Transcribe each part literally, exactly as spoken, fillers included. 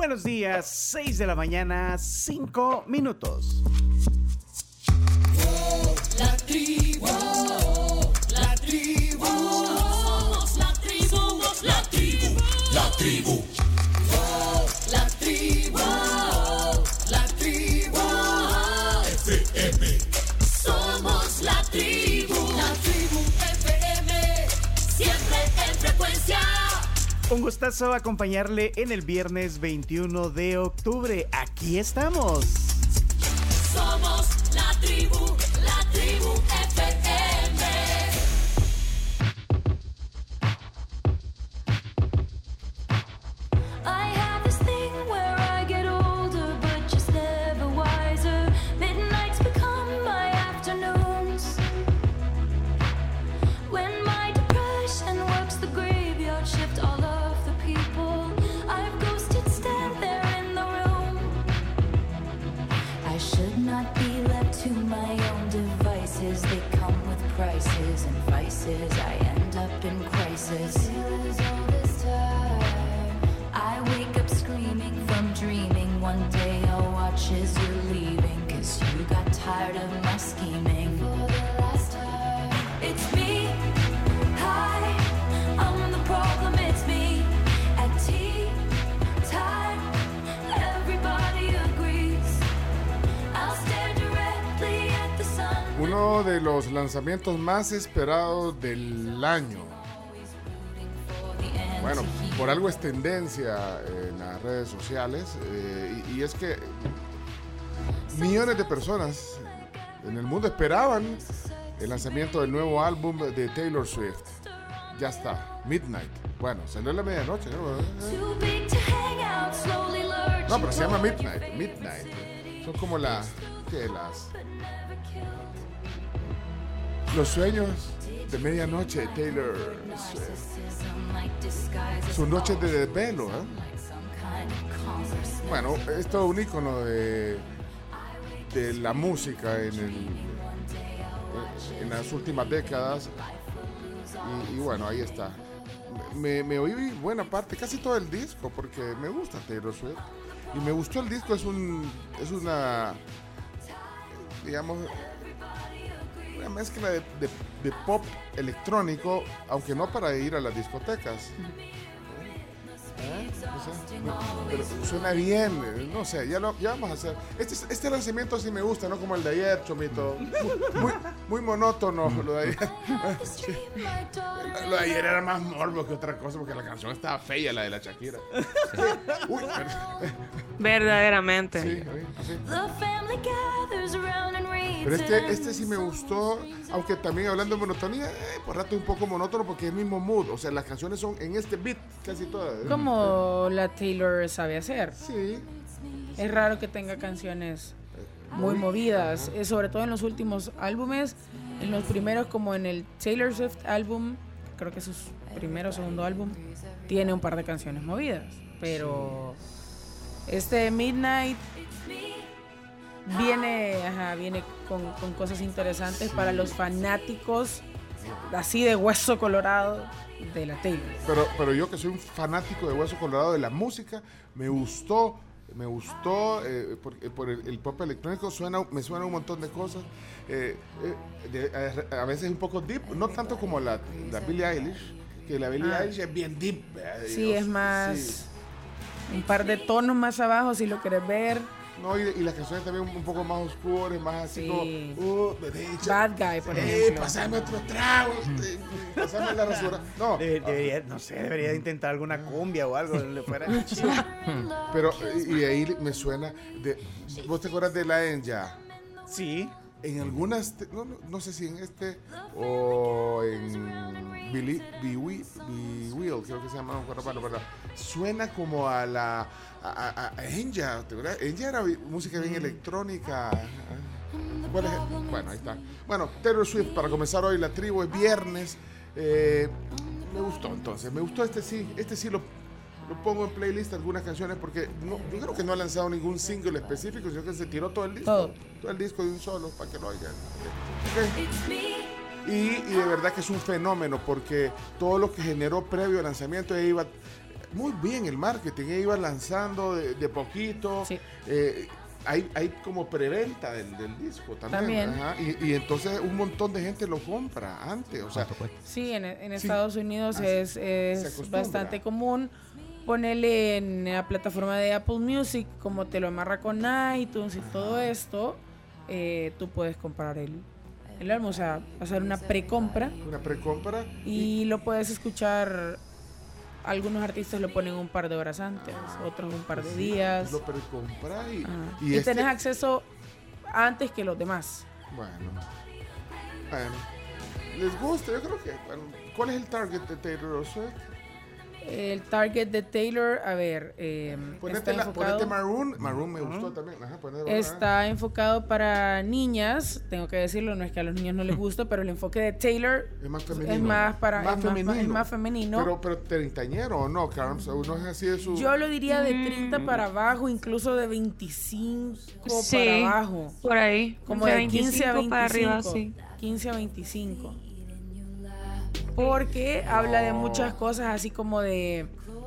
Buenos días, seis de la mañana, cinco minutos. La tribu, la tribu, somos la tribu, somos la tribu, la tribu, la tribu, la tribu, F M. Somos la tribu, la tribu F M, siempre en frecuencia. Un gustazo acompañarle en el viernes veintiuno de octubre. Aquí estamos. Somos la tribu, la tribu F M. I have this thing where I get older, but just never wiser. Midnights become my afternoons. When my depression works the graveyard shift, all of the people I've ghosted stand there in the room. I should not be left to my own devices. They come with prices and vices. I end up in crisis. All this time, I wake up screaming from dreaming. One day I'll watch as you're leaving, 'cause you got tired of my scheming. For the last time, it's me. Hi, I'm the problem, it's me. At tea time, everybody agrees. I'll stare directly at the sun. Uno de los lanzamientos más esperados del año. Bueno, por algo es tendencia en las redes sociales, eh, y, y es que millones de personas en el mundo esperaban el lanzamiento del nuevo álbum de Taylor Swift. Ya está, Midnight. Bueno, salió a la medianoche, ¿no? Too big to hang out, slowly lurching No, pero se llama toward Midnight, your Midnight. infinity. Son como las, ¿qué? Las, But never killed. los sueños de medianoche de Taylor Swift. Narcissism like disguises Sus noches de all desvelo, ¿eh? like some kind of consciousness. Bueno, es todo un ícono de, de la música en, el, en las últimas décadas. Y, y bueno, ahí está. Me, me oí buena parte, casi todo el disco, porque me gusta Taylor Swift. Y me gustó el disco, es un es una, digamos, una mezcla de, de, de pop electrónico, aunque no para ir a las discotecas. ¿Eh? No sé, no, pero suena bien, eh, no sé, ya, lo, ya vamos a hacer. Este, este lanzamiento sí me gusta, no como el de ayer, Chomito. Muy, muy, muy monótono lo de ayer. Sí. Lo de ayer era más morbo que otra cosa, porque la canción estaba fea, la de la Shakira. Uy, pero, Verdaderamente. sí, sí. The family gathers around and reads Pero este, and este sí me gustó, aunque también hablando de monotonía, eh, por rato un poco monótono porque es el mismo mood. O sea, las canciones son en este beat casi todas. ¿eh? Como la Taylor sabe hacer. Sí. Es raro que tenga canciones muy movidas, eh, sobre todo en los últimos álbumes. En los primeros, como en el Taylor Swift álbum, creo que es su primero o segundo álbum, tiene un par de canciones movidas. Pero este Midnight viene, ajá, viene con, con cosas interesantes para los fanáticos así de hueso colorado de la Taylor. Pero, pero yo que soy un fanático de Hueso Colorado de la música, me gustó, me gustó eh, por, eh, por el, el pop electrónico, suena, me suena un montón de cosas, eh, eh, de, a, a veces un poco deep, no tanto como la, la Billie Eilish, que la Billie Ah. Eilish es bien deep. eh, Sí, Dios, es más, sí. un par de tonos más abajo si lo querés ver. No, y, y las canciones también un, un poco más oscuras, más así Sí. como, uh, bebé, echa- Bad Guy, por eh, ejemplo. pasame otro trago, eh, pasame la rasura. No, Debe- debería, no sé, debería de intentar alguna cumbia o algo. Le fuera chido. pero y, y ahí me suena, de, ¿vos te acuerdas de la Enya? Sí. En algunas, te- no, no, no sé si en este o en Billy, Be We- Be Will, creo que se llama, no me acuerdo, bueno, pero suena como a la a, a, a Enya, ¿te acuerdas? Enya era bi- música bien electrónica. Bueno, es- bueno, ahí está. Bueno, Taylor Swift, para comenzar hoy la tribu, es viernes. eh, me gustó entonces, me gustó este sí, este sí lo, lo pongo en playlist algunas canciones porque no, yo creo que no ha lanzado ningún single específico, sino que se tiró todo el disco. Todo. Todo el disco de un solo para que lo oigan. Ok. Y, y de verdad que es un fenómeno porque todo lo que generó previo al lanzamiento ella iba muy bien el marketing, ella iba lanzando de, de poquito. Sí. Eh, hay, hay como preventa del, del disco también. También. Ajá, y, y entonces un montón de gente lo compra antes. O sea, ¿Cuánto cuesta? Sí, en, en Sí. Estados Unidos Ah, es, se es acostumbra. bastante común ponerle en la plataforma de Apple Music, como te lo amarra con iTunes y todo esto, eh, tú puedes comprar el, el álbum, o sea, hacer una precompra una precompra. y lo puedes escuchar. Algunos artistas lo ponen un par de horas antes, otros un par de Sí, días. Lo precompra y, Ajá. y, Y, este- tenés acceso antes que los demás. Bueno, bueno, les gusta, yo creo que, bueno, ¿cuál es el target de Taylor Swift? El target de Taylor, a ver, eh, Ponete, está la, enfocado, ponete Maroon, Maroon me gustó también, ajá, ponete, está enfocado para niñas, tengo que decirlo, no es que a los niños no les gusta, pero el enfoque de Taylor es más femenino. es más para más es más- femenino. es más femenino. Pero, pero treintañero o no, Carms, uno es así de su... Yo lo diría de treinta para abajo, incluso de veinticinco Sí, para abajo. por ahí. Como entre de quince a veinticinco para arriba, veinticinco. sí. quince a veinticinco. Porque habla de muchas cosas así como de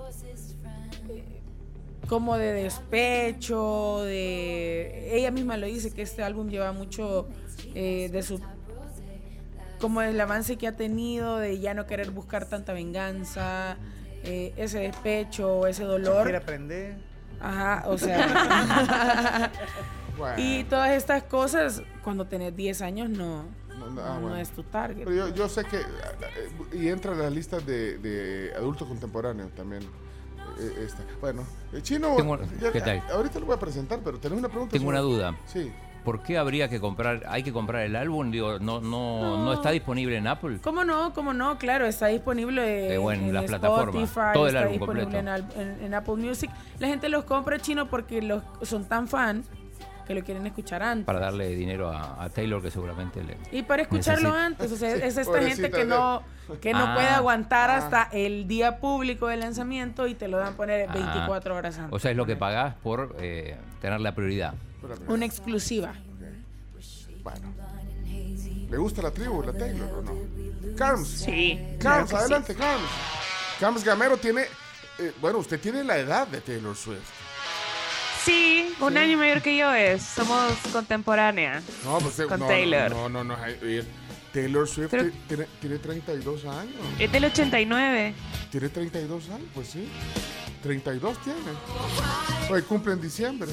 como de despecho, de ella misma lo dice que este álbum lleva mucho eh, de su como el avance que ha tenido de ya no querer buscar tanta venganza, eh, ese despecho, ese Quiere dolor. aprender. Ajá, o sea. Bueno, Y todas estas cosas, cuando tenés diez años, no, no, no, no, ah, no bueno. es tu target. Pero yo, yo sé que, eh, y entra en las listas de, de adultos contemporáneos también. eh, esta. Bueno, el Chino, Tengo- ya- ¿qué tal? ahorita lo voy a presentar, pero tenés una pregunta. Tengo sobre- una duda. Sí. ¿Por qué habría que comprar, hay que comprar el álbum? Digo, no, no, no, No. está disponible en Apple. ¿Cómo no? ¿Cómo no? Claro, está disponible Eh, bueno, en las Spotify, plataformas, todo el está álbum disponible en, completo. al- en- en Apple Music. La gente los compra chino porque los son tan fan que lo quieren escuchar antes. Para darle dinero a, a Taylor, que seguramente le... Y para escucharlo Necesita. antes, o sea, Sí, es esta pobrecita gente que de- no que no Ah. puede aguantar Ah. hasta el día público de lanzamiento y te lo dan a poner Ah. veinticuatro horas antes. O sea, es lo que pagás por eh, tener la prioridad. Espérame. Una exclusiva. Bueno. ¿Le gusta la tribu, la Taylor o no? Carms. Sí. Carms, claro que adelante, Carms. Carms Gamero tiene, eh, bueno, usted tiene la edad de Taylor Swift. Sí, un año mayor que yo es. Somos contemporáneas. No, pues eh, Con no, Taylor. No, no, no. no, eh, Taylor Swift Pero- ti- tiene, tiene treinta y dos años. Es del ochenta y nueve. Tiene treinta y dos años, pues sí. treinta y dos tiene. Hoy cumple en diciembre.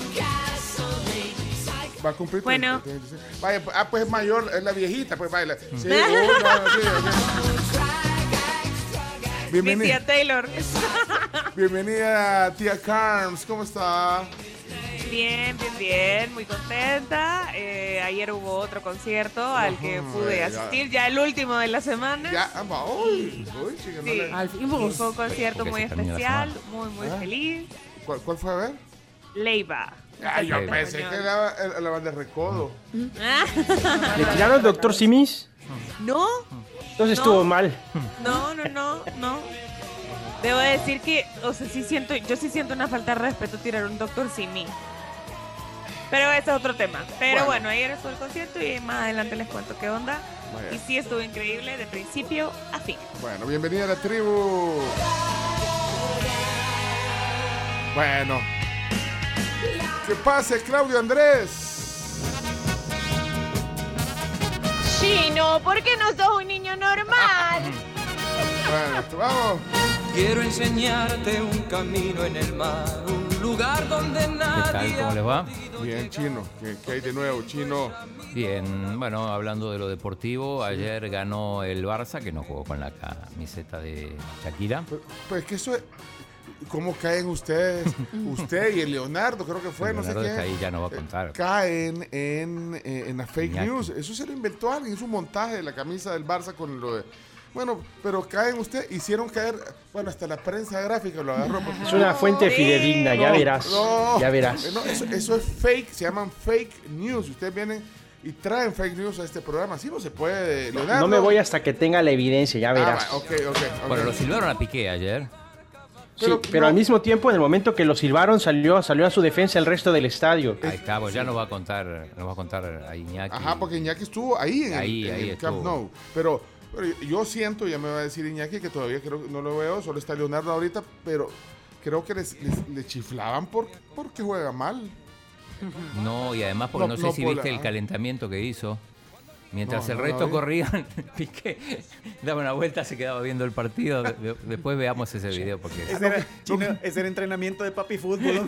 Va a cumplir Bueno. treinta, tiene diciembre. Vaya, ah, pues es mayor, es la viejita, pues vaya. Sí, uh, no, sí, ok. Mi Bienvenida, tía Taylor. bienvenida, tía Carms, ¿cómo está? Bien, bien, bien. Muy contenta. Eh, ayer hubo otro concierto al que Ajá, pude ya. asistir. Ya el último de la semana. Ya, ah, va, uy, uy, chica, no Sí. le- Al fin, vos. Fue un concierto Porque muy se termina la especial. Muy, muy ¿Ah? feliz. ¿Cuál, ¿Cuál fue a ver? Leiva. Ay, yo Ok. pensé que era la, la banda de Recodo. ¿Le tiraron al doctor Simis? No, Entonces No. estuvo mal. no, no, no, no. Debo decir que, o sea, sí siento, yo sí siento una falta de respeto tirar un doctor Simi. Pero ese es otro tema. Pero Bueno. bueno, ayer estuvo el concierto y más adelante les cuento qué onda. Vaya. Y sí estuvo increíble de principio a fin. Bueno, bienvenida a la tribu. Bueno. ¿Qué pase, Claudio Andrés? Chino, ¿por qué no sos un niño normal? Bueno, vamos. Quiero enseñarte un camino en el mar, un lugar donde ¿Qué nadie tal? ¿Cómo les va? Bien, Chino. ¿Qué, qué hay de nuevo, Chino? Bien, bueno, hablando de lo deportivo, ayer ganó el Barça, que no jugó con la camiseta de Shakira. Pues, pues que eso es... ¿Cómo caen ustedes? Usted y el Leonardo, creo que fue, no sé Leonardo quién. ahí ya no va a contar. Eh, Caen en, eh, en la fake Iñaki. news. Eso se lo inventó alguien. Es un montaje de la camisa del Barça con lo de... Bueno, pero caen usted, hicieron caer... Bueno, hasta la prensa gráfica lo agarró. porque- Es una fuente fidedigna, ya No, verás. no. Ya verás. No, eso, eso es fake, se llaman fake news. Ustedes vienen y traen fake news a este programa. Así no se puede, Leonardo. No me voy hasta que tenga la evidencia, ya Ah, verás. va, ok, ok, ok. Bueno, lo silbaron a Piqué ayer. Sí, pero pero no- al mismo tiempo, en el momento que lo silbaron, salió, salió a su defensa el resto del estadio. Ahí está, pues ya nos va a contar, nos va a contar a Iñaki. Ajá, porque Iñaki estuvo ahí en Ahí, el, en ahí el Camp estuvo. Nou. Pero Pero yo, yo siento, ya me va a decir Iñaki, que todavía creo que no lo veo, solo está Leonardo ahorita, pero creo que les, les- le chiflaban por, porque juega mal. No, y además porque No, no, sé no si por viste la- el calentamiento que hizo. Mientras No, el no, resto no, corrían, Piqué daba una vuelta, se quedaba viendo el partido. De- de- después veamos ese video porque Ese era, Chino, ese era entrenamiento de papi fútbol.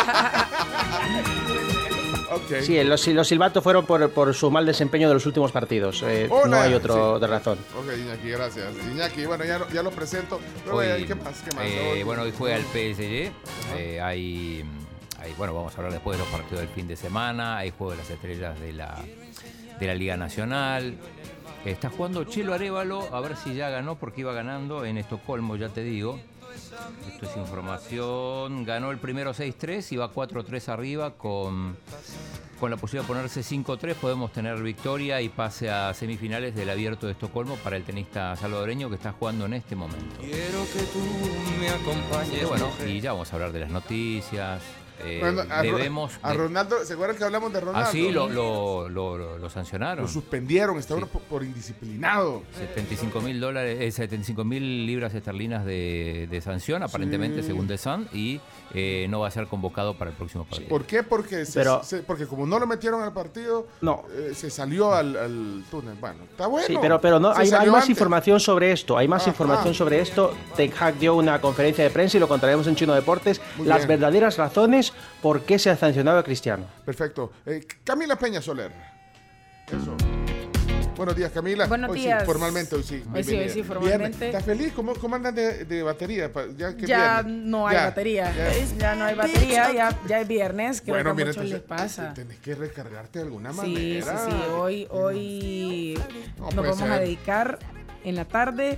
Ok. Sí, los, los silbatos fueron por, por su mal desempeño de los últimos partidos. Eh, Hola. no hay otro Sí. de razón. Ok, Iñaki, gracias. Iñaki, bueno, ya, lo- ya lo presento. Pero, eh, hoy, ¿qué más? ¿Qué más? eh, Hoy- bueno, hoy juega el P S G. Eh, hay, hay, bueno, vamos a hablar después de los partidos del fin de semana. Hay juego de las estrellas de la, de la Liga Nacional. Está jugando Chelo Arévalo, a ver si ya ganó, porque iba ganando en Estocolmo, ya te digo. Esto es información. Ganó el primero seis tres y va cuatro tres arriba con, con la posibilidad de ponerse cinco tres. Podemos tener victoria y pase a semifinales del Abierto de Estocolmo para el tenista salvadoreño que está jugando en este momento. Quiero que tú me acompañes. Eh, bueno, mujer. y ya vamos a hablar de las noticias. Eh, Bueno, a, Ro- debemos... a de- Ronaldo, ¿se acuerdan que hablamos de Ronaldo? Ah, sí, lo, lo, lo, lo- lo sancionaron. Lo suspendieron, estaba Sí. por, por indisciplinado. setenta y cinco mil dólares, eh, setenta y cinco mil libras esterlinas de, de sanción, aparentemente, Sí. según The Sun, y eh, no va a ser convocado para el próximo partido. ¿Por qué? Porque, se- Pero- se- porque como no lo metieron al partido, No. eh, se salió al, al túnel. Bueno, está bueno. Sí, pero, pero no, Se hay, hay salió más antes. información sobre esto. Hay más Ajá. información sobre esto. Ten Hag dio una conferencia de prensa y lo contaremos en Chino Deportes. Muy Las bien. verdaderas razones por qué se ha sancionado a Cristiano. Perfecto. Eh, Camila Peña Soler. Eso. Buenos días, Camila. Buenos Hoy días. Sí, formalmente, hoy sí. Hoy sí, Bienvenida. hoy sí, formalmente. Viernes. ¿Estás feliz? ¿Cómo, cómo andan de, de batería? Pa- Ya, que Ya viernes. no hay Ya, batería. ya. Ya no hay batería, ya, ya es viernes, creo Bueno, que a mira, muchos les entonces pasa. tenés que recargarte de alguna Sí, sí, manera. sí. Hoy, hoy No nos puede vamos a ser. dedicar en la tarde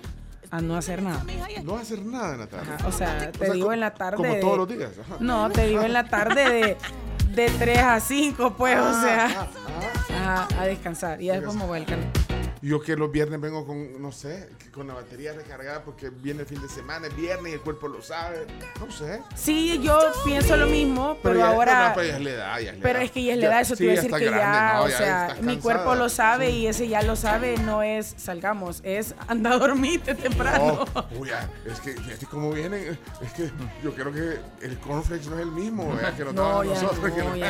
a no hacer nada. No hacer nada en la tarde. Ajá, o sea, te O sea, digo co- en la tarde. Como de- todos los días. Ajá. No, te digo en la tarde de, de tres a cinco, pues, o Ah, sea, ah, ah. a, a descansar. Y ya después me voy al canal. Yo que los viernes vengo con, no sé, que con la batería recargada porque viene el fin de semana, es viernes y el cuerpo lo sabe. No sé. Sí, yo pienso lo mismo, pero, ya- ahora. no, pero ya es la edad, ya es la Pero edad. es que ya es la edad, eso sí, te iba a ya decir está que grande, ya, no, o ya sea, estás mi cansada. cuerpo lo sabe y ese ya lo sabe, no es salgamos, es anda a dormirte temprano. Oh, uy, ya, es que fíjate cómo vienen. Es que yo creo que el cornflakes no es el mismo ¿verdad? que nos No, daban ya nosotros. que no, nos- ya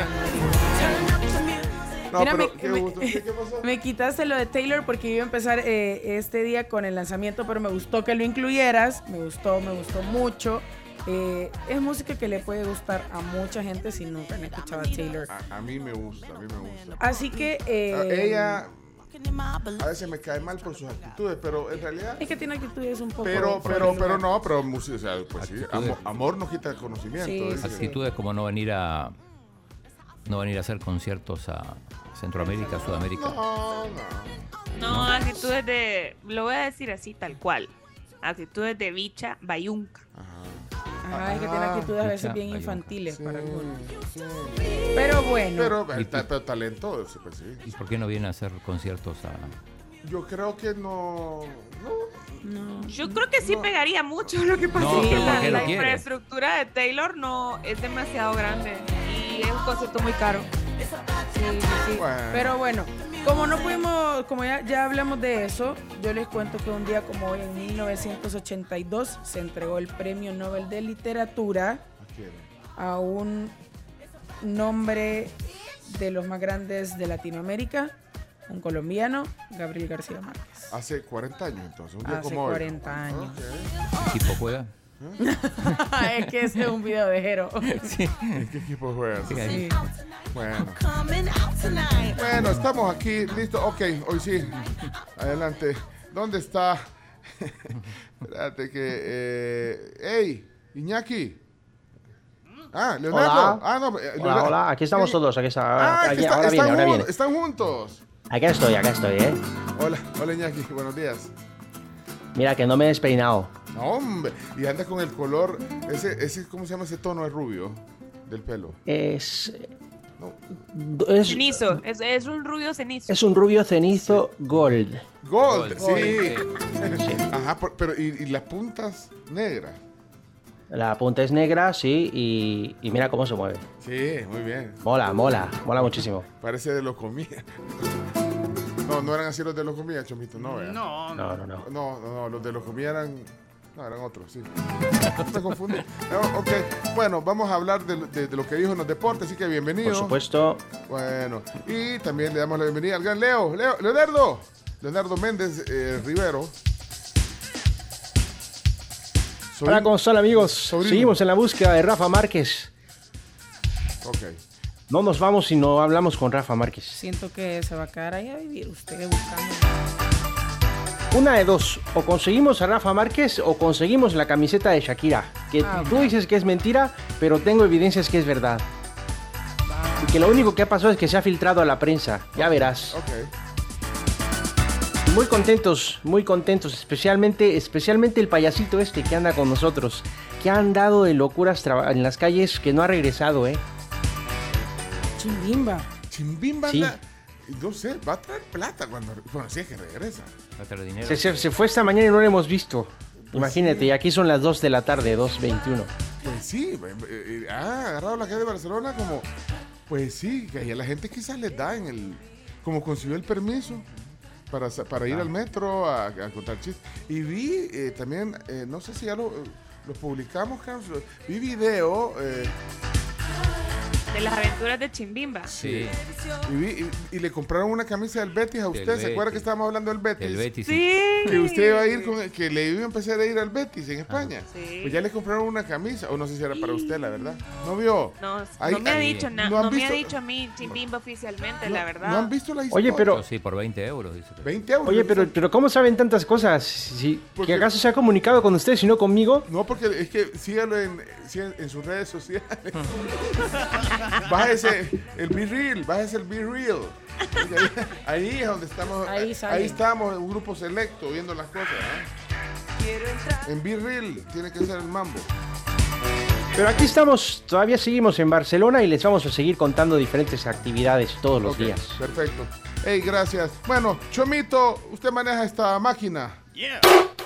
no. No, Mira, pero me, qué me- gusto. ¿Qué, qué pasó? me quitaste lo de Taylor porque iba a empezar eh, este día con el lanzamiento, pero me gustó que lo incluyeras, me gustó, me gustó mucho. Eh, es música que le puede gustar a mucha gente si nunca han escuchado a Taylor. A, a mí me gusta, a mí me gusta. Así que eh, A ella a veces me cae mal por sus actitudes, pero en realidad. es que tiene actitudes un poco. Pero, fuera pero, de pero lugar. no, pero música, o sea, pues sí, Actitudes. amor, amor no quita conocimiento. Sí, dice. sí, sí. Actitudes como no venir a no venir a hacer conciertos a Centroamérica, Sudamérica. No, no. No, actitudes de. Lo voy a decir así, tal cual. Actitudes de bicha bayunca. Ajá, es que tiene actitudes a veces Mucha bien ayuda. infantiles Sí, para algunos. sí. Pero bueno, Pero, Y ta- tú- pero talento, sí, pues sí. ¿Y por qué no viene a hacer conciertos a...? Yo creo que no. no. Yo creo que sí pegaría mucho. Lo que pasa No, es que pero la, ¿por qué la no quiere? infraestructura de Taylor no es demasiado grande y es un concepto muy caro. sí, sí, sí. Bueno. Pero bueno, como no pudimos, como ya, ya hablamos de eso, yo les cuento que un día como hoy, en mil novecientos ochenta y dos, se entregó el Premio Nobel de Literatura ¿A quién? a un nombre de los más grandes de Latinoamérica, un colombiano, Gabriel García Márquez. Hace cuarenta años entonces, un día Hace como hoy. cuarenta años. Ok. ¿Qué equipo juega? Es que ese es un video de Jero. Sí. ¿En qué equipo juegas? Sí. Bueno. Bueno, estamos aquí, listo. Ok, hoy sí. Adelante. ¿Dónde está? Espérate que. Eh... ¡Ey! Iñaki. Ah, Leonardo. Hola. Ah, no. eh, Hola, Leonardo. hola, aquí estamos Ey. todos, aquí está. Ah, aquí- que está- ahora viene, están, ahora jun- viene. están juntos. Acá estoy, acá estoy, ¿eh? Hola, hola Iñaki, buenos días. Mira que no me he despeinado. No, hombre. Y anda con el color. Ese, ese, ¿cómo se llama ese tono de rubio del pelo? Es, No. es, Cenizo, es, es un rubio cenizo. es un rubio cenizo gold. Gold, Gold, sí. Ajá, por- pero ¿y, y las puntas negras? La punta es negra, sí, y, y mira cómo se mueve. Sí, muy bien. Mola, mola, mola muchísimo. Parece de lo comía. No, no eran así los de los comía, Chomito, no, vea. No, No, no, no. No, no, no, los de los comía eran... No, eran otros, sí. Se confunde. No, ok, bueno, vamos a hablar de, de- de lo que dijo en los deportes, así que bienvenido. Por supuesto. Bueno, y también le damos la bienvenida al gran Leo, Leo Leonardo, Leonardo Méndez eh, Rivero. Soy- Hola, ¿cómo están, amigos? Sobrino. Seguimos en la búsqueda de Rafa Márquez. Ok. No nos vamos si no hablamos con Rafa Márquez. Siento que se va a quedar ahí a vivir usted buscando. Una de dos, o conseguimos a Rafa Márquez o conseguimos la camiseta de Shakira. Que Ah, tú dices que es mentira, pero tengo evidencias que es verdad. Y que lo único que ha pasado es que se ha filtrado a la prensa. Ya verás. Ok. Muy contentos, muy contentos, especialmente, especialmente el payasito este que anda con nosotros, que ha andado de locuras traba- en las calles, que no ha regresado, ¿eh? Chimbimba. Chimbimba, Sí. anda- no sé, va a traer plata cuando, bueno, si es que regresa. Va a tener dinero. Se, se- se fue esta mañana y no lo hemos visto. Imagínate, y aquí son las dos de la tarde, dos veintiuno. Pues sí, eh, eh, ha agarrado la calle de Barcelona como, pues sí, que ahí a la gente quizás les da en el, como consiguió el permiso para, sa- para ir Ah. al metro a, a contar chistes. Y vi eh, también, eh, no sé si ya lo, lo publicamos, Carlos, vi video, eh, De las aventuras de Chimbimba. Sí, y, vi, y, y le compraron una camisa del Betis a usted, ¿se Betis. acuerda que estábamos hablando del Betis? el Betis. Sí. Que usted iba a ir con, que le iba a empezar a ir al Betis en España. Sí. Pues ya le compraron una camisa, o no sé si era para usted, la verdad. ¿No vio? No, Ahí- no me ha ahí- dicho nada. ¿no han No, me ha visto? dicho a mí Chimbimba oficialmente, ¿No, la verdad. ¿No han visto la historia? Oye, pero- Sí, por veinte euros, dice. veinte euros. Oye, pero, pero ¿cómo saben tantas cosas? Si, Porque- ¿Que acaso se ha comunicado con usted, si no conmigo? No, porque es que sígalo en, sígalo en sus redes sociales. Bájese el Be Real, bájese el Be Real. Ahí, ahí es donde estamos. Ahí sale. Ahí estamos, un grupo selecto, viendo las cosas. ¿eh? En Be Real tiene que ser el mambo. Pero aquí estamos, todavía seguimos en Barcelona y les vamos a seguir contando diferentes actividades todos los Ok, días. perfecto. Hey, gracias. Bueno, Chomito, usted maneja esta máquina. Yeah.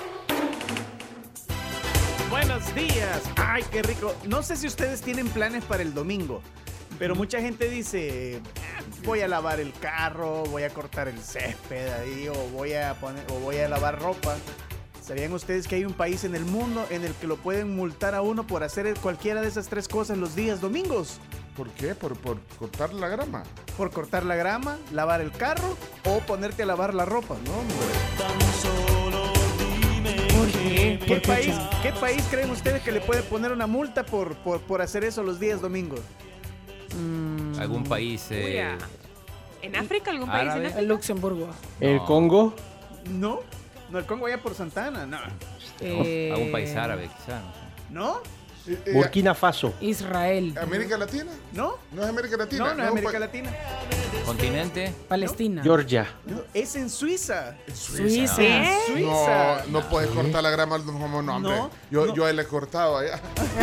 Buenos días. Ay, qué rico. No sé si ustedes tienen planes para el domingo, pero mucha gente dice, "Ah, voy a lavar el carro, voy a cortar el césped ahí, o voy a poner, o voy a lavar ropa. ¿Sabían ustedes que hay un país en el mundo en el que lo pueden multar a uno por hacer cualquiera de esas tres cosas los días domingos? ¿Por qué? ¿Por, por cortar la grama? Por cortar la grama, lavar el carro o ponerte a lavar la ropa. No, hombre. ¿Por qué? ¿Qué ¿Por qué, país, chavo? ¿Qué país creen ustedes que le puede poner una multa por, por, por hacer eso los días domingos? Mm, ¿Algún país Uy, eh, ah. ¿En África? ¿Algún país en árabe? África? el Luxemburgo. ¿El No. Congo? No, no, el Congo allá por Santana, no. Eh, algún país árabe, quizá? No sé. ¿No? Eh, eh, Burkina Faso. Israel. ¿América Latina? ¿No? ¿No es América Latina? No, no es un América pa- Latina. ¿Continente? Palestina. Georgia. No, es en Suiza. Suiza. ¿Eh? Suiza. No, no puedes cortar la grama como nombre. No, yo, no. yo le he cortado allá.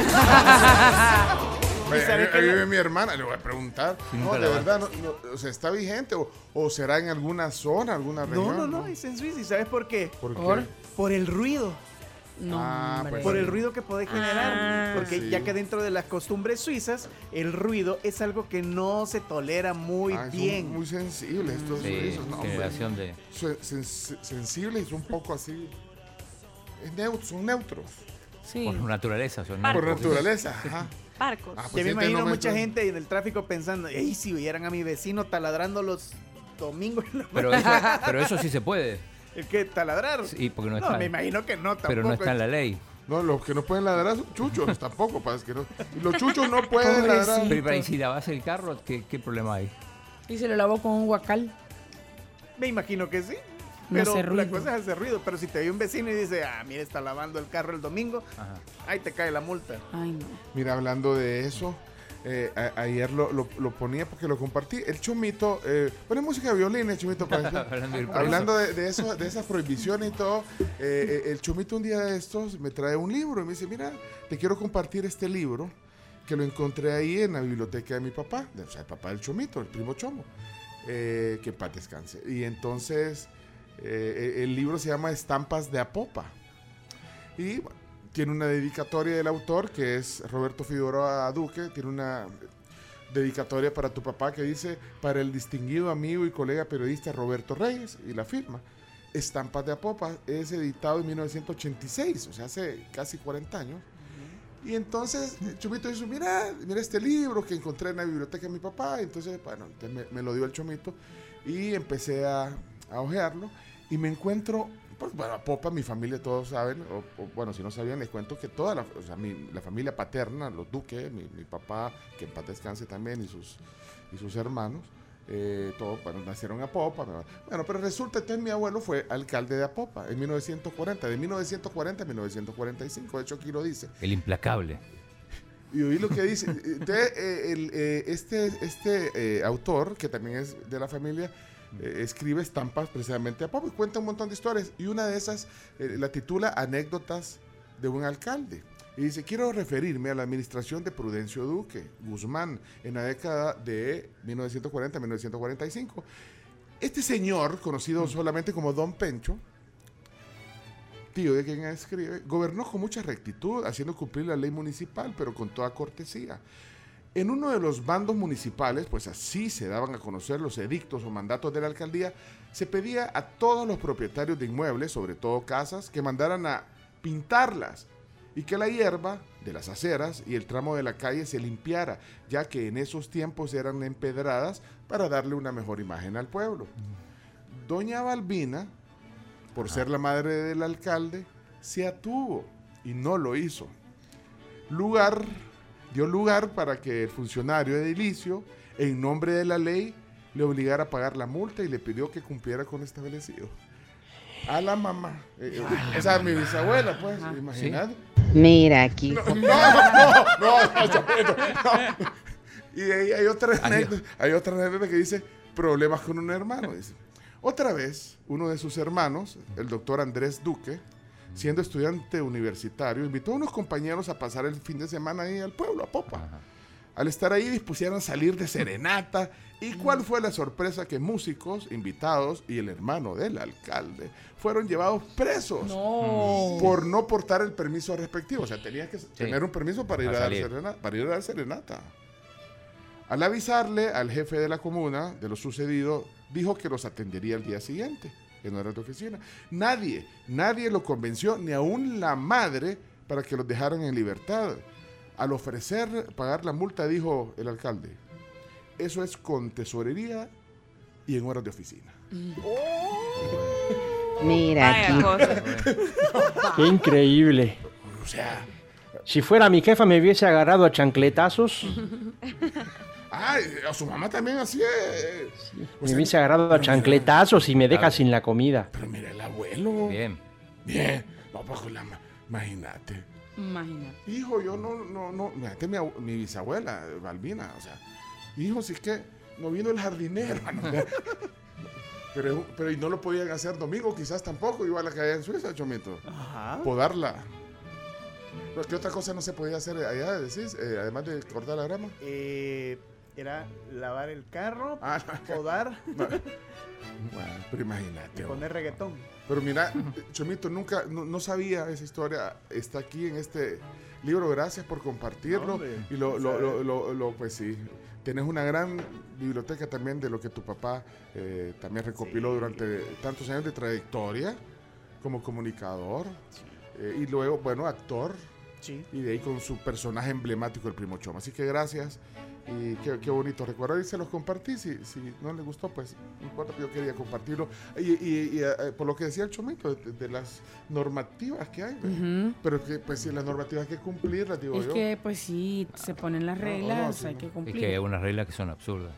¿Y sabe Ahí qué ahí le- vive mi hermana, le voy a preguntar. Sí, No, nunca de la verdad, no, no, o sea, ¿está vigente o, o será en alguna zona, alguna No, región? no, no, es en Suiza. ¿Y sabes por qué? ¿Por qué? ¿Por? Por el ruido. No, Ah, hombre. pues Por el ruido que puede generar. Ah, porque sí. ya que dentro de las costumbres suizas, el ruido es algo que no se tolera muy Ah, son bien. muy sensibles estos Sí, suizos, no, hombre. generación de... Son sens- sensibles y son un poco así. Es neut- son neutros. Sí. Por naturaleza. Son Por Por neutros. naturaleza. Ajá. Barcos. Ah, Ya pues me este imagino no me mucha está- gente en el tráfico pensando, ¡ey, si vieran a mi vecino taladrando los domingos! en la Pero eso, pero eso sí se puede. ¿El qué? ¿Taladrar? Sí, porque no No, está. me imagino que no, tampoco. Pero no está en la ley. No, los que no pueden ladrar son chuchos tampoco, para que no. Y los chuchos no pueden ladrar. Pobrecito. Pero, pero ahí si lavas el carro, ¿qué, qué problema hay? Y se lo lavó con un guacal. Me imagino que sí. No Pero hace la ruido. cosa es hacer ruido. Pero si te ve un vecino y dice, ah, mira, está lavando el carro el domingo, Ajá. ahí te cae la multa. Ay, no. Mira, hablando de eso, eh, a- ayer lo, lo- lo ponía porque lo compartí. El Chomito, eh, pone música de violín, el Chomito. Para Hablando del preso. Hablando de, de eso, de esas prohibiciones y todo, eh, eh, el Chomito un día de estos me trae un libro y me dice, mira, te quiero compartir este libro que lo encontré ahí en la biblioteca de mi papá, de- o sea, el papá del Chomito, el primo Chomo, eh, que en paz descanse. Y entonces, eh, el libro se llama Estampas de Apopa. Y bueno, tiene una dedicatoria del autor que es Roberto Figueroa Duque, tiene una, dedicatoria para tu papá que dice, para el distinguido amigo y colega periodista Roberto Reyes, y la firma. Estampas de Apopa es editado en mil novecientos ochenta y seis, o sea, hace casi cuarenta años. Y entonces Chomito dice, mira, mira este libro que encontré en la biblioteca de mi papá. Y entonces, bueno, entonces me, me lo dio el Chomito y empecé a, a hojearlo y me encuentro, pues bueno, Apopa, mi familia, todos saben, o, o, bueno, si no sabían, les cuento que toda la, o sea, mi, la familia paterna, los Duque, mi, mi papá, que en paz descanse también, y sus, y sus hermanos, Eh, todos bueno, nacieron en Apopa. Bueno, pero resulta que mi abuelo fue alcalde de Apopa en mil novecientos cuarenta, de mil novecientos cuarenta a mil novecientos cuarenta y cinco. De hecho, aquí lo dice. El implacable. Y oí lo que dice. Entonces, eh, el, eh, este este eh, autor, que también es de la familia, eh, escribe estampas precisamente a Apopa y cuenta un montón de historias. Y una de esas eh, la titula Anécdotas de un alcalde. Y dice, quiero referirme a la administración de Prudencio Duque Guzmán en la década de mil novecientos cuarenta a mil novecientos cuarenta y cinco. Este señor, conocido solamente como Don Pencho, tío de quien escribe, gobernó con mucha rectitud, haciendo cumplir la ley municipal, pero con toda cortesía. En uno de los bandos municipales, pues así se daban a conocer los edictos o mandatos de la alcaldía, se pedía a todos los propietarios de inmuebles, sobre todo casas, que mandaran a pintarlas, y que la hierba de las aceras y el tramo de la calle se limpiara, ya que en esos tiempos eran empedradas para darle una mejor imagen al pueblo. Doña Balbina, por ser la madre del alcalde, se atuvo y no lo hizo. Lugar, dio lugar para que el funcionario edilicio, en nombre de la ley, le obligara a pagar la multa y le pidió que cumpliera con lo establecido. A la mamá, eh, eh, o sea, mi bisabuela, pues, imagínate. Mira aquí. No, no, no, no, no, no. Y ahí hay otra anécdota, hay otra anécdota que dice, problemas con un hermano, dice. Otra vez, uno de sus hermanos, el doctor Andrés Duque, siendo estudiante universitario, invitó a unos compañeros a pasar el fin de semana ahí al pueblo, a Popa. Ajá. Al estar ahí dispusieron salir de serenata. ¿Y cuál fue la sorpresa? Que músicos, invitados y el hermano del alcalde fueron llevados presos no. por no portar el permiso respectivo. O sea, tenías que sí. tener un permiso para ir a, a, dar serenata, para ir a dar serenata. Al avisarle al jefe de la comuna de lo sucedido, dijo que los atendería el día siguiente en horas de oficina. Nadie, nadie lo convenció, ni aún la madre, para que los dejaran en libertad. Al ofrecer pagar la multa, dijo el alcalde, eso es con tesorería y en horas de oficina. Oh. Mira aquí. Qué increíble. O sea, si fuera mi jefa me hubiese agarrado a chancletazos. Ay, a su mamá también así es. Sí, me sea, hubiese agarrado a chancletazos y me deja claro. sin la comida. Pero mira el abuelo. Bien. Bien. No, pues la, imagínate. Imagínate. Hijo, yo no, no, no. Imagínate mi, mi bisabuela, Balbina, o sea. Hijo, si es que no vino el jardinero. pero, pero y no lo podían hacer domingo, quizás tampoco, iba a la calle en Suiza, Chomito. Ajá. Podarla. ¿Qué otra cosa no se podía hacer allá, decís? Eh, además de cortar la grama. Eh, era lavar el carro, ah, no, podar. No. Bueno, pero imagínate. Poner reggaetón. Pero mira, Chomito, nunca, no, no sabía esa historia. Está aquí en este libro. Gracias por compartirlo. No, y lo, lo, lo, lo, lo, pues sí. Tienes una gran biblioteca también de lo que tu papá eh, también recopiló sí. durante tantos años de trayectoria como comunicador. Sí. Eh, y luego, bueno, actor. Sí. Y de ahí con su personaje emblemático, el Primo Choma. Así que gracias. Y qué, qué bonito recuerdo. Y se los compartí. Si, si no les gustó, pues no importa, yo quería compartirlo. Y, y, y uh, por lo que decía el Chomito, de, de las normativas que hay. Uh-huh. Pero que, pues sí, las normativas hay que cumplirlas, digo es yo. Es que, pues sí, se ponen las reglas, no, no, sí, hay que cumplir. Es que hay unas reglas que son absurdas.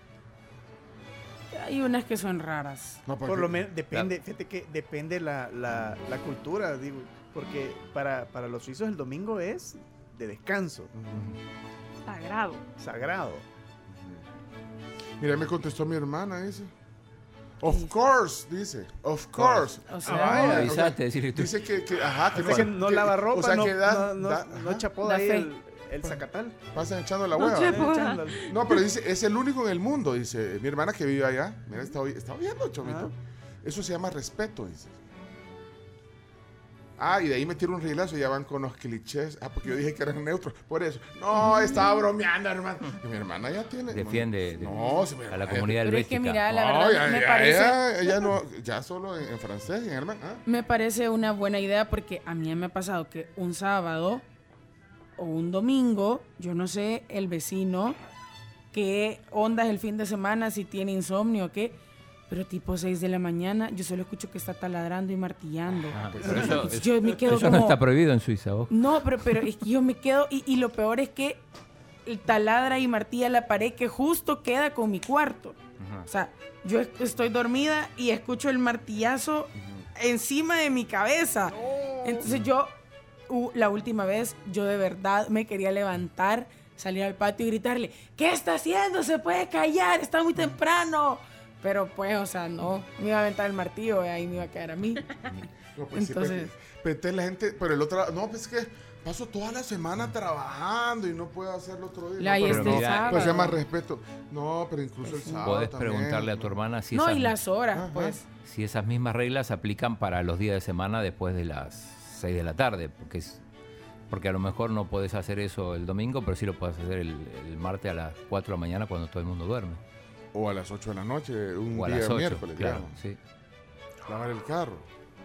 Hay unas que son raras. No, por lo menos depende, la, fíjate que depende la, la, la cultura, digo. Porque para, para los suizos el domingo es de descanso. Uh-huh. Sagrado. Sagrado. Uh-huh. Mira, me contestó mi hermana, dice. Of sí. course, dice. Of course. O sea, ah, avisaste, o sea, dice que, que, ajá, que, dice que no que, lava ropa, o sea, no, que da, no, da, no, no chapó de ahí el, el zacatal. Pasan echando la hueva. No, no, pero dice, es el único en el mundo, dice mi hermana que vive allá. Mira, está, está oyendo, Chomito. Eso se llama respeto, dice. Ah, y de ahí metieron un reglazo y ya van con los clichés. Ah, porque yo dije que eran neutros. Por eso. No, estaba bromeando, hermano. Y mi hermana ya tiene. Defiende no, si mi a la hermana comunidad Pero es helvética. que mira, la No, verdad ya, me ya, parece... ya, ella no, ya solo en, en francés, en alemán. ¿Ah? Me parece una buena idea porque a mí me ha pasado que un sábado o un domingo, yo no sé, el vecino, qué onda es el fin de semana, si tiene insomnio o qué, pero tipo seis de la mañana, yo solo escucho que está taladrando y martillando. Ah, pero eso, Entonces, yo me quedo eso como... no está prohibido en Suiza, vos. No, pero, pero es que yo me quedo, y, y lo peor es que el taladra y martilla la pared que justo queda con mi cuarto. Ajá. O sea, yo es- estoy dormida y escucho el martillazo encima de mi cabeza. Entonces yo, u- la última vez, yo de verdad me quería levantar, salir al patio y gritarle, ¿qué está haciendo? ¿Se puede callar? Está muy temprano. Pero pues, o sea, no, me iba a aventar el martillo y ahí me iba a quedar a mí. No, pues, Entonces- sí, pero, pero la gente, pero el otro lado, no, pues es que paso toda la semana trabajando y no puedo hacerlo otro día. La no, y pero este no, sábado. pues se llama respeto. No, pero incluso el sábado Podés también. preguntarle a tu hermana si No, esas, y las horas, Ajá. pues. si esas mismas reglas se aplican para los días de semana después de las seis de la tarde. Porque, es, porque a lo mejor no podés hacer eso el domingo, pero sí lo podés hacer el, el martes a las cuatro de la mañana cuando todo el mundo duerme. O a las ocho de la noche, un O a día las ocho, miércoles, claro, digamos. sí. Lavar el carro.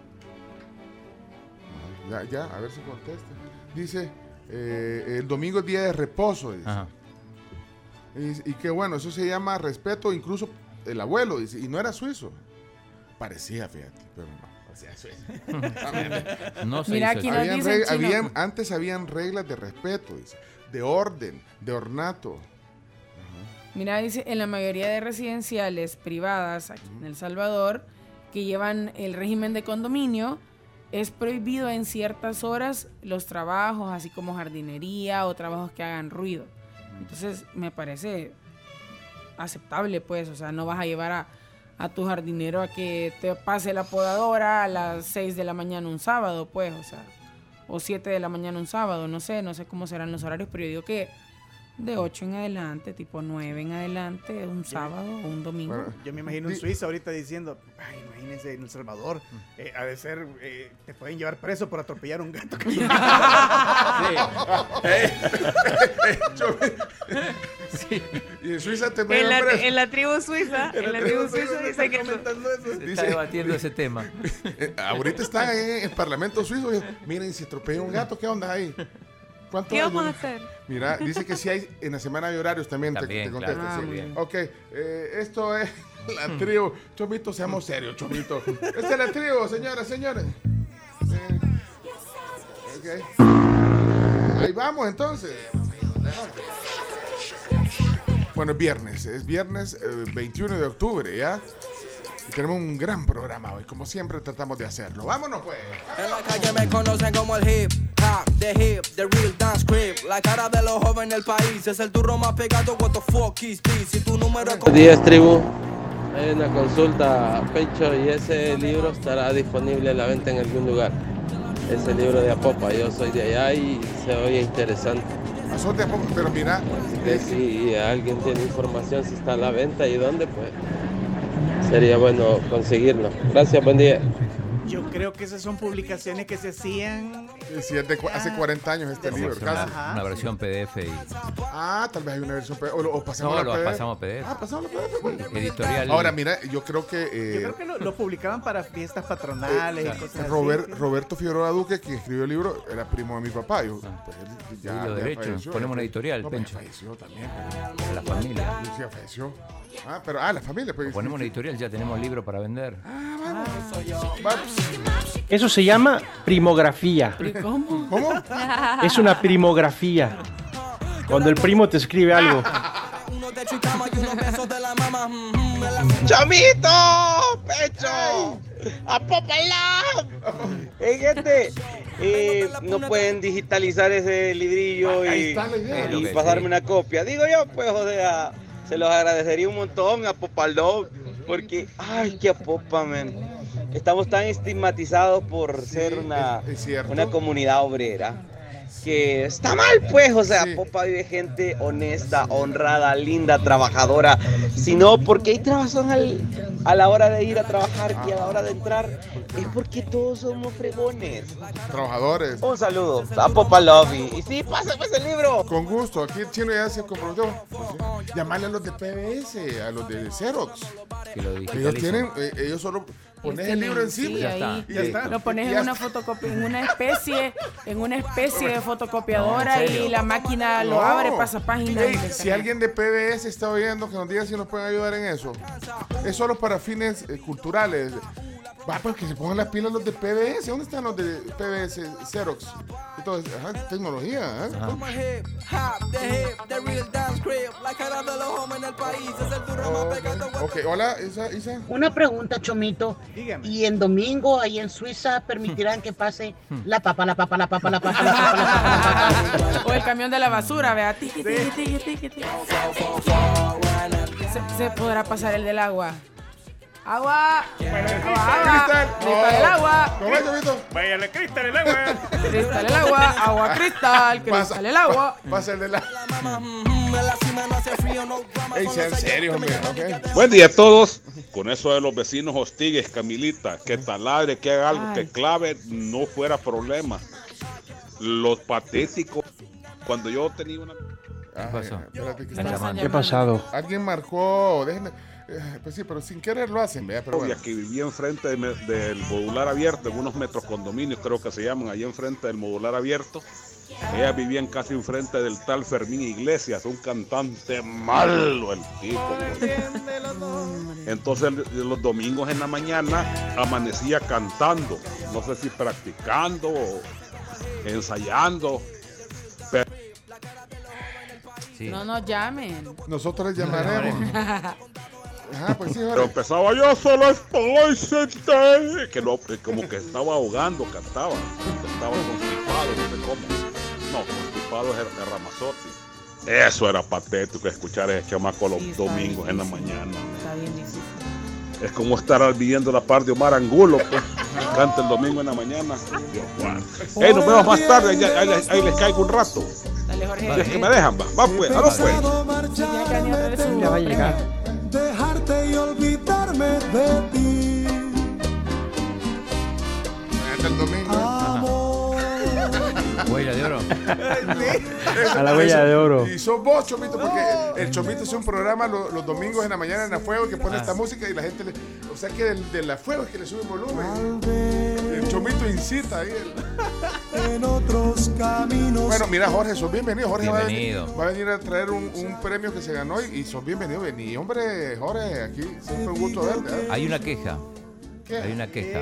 Ya, ya, a ver si contesta. Dice, eh, el domingo es día de reposo, dice. Ajá. Y, y qué bueno, eso se llama respeto, incluso el abuelo, dice, y no era suizo. Parecía, fíjate, pero no, parecía suizo. No se Mira, hizo aquí eso. nos Habían dicen, reg- Chino. habían- antes habían reglas de respeto, dice, de orden, de ornato. Mira, dice, en la mayoría de residenciales privadas aquí en El Salvador que llevan el régimen de condominio, es prohibido en ciertas horas los trabajos, así como jardinería o trabajos que hagan ruido. Entonces, me parece aceptable, pues, o sea, no vas a llevar a, a tu jardinero a que te pase la podadora a las seis de la mañana un sábado, pues, o sea, o siete de la mañana un sábado, no sé, no sé cómo serán los horarios, pero yo digo que de ocho en adelante, tipo nueve en adelante, un sábado o un domingo. Bueno, Yo me imagino en Di- Suiza ahorita diciendo, ay, imagínense en El Salvador, eh, ha de ser, eh, te pueden llevar preso por atropellar un gato. que- Y en Suiza te En meten la, preso. en la tribu suiza, en la tribu suiza dice que comentando eso. Se está Dice- debatiendo ese tema. Eh, ahorita están en el Parlamento suizo. y, Miren, si atropella un gato, ¿qué onda ahí? ¿Cuánto ¿qué hay? vamos a hacer? Mira, dice que si hay en la semana de horarios también, te- También, te, contesta. claro, Ah, sí. muy bien. Ok, eh, esto es la tribu. Chomito, seamos serios, Chomito. Esta es la tribu, señoras, señores. Eh, ok. Ahí vamos entonces. Bueno, es viernes, es viernes eh, veintiuno de octubre, ¿ya? Y tenemos un gran programa hoy, como siempre tratamos de hacerlo. Vámonos pues. En la calle me conocen como el hip hop, the hip, the real dance creep. La cara de los jóvenes del país es el turro más pegado. What the fuck is this? Si tu número es Buenos días, tribu. Hay una consulta, Pecho, y ese libro estará disponible a la venta en algún lugar. Ese libro de Apopa, yo soy de allá y se oye interesante. Azote a poco, pero mira, Que eh, si alguien tiene información si está a la venta y dónde, pues sería bueno conseguirlo. Gracias, buen día. Yo creo que esas son publicaciones que se hacían. si es de cu- hace cuarenta años este Vamos libro, a hacer casi. Ajá. Una versión P D F y Ah, tal vez hay una versión P D F. O, lo- o pasamos no, la lo P D F. pasamos P D F. Ah, pasamos la P D F. pues. Editorial. Ahora, mira, yo creo que, eh, Yo creo que lo, lo publicaban para fiestas patronales Eh, y cosas Robert- así. Roberto Figueroa Duque, que escribió el libro, era primo de mi papá. Yo, Ah. pues, él Sí, ya, los ya derechos. falleció. Ponemos una editorial, No, pues, Pencho. falleció también. a la familia. Lucía falleció. Ah, pero, ah, la familia. Pues, Ponemos una editorial, ya tenemos libro para vender. Vamos. Eso se llama primografía. ¿Cómo? ¿Cómo? Es una primografía. Cuando el primo te escribe algo. uno de chicama y unos besos de la mamá. mm, mm, de la- ¡Chamito! ¡Pecho! ¡Apopalá! Hey, gente, eh, no pueden digitalizar ese librillo Ahí y, está la idea. Es lo y que pasarme sí. una copia. Digo yo, pues, o sea, se los agradecería un montón a Popaló, porque, ay, qué Apopa, man. Estamos tan estigmatizados por ser una, es- es cierto. una comunidad obrera. que está mal, pues, o sea, Popa vive gente honesta, honrada, linda, trabajadora, sino porque hay trabazón al, a la hora de ir a trabajar y a la hora de entrar, es porque todos somos fregones. Trabajadores. Un saludo a Popa Lobby. Y sí, pásame ese libro. Con gusto, aquí el chino ya se comprometió. Llamarle a los de P B S, a los de Xerox. Que lo Ellos digitalicen. tienen, eh, ellos solo pones el libro encima Sí, y ya ahí. está. Y ya está. Lo pones Y en ya una está. fotocopia, en una especie, en una especie de fotocopiadora No, ¿en serio? y la máquina lo No. abre, pasa página. Ey, y le si cambia. alguien de P B S está oyendo, que nos diga si nos pueden ayudar en eso. Es solo para fines eh, culturales. Va, pues que se pongan las pilas los de P B S. ¿Dónde están los de P B S Xerox? Entonces, ajá, tecnología. ¿eh? Oh, ok, hola, Isa, Isa. Una pregunta, Chomito. Y en domingo, ahí en Suiza, permitirán que pase la papa, la papa, la papa, la papa, la papa, la papa, la papa. O el camión de la basura, vea. Tiqui, tiqui, tiqui, tiqui, tiqui. Se, se podrá pasar el del agua. Agua. Agua, agua. Cristal. Cristal el agua. ¿Cómo es, Chomito? Váyale, Cristal, el agua. Cristal el agua. Agua cristal. Cristal el agua. Pasa el de la... Ey, sea en serio, hombre. ok. Buen día a todos. Con eso de los vecinos hostigues, Camilita, que taladre, que haga algo, Ay. que clave, no fuera problema. Los patéticos, cuando yo tenía una... Ay, pasó? espérate que Están está- llamando. ¿Qué ha pasado? Alguien marcó, déjenme, eh, pues sí, pero sin querer lo hacen, vea, pero novia bueno. que vivía enfrente de me- del modular abierto, en unos metros condominios, creo que se llaman, ahí enfrente del modular abierto. Ella vivía en casi enfrente del tal Fermín Iglesias, un cantante malo el tipo. Entonces los domingos en la mañana amanecía cantando, no sé si practicando o ensayando. Pero Sí. No nos llamen. Nosotros les llamaremos. Ajá, pues sí, Pero Jorge. empezaba yo solo estoy senté, que no, que como que estaba ahogando, cantaba, estaba constipado, no sé cómo. No, constipado es el, el Ramazotti. Eso era patético escuchar a ese chamaco los Sí, está domingos en la difícil. mañana. Está bien difícil. Es como estar viviendo la par de Omar Angulo, pues, que canta el domingo en la mañana. Dios guarde. Hey, nos vemos más tarde, ahí, ahí- ahí- ahí les caigo un rato. Dale, Jorge. Si es que me dejan, va, va pues, a lo pues. Sí, tiene que venir a traer su Ya va a premio. llegar. Dejarte y olvidarme de ti. Hasta el domingo. Huella de oro. A la huella de oro. Y sos vos, Chomito, porque el Chomito es un programa lo- los domingos en la mañana en la Fuego que pone Ah. esta música y la gente le. O sea que del- de la Fuego es que le sube el volumen. El Chomito incita ahí. el- En otros caminos. Bueno, mira, Jorge, sos bienvenido. Jorge va a, venir, Bienvenido. va a venir a traer un, un premio que se ganó y, y sos bienvenido. Vení, hombre, Jorge, aquí siempre un gusto verte. ¿eh? Hay una queja. ¿Qué? Hay una queja.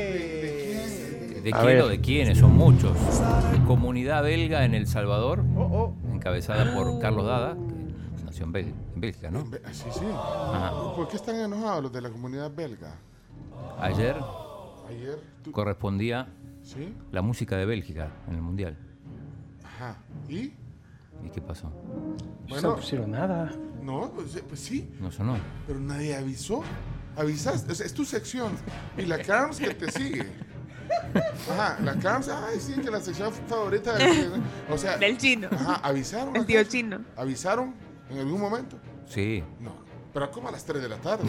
Eh, ¿De A quién ver. o de quiénes? Son muchos. De comunidad belga en El Salvador, oh, oh. encabezada por Carlos Dada, que nació en, Bel- en Bélgica, ¿no? Ve- Sí, sí. Ajá. ¿Por qué están enojados los de la comunidad belga? Ayer Ayer. tú- correspondía ¿Sí? la música de Bélgica en el Mundial. Ajá. ¿Y? ¿Y qué pasó? No Bueno, pusieron nada. no, pues, pues sí, No sonó. pero nadie avisó. Avisaste, o sea, es tu sección. Y la Carms que te sigue. Ajá, la Carms, ay, sí, que la sección favorita del. O sea, Del chino. ajá, avisaron. El tío ¿acaso? chino. ¿Avisaron en algún momento? Sí. No. Pero como a las tres de la tarde.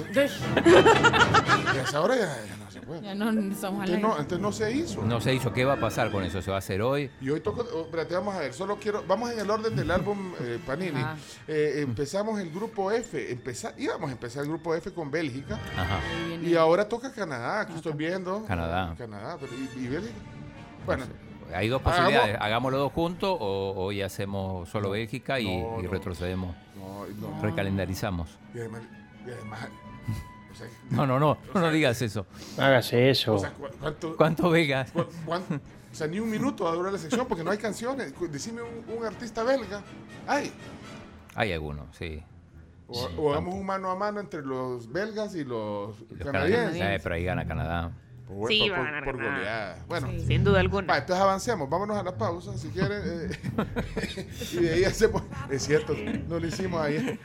Y a esa hora ya, ya no se puede. Ya no estamos al Entonces aire. no, entonces no se hizo. No se hizo. ¿Qué va a pasar con eso? ¿Se va a hacer hoy? Y hoy toco, oh, espérate, vamos a ver, solo quiero, vamos en el orden del álbum eh, Panini. Ah. Eh, empezamos el grupo F, empezar, íbamos a empezar el grupo F con Bélgica. Ajá. Ahí viene. Y ahora toca Canadá, aquí estoy viendo. Canadá. Canadá, pero ¿y, y Bélgica? Bueno, Hay dos Hagamos- posibilidades. Hagámoslo dos juntos o hoy hacemos solo Bélgica y, No, y no. retrocedemos. no, no. Recalendarizamos. Y además, y además, o sea, No, no, no. No, no digas eso. No hagas eso. o sea, ¿cu- ¿cuánto, ¿Cuánto Vegas? cu- cuánto- o sea, ni un minuto va a durar la sección porque no hay canciones. Cu- Decime un, un artista belga. Ay, Hay algunos, sí. o, Sí, o hagamos un mano a mano entre los belgas y los, Los canadienses. canadienses. Eh, pero ahí gana Canadá. Por, Sí, por- van a por- ganar. por goleada. Bueno, Sí. Sin duda alguna. va, entonces avancemos, vámonos a la pausa si quieren. eh, y de ahí hacemos. Es cierto, no lo hicimos ayer.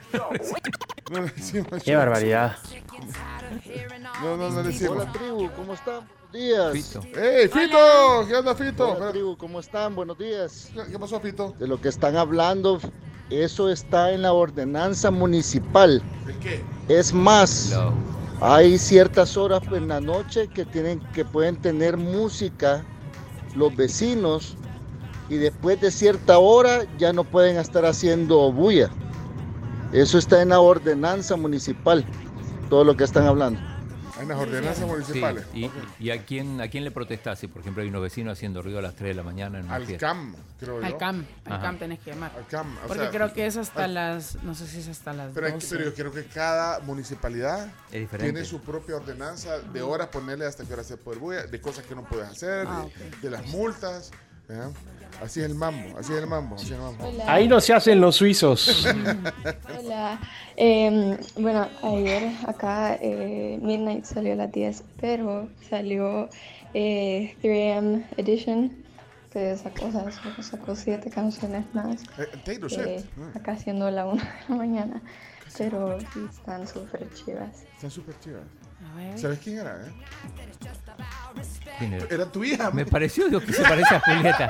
No lo hicimos. Qué barbaridad. No, no, no lo hicimos. Hola tribu, ¿cómo están? días. Fito. ¡Hey, Fito! ¿Qué onda, Fito? Hola, tribu, ¿cómo están? Buenos días. ¿Qué pasó, Fito? De lo que están hablando, eso está en la ordenanza municipal. ¿De qué? Es más, No. hay ciertas horas en la noche que tienen, que pueden tener música los vecinos y después de cierta hora ya no pueden estar haciendo bulla. Eso está en la ordenanza municipal, todo lo que están hablando. En las ordenanzas municipales. Sí, y, ¿Y a quién a quién le protestás? Si, por ejemplo, hay unos vecinos haciendo ruido a las tres de la mañana en una Al fiesta. CAM, creo yo. Al CAM, al Ajá. CAM tenés que llamar. Al CAM, o Porque sea, creo que es hasta al- las, no sé si es hasta las Pero, doce. pero yo creo que cada municipalidad Es diferente. tiene su propia ordenanza de horas, ponerle hasta qué hora se puede bulla, de cosas que no puedes hacer, Ah, de, de las multas. ¿verdad? Así es el mambo, así es el mambo, así es el mambo. Hola. Ahí no se hacen los suizos. Hola. Eh, bueno, ayer acá eh, Midnight salió a las diez, pero salió eh, tres a m Edition, que sacó, sacó, sacó siete canciones más. Eh, Taylor Swift. eh, Ah. acá siendo la una de la mañana, pero sí están súper chivas. Están súper chivas. A ver. ¿Sabes quién era? Eh? ¿Quién era? Era tu hija. Me pareció digo, que se parece a Julieta.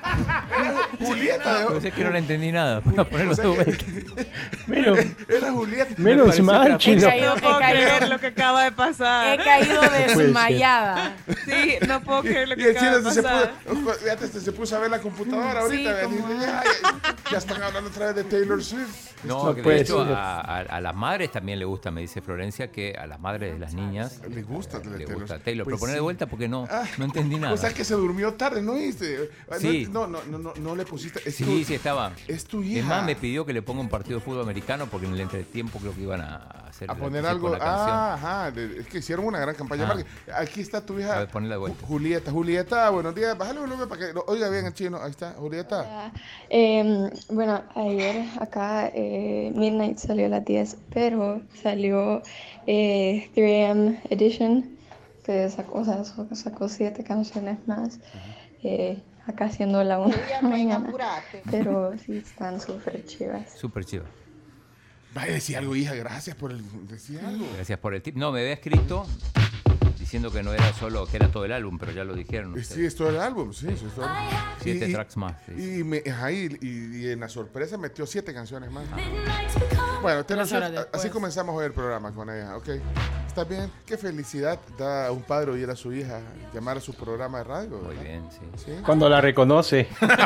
Julieta. Pero es que no le entendí nada. Para ponerlo de vuelta. Menos, Era Julieta. menos pareció que mal, era chino. He caído, No puedo he caído- creer lo que acaba de pasar. he caído ser. desmayada. Sí, no puedo creer lo Y que el acaba chino de se pasar. puso, fíjate, este se puso a ver la computadora Sí, ahorita. como- y ya, ya, ya están hablando otra vez de Taylor Swift. No, No que de puede hecho ser. a, a- a las madres también le gusta, me dice Florencia, que a las madres de las niñas Le gusta eh, le Taylor gusta Swift. Taylor. Pues Pero poner de sí. vuelta porque no, Ah, no entendí nada. O sea que se durmió tarde, ¿no viste? Sí. No, no, no, no, no le pusiste. Es Sí, tu- sí, estaba. Es tu Es hija. más, me pidió que le ponga un partido de fútbol americano porque en el entretiempo creo que iban a hacer A la- poner con algo. la canción. Ah, ajá. de- Es que hicieron una gran campaña. Ah. de marketing. Aquí está tu hija. A ver, ponela de vuelta. Ju- Julieta. Julieta, buenos días. Bájale el volumen para que lo oiga bien el chino. Ahí está, Julieta. Hola. Eh, bueno, ayer acá eh, Midnight salió a las diez, pero salió eh, tres a m Edition, que sacó, sacó, sacó siete canciones más. Eh, acá siendo la una de la mañana, pero sí están súper chivas. Súper chiva. Vaya, decía algo, hija. Gracias por el. Decía algo. Gracias por el tip. No, me había escrito diciendo que no era solo, que era todo el álbum, pero ya lo dijeron. Sí, ustedes. es todo el álbum, sí, sí, es todo el álbum. Siete Y- y- tracks más. sí. Y, me, ajá, y, y- y en la sorpresa metió siete canciones más. Bueno, Taylor Tres horas Swift, a- después. así comenzamos hoy el programa con ella. Ok, está bien. Qué felicidad da a un padre oír a su hija llamar a su programa de radio. Muy ¿verdad? bien, sí. ¿Sí? Cuando la reconoce.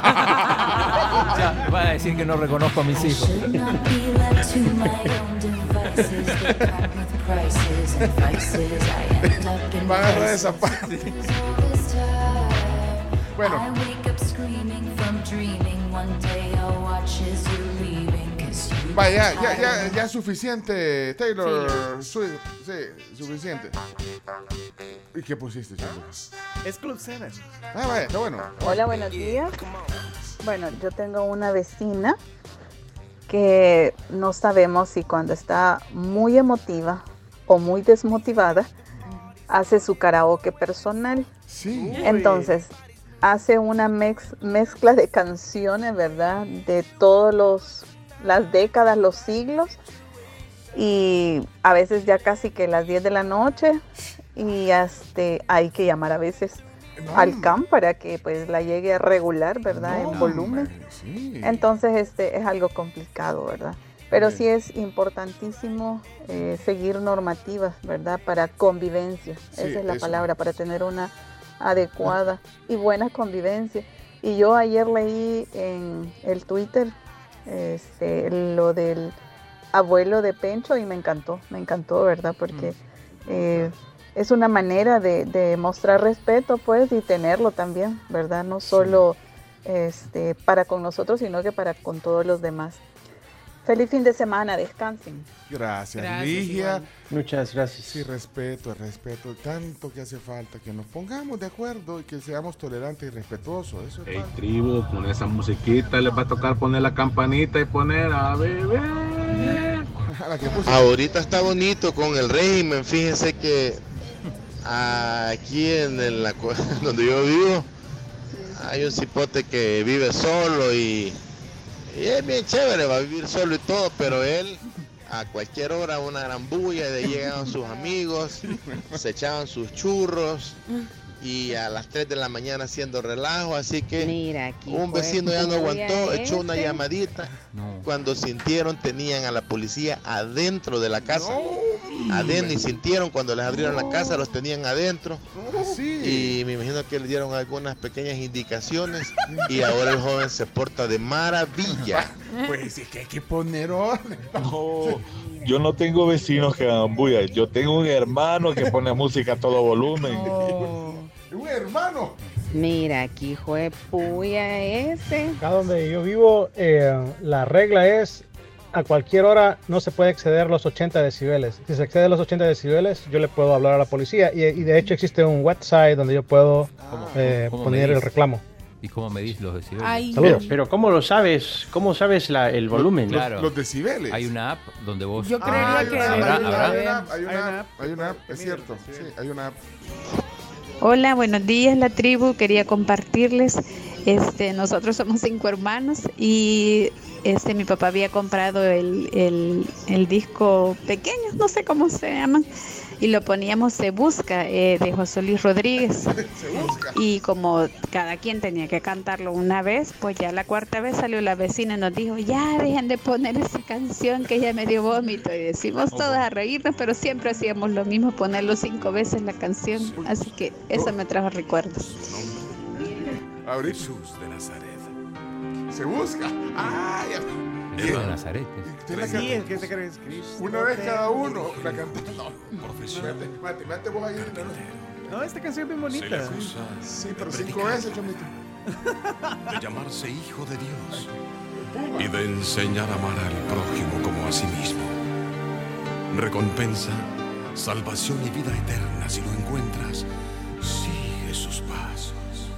Ya, van a decir que no reconozco a mis hijos. Should not be left to my own devices. They come with prices and vices. I end up in Va a agarrar places. esa parte. All this time, Bueno. I wake up screaming from dreaming. One day I'll watch as you're leaving. 'Cause you Vaya, get ya, ya, tired. ya es suficiente, Taylor Swift. Sí, suficiente. ¿Y qué pusiste, chicos? Es Club Seven. Ah, vaya, está bueno. Hola, buenos días. Bueno, yo tengo una vecina que no sabemos si cuando está muy emotiva o muy desmotivada hace su karaoke personal. Sí. Entonces, hace una mex- mezcla de canciones, ¿verdad? De todos los las décadas, los siglos. Y a veces ya casi que las diez de la noche y este hay que llamar a veces No, al C A M para que pues la llegue a regular, ¿verdad? no, en volumen. hombre, sí. Entonces este es algo complicado, ¿verdad? Pero Ok. sí es importantísimo eh, seguir normativas, ¿verdad? Para convivencia. Sí, Esa es la eso. palabra, para tener una adecuada y buena convivencia. Y yo ayer leí en el Twitter este, lo del abuelo de Pencho y me encantó, me encantó, ¿verdad? Porque eh, es una manera de, de mostrar respeto, pues, y tenerlo también, ¿verdad? No solo este, para con nosotros, sino que para con todos los demás. Feliz fin de semana, descansen. Gracias, Gracias, Ligia. igual. Muchas gracias. Sí, respeto, respeto. Tanto que hace falta que nos pongamos de acuerdo y que seamos tolerantes y respetuosos. Eso es Hey falta. tribu, con esa musiquita les va a tocar poner la campanita y poner a beber. La que puse. Ahorita está bonito con el régimen, fíjense que aquí en el- la co- donde yo vivo hay un cipote que vive solo y, y es bien chévere, va a vivir solo y todo, pero él a cualquier hora una gran bulla, de ahí llegaban sus amigos, se echaban sus churros y a las tres de la mañana haciendo relajo, así que Mira, aquí un fue vecino ya no aguantó, puya echó una ese. llamadita. No. Cuando sintieron tenían a la policía adentro de la casa, adentro, y sintieron cuando les abrieron la casa los tenían adentro, y me imagino que le dieron algunas pequeñas indicaciones y ahora el joven se porta de maravilla. Pues sí que hay que poner orden. No, yo no tengo vecinos que hagan bulla. Yo tengo un hermano que pone música a todo volumen. Un hermano. Mira, aquí fue puya ese. Acá donde yo vivo, eh, la regla es a cualquier hora no se puede exceder los ochenta decibeles. Si se excede los ochenta decibeles, yo le puedo hablar a la policía. Y, y de hecho existe un website donde yo puedo eh, cómo poner medís? el reclamo. ¿Y cómo medís los decibeles? Ay, Pero, pero ¿cómo lo sabes? ¿Cómo sabes la, el volumen? Claro. Los decibeles. Hay una app donde vos... Yo creería Ah, hay que una app, ¿Habrá- hay una- habrá? hay una app, hay una app, hay una app, es cierto. Sí, hay una app. Hola, buenos días la tribu, quería compartirles, este, nosotros somos cinco hermanos y este, mi papá había comprado el, el, el disco pequeño, no sé cómo se llaman, y lo poníamos Se Busca, eh, de José Luis Rodríguez. Y como cada quien tenía que cantarlo una vez, pues ya la cuarta vez salió la vecina y nos dijo, ya dejen de poner esa canción que ya me dio vómito. Y decimos todas a reírnos, pero siempre hacíamos lo mismo, ponerlo cinco veces la canción. Así que eso me trajo recuerdos. Ahorita. Jesús de Nazaret. Se busca. Ah, ya. Jesús de Nazaret. Usted la Sí, canta- es que te crees Cristo. Una vez cada uno la cantaba. No, mate, mate, mate vos ahí. No, esta canción es bien bonita. Sí, pero cinco veces, Chomito. De llamarse hijo de Dios y de enseñar a amar al prójimo como a sí mismo. Recompensa, salvación y vida eterna si lo encuentras. Sigue sus pasos.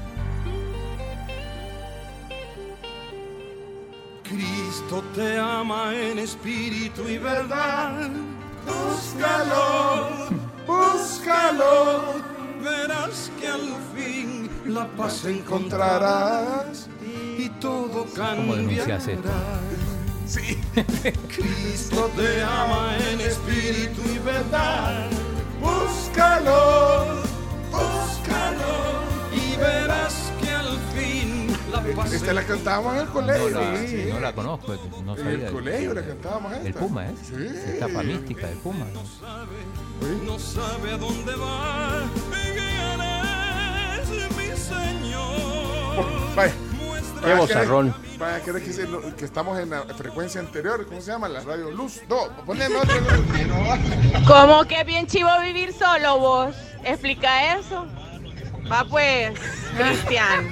Cristo te ama en espíritu y verdad. Búscalo, búscalo. Verás que al fin la paz encontrarás y todo ¿Cómo denuncias esto? cambiará. Sí. Cristo te ama en espíritu y verdad. Búscalo, búscalo y verás que al fin la paz Esta la cantábamos en el colegio. No la, sí. no la conozco, no En sabía. el colegio la cantábamos esta. El Puma, ¿eh? Sí. Etapa mística del Puma. no sabe a dónde va. ¿Quién es mi Señor? Vaya. Qué vozarrón. Vaya, ¿crees que, se- que estamos en la frecuencia anterior? ¿Cómo se llama? La radio Luz. No, poneme otra luz. No. ¿Cómo que es bien chivo vivir solo vos? Explica eso. Va pues, Cristian.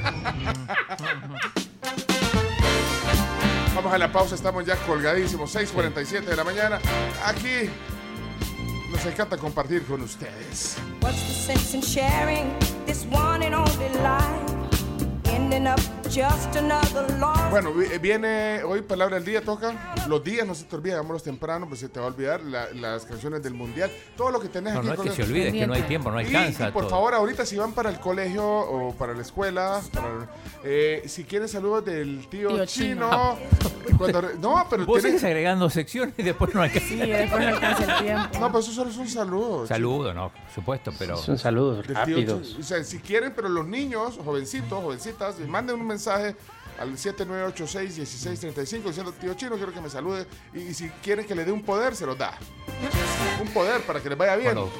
Vamos a la pausa, estamos ya colgadísimos. seis cuarenta y siete de la mañana. Aquí nos encanta compartir con ustedes. What's the sense in sharing this one and only life? Ending up just another lost. Bueno, vi- viene hoy Palabra del Día, toca los días, no se te olvide, hagámoslos temprano, pues se te va a olvidar la- las canciones del Mundial, todo lo que tenés No, aquí. no es que con- se olvide, es que no hay tiempo, no Y- alcanza Y, por todo. favor, ahorita si van para el colegio o para la escuela, para- eh, si quieren saludos del tío, Tío chino. cuando re- no, pero Vos tienen- sigues agregando secciones y después no alcanza. Sí, después no alcanza el tiempo. No, pero eso solo son saludos. Saludos, no, por supuesto, pero... Son saludos Del tío rápidos. Chino. O sea, si quieren, pero los niños, jovencitos, jovencitas, manden un mensaje al siete nueve ocho seis, uno seis tres cinco diciendo, tío Chino, quiero que me salude. Y, y si quieren que le dé un poder, se los da. Un poder para que les vaya bien. Bueno,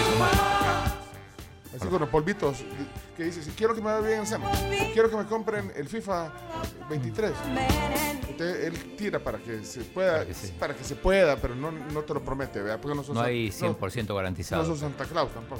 Así con los polvitos que dice, si quiero que me vaya bien, Sam, quiero que me compren el FIFA veintitrés. Entonces él tira para que se pueda, Para que sí. para que se pueda, pero no, no te lo promete, ¿verdad? Porque no sos no San- hay no- cien por ciento no garantizado. sos Santa Claus tampoco.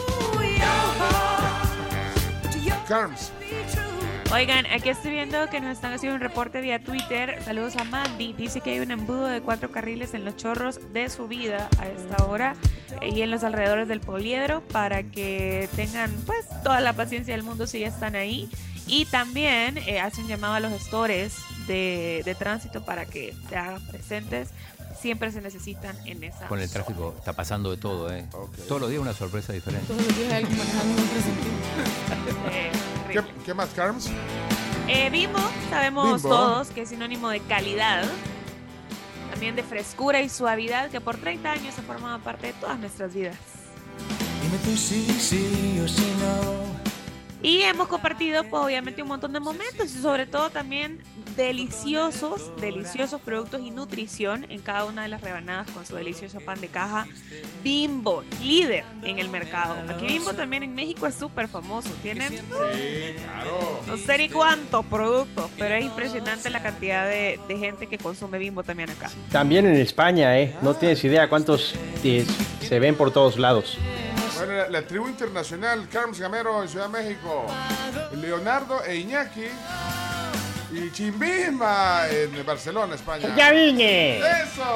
Carms. Oigan, aquí estoy viendo que nos están haciendo un reporte vía Twitter. Saludos a Mandy. Dice que hay un embudo de cuatro carriles en los Chorros de subida a esta hora eh, y en los alrededores del Poliedro para que tengan pues toda la paciencia del mundo si ya están ahí. Y también eh, hace un llamado a los gestores de, de tránsito para que se hagan presentes. Siempre se necesitan en esa Con el tráfico está pasando de todo, ¿eh? Todos los días una sorpresa diferente. Todos los días hay alguien manejando en un presentito. Eh, ¿Qué, qué más, Carms? Eh, Bimbo, sabemos Bimbo. todos que es sinónimo de calidad, también de frescura y suavidad que por treinta años ha formado parte de todas nuestras vidas. Dime tú sí, sí o sí no. Y hemos compartido, pues obviamente, un montón de momentos y sobre todo también deliciosos, deliciosos productos y nutrición en cada una de las rebanadas con su delicioso pan de caja. Bimbo, líder en el mercado. Aquí Bimbo también en México es súper famoso. Tienen Sí, claro. no sé ni cuántos productos, pero es impresionante la cantidad de, de gente que consume Bimbo también acá. También en España, ¿eh? No tienes idea cuántos eh, se ven por todos lados. Bueno, la, la tribu internacional, Carlos Gamero en Ciudad de México, Leonardo e Iñaki y Chimbimba en Barcelona, España. ¡Ya vine! ¡Eso!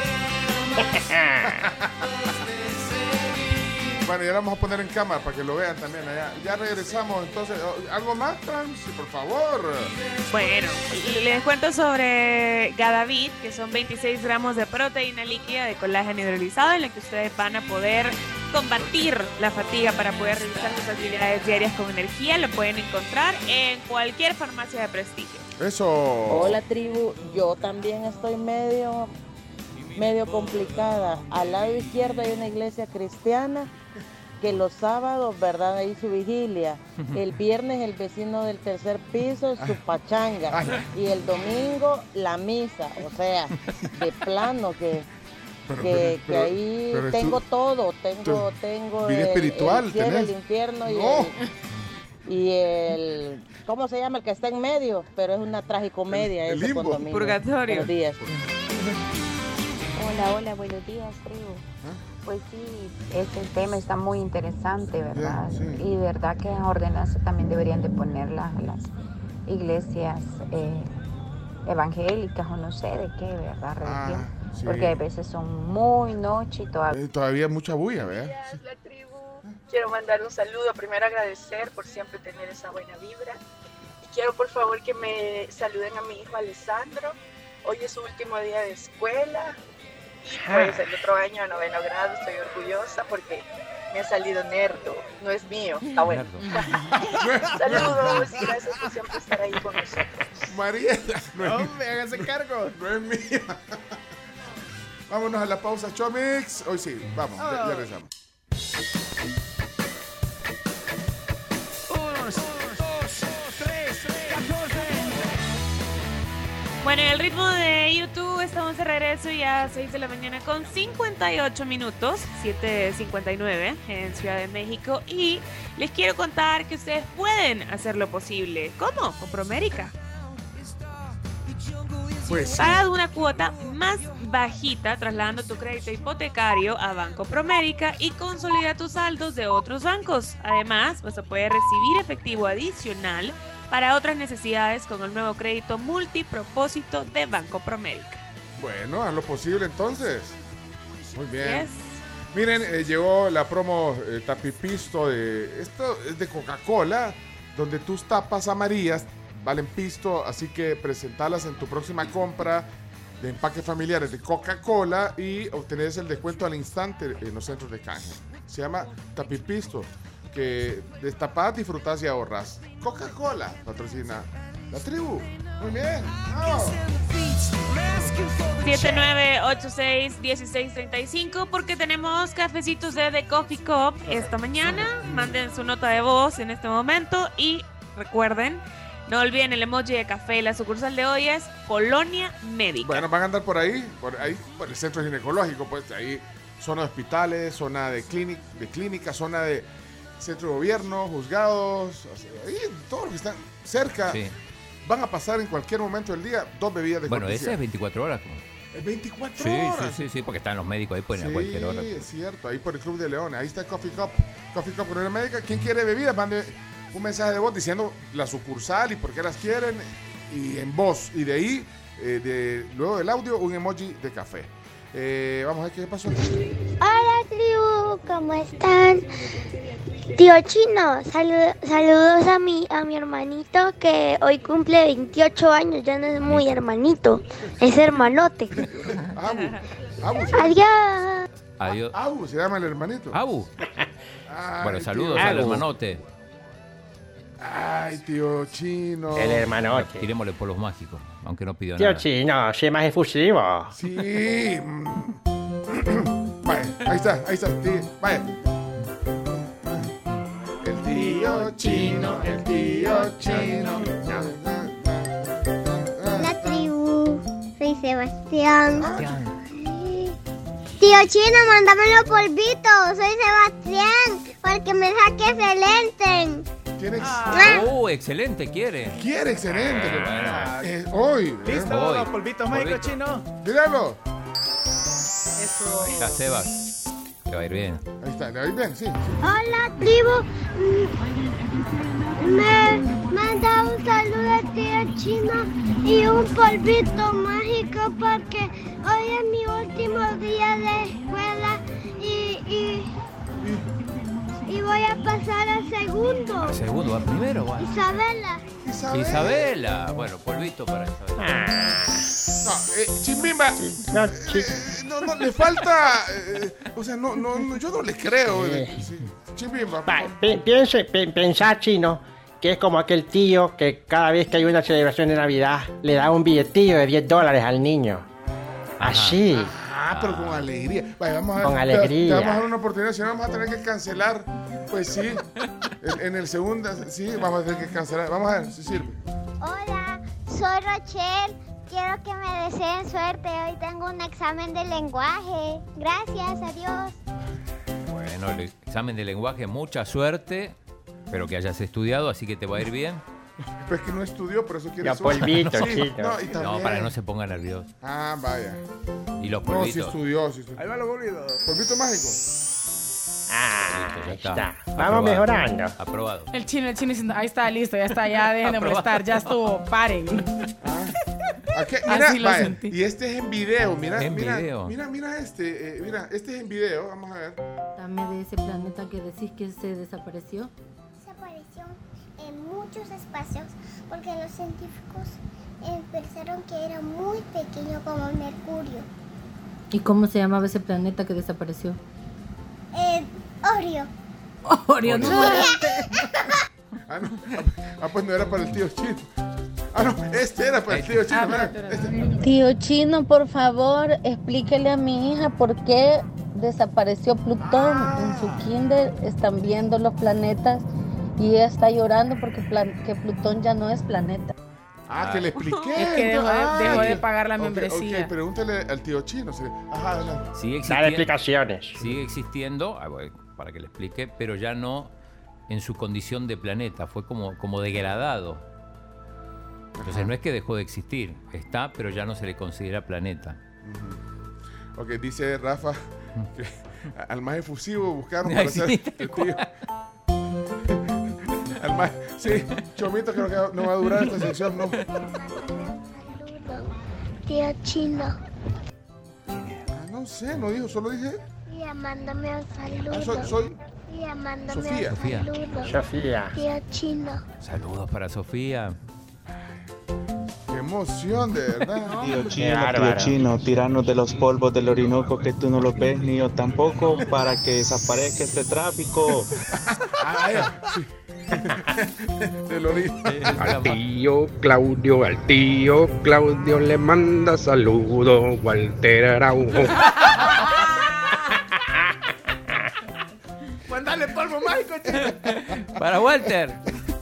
Bueno, ya lo vamos a poner en cámara para que lo vean también allá. Ya regresamos, entonces, ¿algo más, Trans? Por favor. Bueno, les cuento sobre Gadavit, que son veintiséis gramos de proteína líquida de colágeno hidrolizado en la que ustedes van a poder combatir la fatiga para poder realizar sus actividades diarias con energía. Lo pueden encontrar en cualquier farmacia de prestigio. Eso. Hola, tribu. Yo también estoy medio, medio complicada. Al lado izquierdo hay una iglesia cristiana que los sábados, ¿verdad? Ahí su vigilia. El viernes el vecino del tercer piso, su pachanga. Y el domingo la misa. O sea, de plano que... Pero, que, pero, que ahí pero tengo tú- todo, tengo, tu tengo vida el, espiritual el cielo, tenés. el infierno y, No. el, y el, ¿cómo se llama? El que está en medio, pero es una tragicomedia El- el ese limbo. condominio. Purgatorio. Buenos días. Hola, hola, buenos días, tribu. Pues sí, este tema está muy interesante, ¿verdad? Bien, sí. Y verdad que en ordenanza también deberían de poner las, las iglesias eh, evangélicas o no sé de qué, ¿verdad? Religión. Ah, sí. Porque a veces son muy noche y todavía... Eh, todavía hay mucha bulla, ¿verdad? Días, la tribu. Quiero mandar un saludo, primero agradecer por siempre tener esa buena vibra. Y quiero por favor que me saluden a mi hijo Alessandro. Hoy es su último día de escuela. Y pues el otro año, noveno grado, estoy orgullosa porque me ha salido nerdo. No es mío, está bueno. Saludos y gracias por siempre estar ahí con nosotros. Mariela, no es, Hombre, hágase cargo. no es mía. Vámonos a la pausa, Chomix. Hoy sí, vamos, ya, ya regresamos. Bueno, en el ritmo de YouTube estamos de regreso ya a seis de la mañana con cincuenta y ocho minutos, siete cincuenta y nueve en Ciudad de México. Y les quiero contar que ustedes pueden hacer lo posible. ¿Cómo? Con Promérica. Pues sí. Paga una cuota más bajita trasladando tu crédito hipotecario a Banco Promérica y consolida tus saldos de otros bancos. Además, vas a poder recibir efectivo adicional para otras necesidades con el nuevo crédito multipropósito de Banco Promérica. Bueno, haz lo posible entonces. Muy bien. Yes. Miren, eh, llegó la promo eh, Tapipisto de esto es de Coca-Cola, donde tus tapas amarillas valen pisto, así que presentalas en tu próxima compra de empaques familiares de Coca-Cola y obtenés el descuento al instante en los centros de canje. Se llama Tapipisto, que destapás, disfrutás y ahorras. Coca-Cola patrocina la tribu. Muy bien. ¡Vamos! siete nueve ocho seis uno seis tres cinco porque tenemos cafecitos de The Coffee Cup esta mañana. Manden su nota de voz en este momento y recuerden, no olviden el emoji de café. La sucursal de hoy es Colonia Médica. Bueno, van a andar por ahí, por ahí, por el centro ginecológico, pues ahí zona de hospitales, zona de, clínica, de clínica, zona de centro de gobierno, juzgados, o sea, ahí todos los que están cerca Sí. van a pasar en cualquier momento del día dos bebidas de Bueno, cortesía. ese es veinticuatro horas. Es veinticuatro Sí, horas. sí, sí, sí, porque están los médicos ahí, pueden Sí, a cualquier hora. es cierto, ahí por el Club de Leones, ahí está Coffee Cup, Coffee Cup Colonia Médica. ¿Quién quiere bebidas? Mande un mensaje de voz diciendo la sucursal y por qué las quieren y en voz, y de ahí, eh, de, luego del audio, un emoji de café. Eh, vamos a ver qué pasó. Hola tribu, ¿cómo están? Tío Chino, salu- saludos a mi, a mi hermanito que hoy cumple veintiocho años, ya no es muy hermanito, es hermanote. Abu, Abu, Adiós. Adiós. Abu se llama el hermanito. Abu. Ay, Bueno, saludos tío. al hermanote. Ay, tío Chino. El hermanote. Tirémosle polos mágicos, aunque no pidió Tío nada. Chino, sé más efusivo. Sí. Vaya, ahí está, ahí está. Sí, vaya. El tío chino, el tío chino. La tribu, soy Sebastián. Tío Chino, mándame los polvitos, soy Sebastián, porque me saque excelente. ¿Quiere? Ah. Oh, excelente, quiere. Quiere, excelente. Ah, Eh, hoy. ¿Listo? Hoy. Los polvitos mágicos, Polvito. Chino. Dígalo. Eso. Ahí está Sebas. Te va a ir bien. Ahí está, ¿le va a ir bien? Sí. sí. Hola, tribu. Mm, Me manda un saludo al tío Chino y un polvito mágico porque hoy es mi último día de escuela y, y, y voy a pasar al segundo. ¿Al segundo? ¿Va primero? ¿Va? Isabela. Isabela. Isabela. Bueno, polvito para Isabela. No, eh, Chimbimba. No, eh, no, no, le falta. eh, o sea, no, no, no, yo no le creo. eh, sí. Chimbimba. Pa- pi- piense, pi- pensar, Chino, que es como aquel tío que cada vez que hay una celebración de Navidad le da un billetillo de diez dólares al niño. Así. Ah, pero con alegría. Vaya, vamos a, Con te- alegría. Te, vamos a dar una oportunidad, si no vamos a tener que cancelar. Pues sí. En, en el segundo, sí, vamos a tener que cancelar. Vamos a ver si sirve. Hola, soy Rochelle. Quiero que me deseen suerte. Hoy tengo un examen de lenguaje. Gracias, adiós. Bueno, el examen de lenguaje, mucha suerte. Espero que hayas estudiado, así que te va a ir bien. Pues que no estudió, por eso quiere Ya, suerte. polvito, Sí, Chino. no, y también- No, para que no se ponga nervioso. Ah, vaya. Y los No, sí polvitos. estudió, sí estudió. Ahí va los polvitos. Polvito mágico. Ah, Listo, ya ahí está. está. Aprobado. Vamos mejorando. Aprobado. El chino, el chino diciendo, ahí está, listo, ya está, ya dejen de Aprobado. molestar, ya estuvo, paren. Aquí, mira, Así lo vaya, sentí. y este es en video, mira, En mira, video. mira, mira este, eh, mira, este es en video, vamos a ver. Dame de ese planeta que decís que se desapareció. Desapareció en muchos espacios porque los científicos eh, pensaron que era muy pequeño como Mercurio. ¿Y cómo se llamaba ese planeta que desapareció? Eh, Orio. Orio, no. Ah, no, ah, pues no era para el tío Chino. Ah, no, este era para el tío Chino. Ah, mira, espera, este. Tío Chino, por favor, explíquele a mi hija por qué desapareció Plutón. En su kinder están viendo los planetas y ella está llorando porque plan- que Plutón ya no es planeta. Ah, que le expliqué. Es que dejó de- Ah, dejó de que- pagar la ok, membresía. Ok, pregúntale al tío Chino. sí. Ajá, adelante. Sigue Dar existiendo, explicaciones. sigue existiendo, ah, bueno, para que le explique, pero ya no en su condición de planeta, fue como, como degradado. Entonces no es que dejó de existir, está, pero ya no se le considera planeta. Ok, dice Rafa que al más efusivo buscaron Ay, para sí, ser tal el tío. Al más, sí, Chomito creo que no va a durar esta sección, no. Tío Chino. Ah, no sé, no dijo, solo dije. Y mándame un saludo. Ah, soy, soy Y mándame Sofía. un Sofía. saludo. Sofía. Tío Chino. Saludos para Sofía. qué emoción, de verdad. Tío Qué Chino, tío bárbaro. Chino, tirarnos de los polvos del Orinoco que tú no los ves ni yo tampoco para que desaparezca este tráfico. Ah, ya, sí. Del origen. Al tío Claudio, al tío Claudio le manda saludos, Walter Araujo. Mándale polvo mágico, Chino. Para Walter.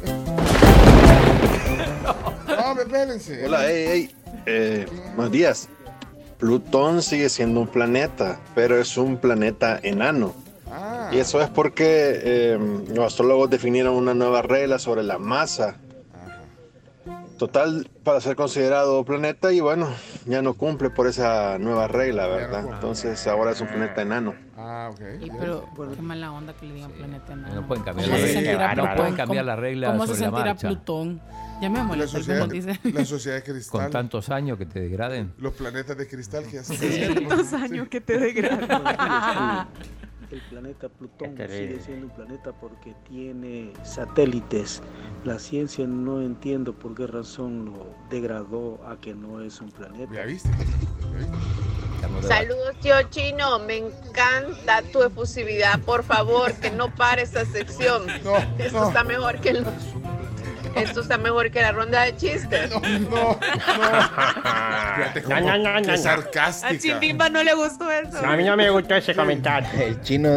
No, espérense. Hola, hey, hey. Eh, buenos días. Plutón sigue siendo un planeta, pero es un planeta enano. Ah, Y eso es porque eh, los astrólogos definieron una nueva regla sobre la masa total para ser considerado planeta y bueno, ya no cumple por esa nueva regla, ¿verdad? Entonces ahora es un planeta enano. ah, ok. Y pero qué mala onda que le digan planeta enano. No pueden cambiar ¿Cómo la se regla. sentirá No Plutón? pueden cambiar ¿Cómo- la regla ¿Cómo se sobre la sentirá marcha. Plutón? Ya me La molesta sociedad, cómo dice. la sociedad de cristal. Con tantos años que te degraden. Los planetas de cristal que hacen. Tantos años que te degradan. El planeta Plutón Qué terrible. sigue siendo un planeta porque tiene satélites. La ciencia no entiende por qué razón lo degradó a que no es un planeta. ¿Ya viste? Saludos, tío Chino. Me encanta tu efusividad. Por favor, que no pare esta sección. Esto no. está mejor que el- Esto está mejor que la ronda de chistes. No, no. Fíjate cómo, No, no, no, qué no, no. sarcástica. A Chimbimba no le gustó eso. No, a mí no me gustó ese comentario. El chino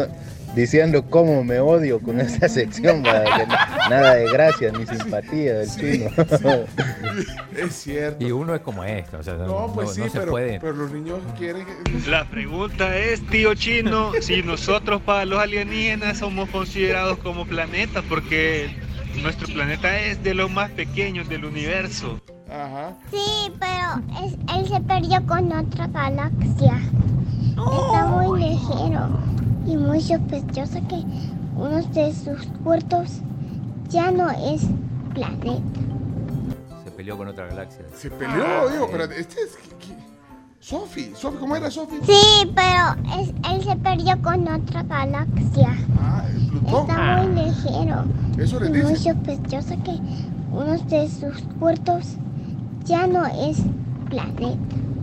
diciendo cómo me odio con esta sección, ¿verdad? Que na- nada de gracia ni simpatía del chino. Es cierto. Y uno es como esto, o sea, no, No, pues no- sí, no se pero, puede. pero los niños quieren que... La pregunta es, tío Chino, si nosotros para los alienígenas somos considerados como planetas, porque nuestro planeta es de los más pequeños del universo. Ajá. Sí, pero es- él se perdió con otra galaxia. Está muy ligero y muy sospechoso que uno de sus puertos ya no es planeta. Se peleó con otra galaxia. Se peleó, digo, pero este es... ¿qué- qué? Sofi, Sofi, ¿cómo era Sofi? Sí, pero es- él se perdió con otra galaxia. Ah, el Plutón. Está muy ligero Eso les y muy dice. sospechoso que uno de sus puertos ya no es planeta.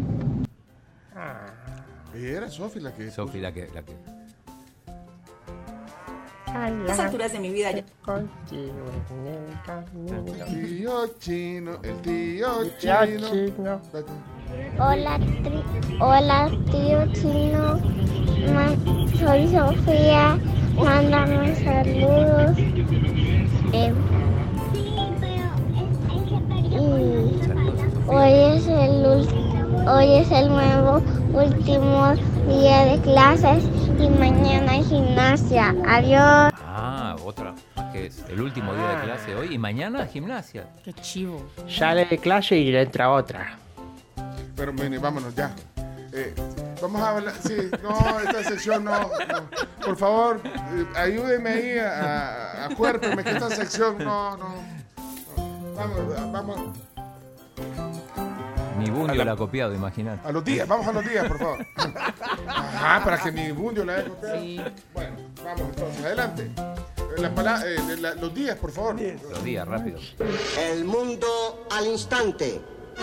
Era Sofi la que... Sofi la que... La que... A estas alturas de mi vida ya... Tío Chino, el tío Tío Chino. Chino. Hola, tri- hola tío Chino. Ma- soy Sofía. Mándame saludos. Eh, y hoy es el ul- hoy es el nuevo último día de clases y mañana hay gimnasia. Adiós. Ah, otra. Que es el último día de clase hoy y mañana gimnasia. Qué chivo. Sale de clase y le entra otra. Pero mire, vámonos ya. Eh, vamos a hablar... Sí, no, esta sección no. no. Por favor, eh, ayúdeme ahí a, a, a cuérpeme que esta sección no, no. no. Vamos, vamos. Mi bundio la ha copiado, imagínate. A los días, vamos a los días, por favor. Ajá, para que mi bundio la haya copiado. Bueno, vamos entonces, adelante. La pala- eh, la- los días, por favor. Los días, rápido. El mundo al instante.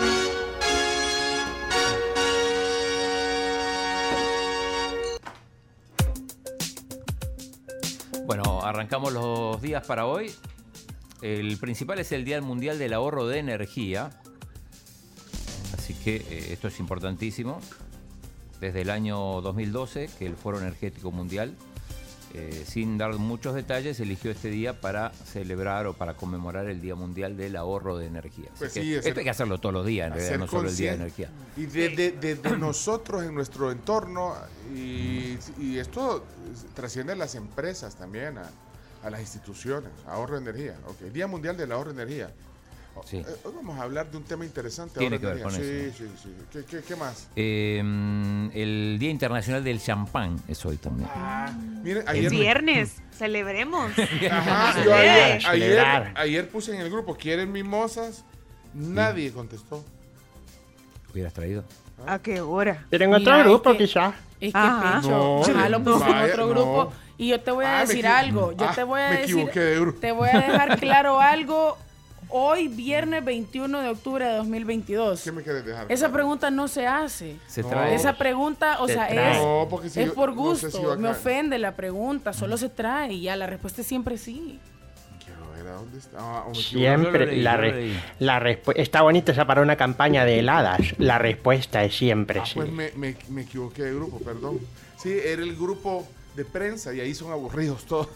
Bueno, arrancamos los días para hoy. El principal es el Día Mundial del Ahorro de Energía. Así que eh, esto es importantísimo. Desde el año dos mil doce, que el Foro Energético Mundial, eh, sin dar muchos detalles, eligió este día para celebrar o para conmemorar el Día Mundial del Ahorro de Energía. Así Pues que sí, esto hacer- hay que hacerlo todos los días, en realidad, Hacer no solo el Día de consciente. Energía. Y de, de- de- de nosotros en nuestro entorno, y, y esto trasciende a las empresas también, a, a las instituciones, ahorro de energía. Okay. Día Mundial del Ahorro de Energía. Sí. Eh, Hoy vamos a hablar de un tema interesante. Tiene ahorro de que ver con energía. eso. Sí, sí, sí. ¿Qué, qué, qué más? Eh, el Día Internacional del Champán es hoy también. Miren, Es ayer... viernes, celebremos. Ajá, yo ayer, ayer, ayer puse en el grupo, ¿quieren mimosas? Nadie contestó. ¿Hubieras traído? ¿A qué hora? Pero en Mira, otro es grupo, que- quizás. Es que Ajá. Pecho, No, ya lo puse en vaya, otro no. grupo. Y yo te voy a Ah, me decir equivo- algo. Yo Ah, te voy a me decir. equivoqué de grupo. Te voy a dejar claro algo. Hoy, viernes veintiuno de octubre de dos mil veintidós. ¿Qué me quieres dejar? Esa pregunta no se hace. Se No. trae. Esa pregunta, o Se sea, trae. es, No, porque si es yo- por no gusto. sé si va Me acá. ofende la pregunta. Solo se trae y ya la respuesta es siempre sí. Quiero ver a dónde está. Ah, o me equivoqué. Siempre Yo lo leí, la, yo lo re- leí. la respuesta está bonita esa para una campaña de heladas. La respuesta es siempre Ah, sí. pues me, me, me equivoqué de grupo, perdón. Sí, era el grupo de prensa y ahí son aburridos todos.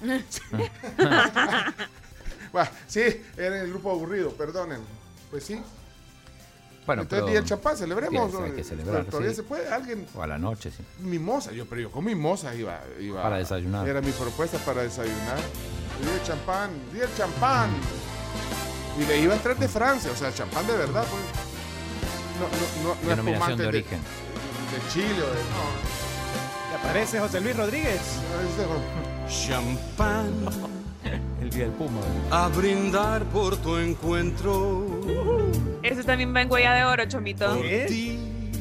Va, sí, era el grupo aburrido, perdonen. Pues sí. Bueno, Entonces, pero- día del champán, celebremos. Sí, hay ¿no? que celebrar, Todavía sí. se puede, alguien. O a la noche, sí. Mimosa, yo, pero yo con mimosa iba, iba. Para desayunar. Era mi propuesta para desayunar. Día del champán, día del champán. Y le iba a entrar de Francia, o sea, champán de verdad, pues. No, no, no, no Denominación espumante de origen. De, Chile, o de, no. ¿Te aparece José Luis Rodríguez? Champán, El Día del Puma. a brindar por tu encuentro. Ese también va en huella de oro, Chomito. Por ti,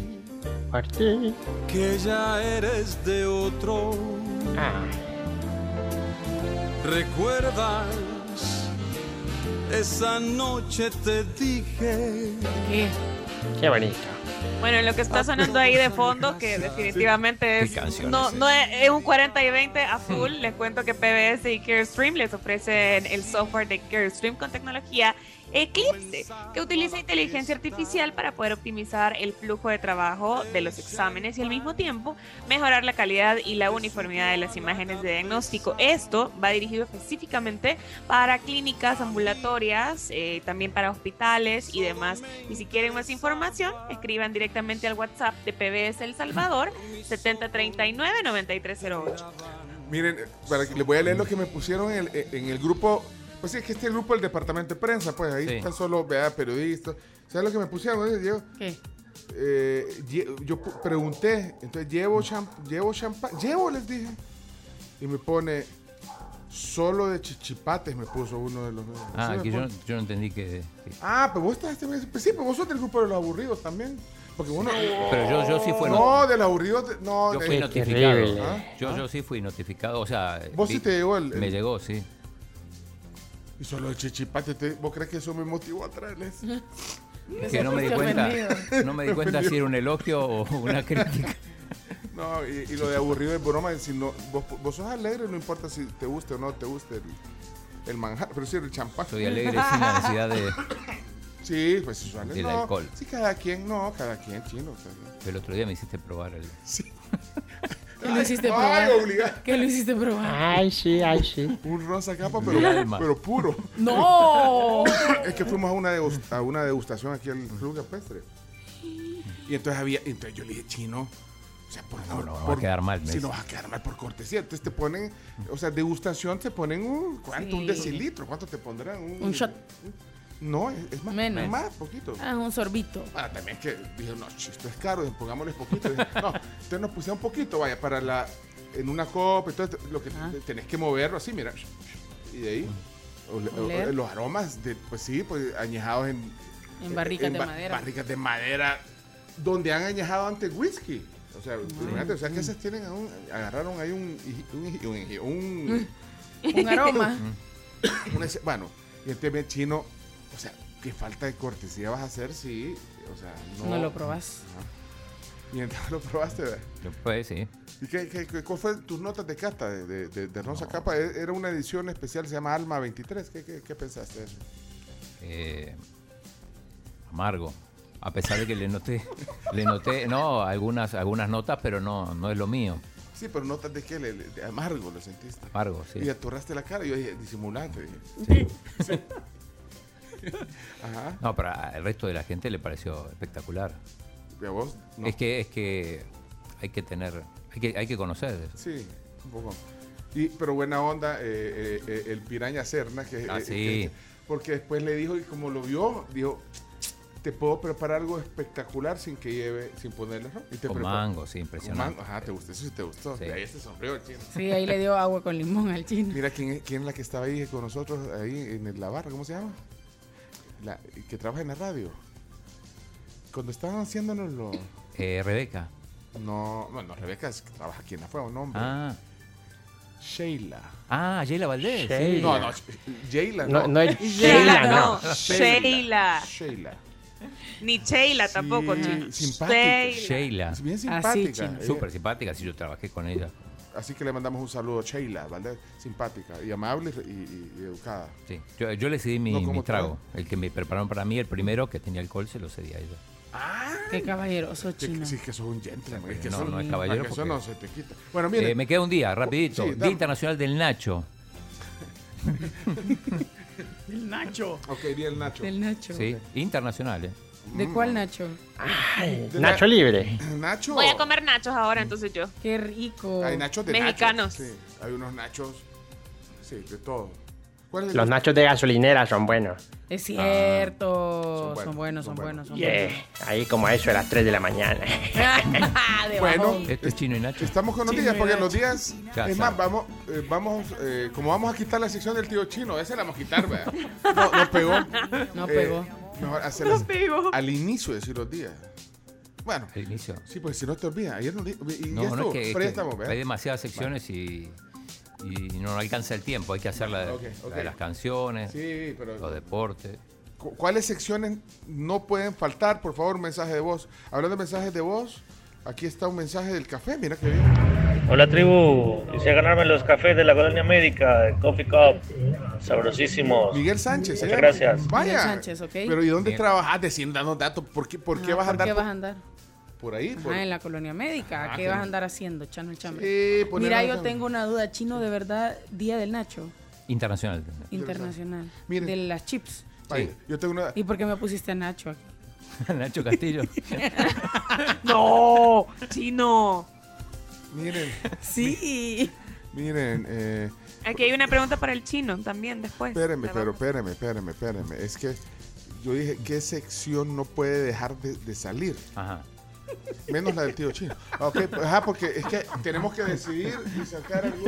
que ya eres de otro. ¿Recuerdas? Esa noche te dije. ¿Qué? Qué bonito. Bueno, en lo que está sonando ahí de fondo, que definitivamente es, ¿Qué canción no, es no es, es un cuarenta y veinte a full. Les cuento que P B S y Carestream les ofrecen el software de Carestream con tecnología Eclipse, que utiliza inteligencia artificial para poder optimizar el flujo de trabajo de los exámenes y al mismo tiempo mejorar la calidad y la uniformidad de las imágenes de diagnóstico. Esto va dirigido específicamente para clínicas ambulatorias, eh, también para hospitales y demás. Y si quieren más información, escriban directamente al WhatsApp de P B S El Salvador, setenta treinta y nueve, noventa y tres cero ocho. Miren, para que les voy a leer lo que me pusieron en el, en el grupo. Pues sí, es que este grupo del departamento de prensa, pues ahí sí. Están solo, vea, periodistas. ¿Sabes lo que me pusieron? Yo, ¿Qué? Eh, yo pregunté, entonces llevo champ llevo champán, llevo, les dije. Y me pone, solo de chichipates me puso uno de los... Ah, aquí yo, yo no entendí que... que... Ah, pero vos estás, pues sí, pero vos sos del grupo de los aburridos también. Porque uno... Pero yo, yo sí fui... No, del aburrido, no. Yo fui de... notificado. ¿Ah? Yo, ¿Ah? yo sí fui notificado, o sea... ¿Vos vi, sí te llegó el...? el... Me llegó, sí. Y solo el chichipate, te... ¿vos crees que eso me motivó a traerles? Que no me di cuenta, no me di cuenta si era un elogio o una crítica. No, y, y lo de aburrido es broma, si no, vos, vos sos alegre, no importa si te guste o no te guste el, el manjar, pero sí el champán. Soy alegre sin la necesidad de... Sí, pues eso el no, alcohol. Sí, cada quien, no, cada quien, chino. El otro día me hiciste probar el... Sí. ¿Qué lo hiciste probar? Ay, obligado. ¿Qué lo hiciste probar? Ay, sí, ay, sí. Un rosa capa, pero, pero puro. ¡No! Es que fuimos a una, degust a una degustación aquí al Club Campestre. Y entonces había, entonces yo le dije, chino, o sea, por favor, no, no, por, va a quedar mal. Si no vas a quedar mal por cortesía. Entonces te ponen, o sea, degustación te ponen un, ¿cuánto? Sí. Un decilitro, ¿cuánto te pondrán? Un, un shot. No, es, es más, menos. Es más, poquito. Ah, un sorbito. Ah, también es que dije, no, esto es caro, pongámosle poquito. Dije, no, entonces nos pusieron un poquito, vaya, para la, en una copa, entonces lo que ah. tenés que moverlo así, mira. Y de ahí, o, o, los aromas, de, pues sí, pues añejados en... En barricas en, de ba madera. Barricas de madera, donde han añejado antes whisky. O sea, mm. imagínate, o sea, que esas tienen, un, agarraron ahí un... Un, un, un, un aroma. Una, bueno, y el tema chino... O sea, qué falta de cortesía vas a hacer si, o sea, no... No lo probás. Ajá. Y entonces lo probaste, ¿verdad? Pues sí. ¿Y qué, qué, qué, cuál fue tus notas de cata de, de, de, de Rosa no. Capa? Era una edición especial, se llama Alma veintitrés. ¿Qué, qué, qué pensaste de eso? Eh, amargo. A pesar de que le noté, le noté, no, algunas, algunas notas, pero no, no es lo mío. Sí, pero notas de qué, de amargo lo sentiste. Amargo, sí. Y atorraste la cara y yo dije, disimulante. Dije. Sí. Sí. Ajá. No, pero al resto de la gente le pareció espectacular. ¿Y a vos? No. Es que es que hay que tener, hay que hay que conocer. Sí, un poco. Y, pero buena onda, eh, eh, el Piraña Serna, que, ah, eh, sí. que porque después le dijo, y como lo vio, dijo, te puedo preparar algo espectacular sin que lleve, sin ponerle ron. Y te con mango, sí, impresionante. Mango. Ajá, te gustó, eso sí te gustó. Sí. Ahí se sonrió el chino. Sí, ahí le dio agua con limón al chino. Mira, ¿quién, quién es la que estaba ahí con nosotros, ahí en la barra? ¿Cómo se llama? La, que trabaja en la radio. Cuando estaban haciéndonos lo... Eh, Rebeca. No, bueno, Rebeca es que trabaja aquí en la Fuego, un hombre. Ah. Sheila. Ah, Sheila Valdés. Sheila. Sí. No, no, Sheila no. No, no es Sheila, no. no. Sheila. Sheila. Ni Sheila sí, tampoco, chino. Simpática. Sheila. Bien simpática. Ah, sí, súper simpática, sí, yo trabajé con ella. Así que le mandamos un saludo a Sheila, ¿vale? Simpática y amable y, y, y educada. Sí, yo, yo le cedí mi, no mi trago. El que me prepararon para mí, el primero que tenía alcohol, se lo cedí a ella. ¡Ah! ¡Qué caballeroso, chino! Sí, que sos un gentleman. Es que no, son, no es caballero porque... porque... Eso no se te quita. Bueno, mire. Eh, me queda un día, rapidito. Sí, Día Internacional del Nacho. El Nacho. Ok, Día del Nacho. Del Nacho. Sí, internacional, ¿eh? ¿De mm. cuál Nacho? Ay, Nacho libre. Nacho. Voy a comer nachos ahora, entonces yo. Qué rico. Hay nachos de mexicanos. Nachos. Sí, hay unos nachos. Sí, de todo. ¿Cuál es el Los de... nachos de gasolinera son buenos. Es cierto. Ah, son buenos, son buenos, son buenos. Son yeah. buenos. Ahí como a eso de las tres de la mañana. Bueno, este es Chino y Nacho. Estamos con los días, porque los días. Ya es más, vamos, eh, vamos eh, como vamos a quitar la sección del tío Chino, esa la vamos a quitar, ¿verdad? No, no pegó. No eh, pegó. Mejor hacerlas no al inicio, decir los días. Bueno, al inicio. Sí, porque si no te olvidas. Ayer no, y no, ya no estuvo, es que, pero ya es que estamos, ¿verdad? hay demasiadas secciones bueno. y, y no alcanza el tiempo. Hay que hacer la de, okay, okay. La de las canciones, sí, pero, los deportes. ¿Cuáles secciones no pueden faltar? Por favor, mensaje de voz. Hablando de mensajes de voz, aquí está un mensaje del café. Mira qué bien. Hola, tribu. Quisiera ganarme los cafés de la colonia médica, de Coffee Cup. Sabrosísimos. Miguel Sánchez. Muchas ¿eh? gracias. Vaya. Miguel Sánchez, ok. Pero ¿y dónde Bien. trabajas? Decir, danos datos. ¿Por qué, por qué Ajá, vas a ¿por andar? qué por, vas a andar? por ahí? Por... Ah, en la colonia médica. Ah, ¿Qué que vas a no. andar haciendo? Chano el chambre. Sí, poner Mira, la yo razón. tengo una duda. Chino, de verdad, Día del Nacho. Internacional. Internacional. Miren. De las chips. Ay, yo tengo una... ¿Y por qué me pusiste a Nacho aquí? Nacho Castillo. No, Chino. Miren. Sí. Miren, eh... Aquí hay una pregunta para el Chino también después. Espérenme, La pero vamos- espérenme, espérenme, espérenme. Es que yo dije, ¿qué sección no puede dejar de, de salir? Ajá. Menos la del tío Chino. Ok, pues, ajá, porque es que tenemos que decidir y sacar algo.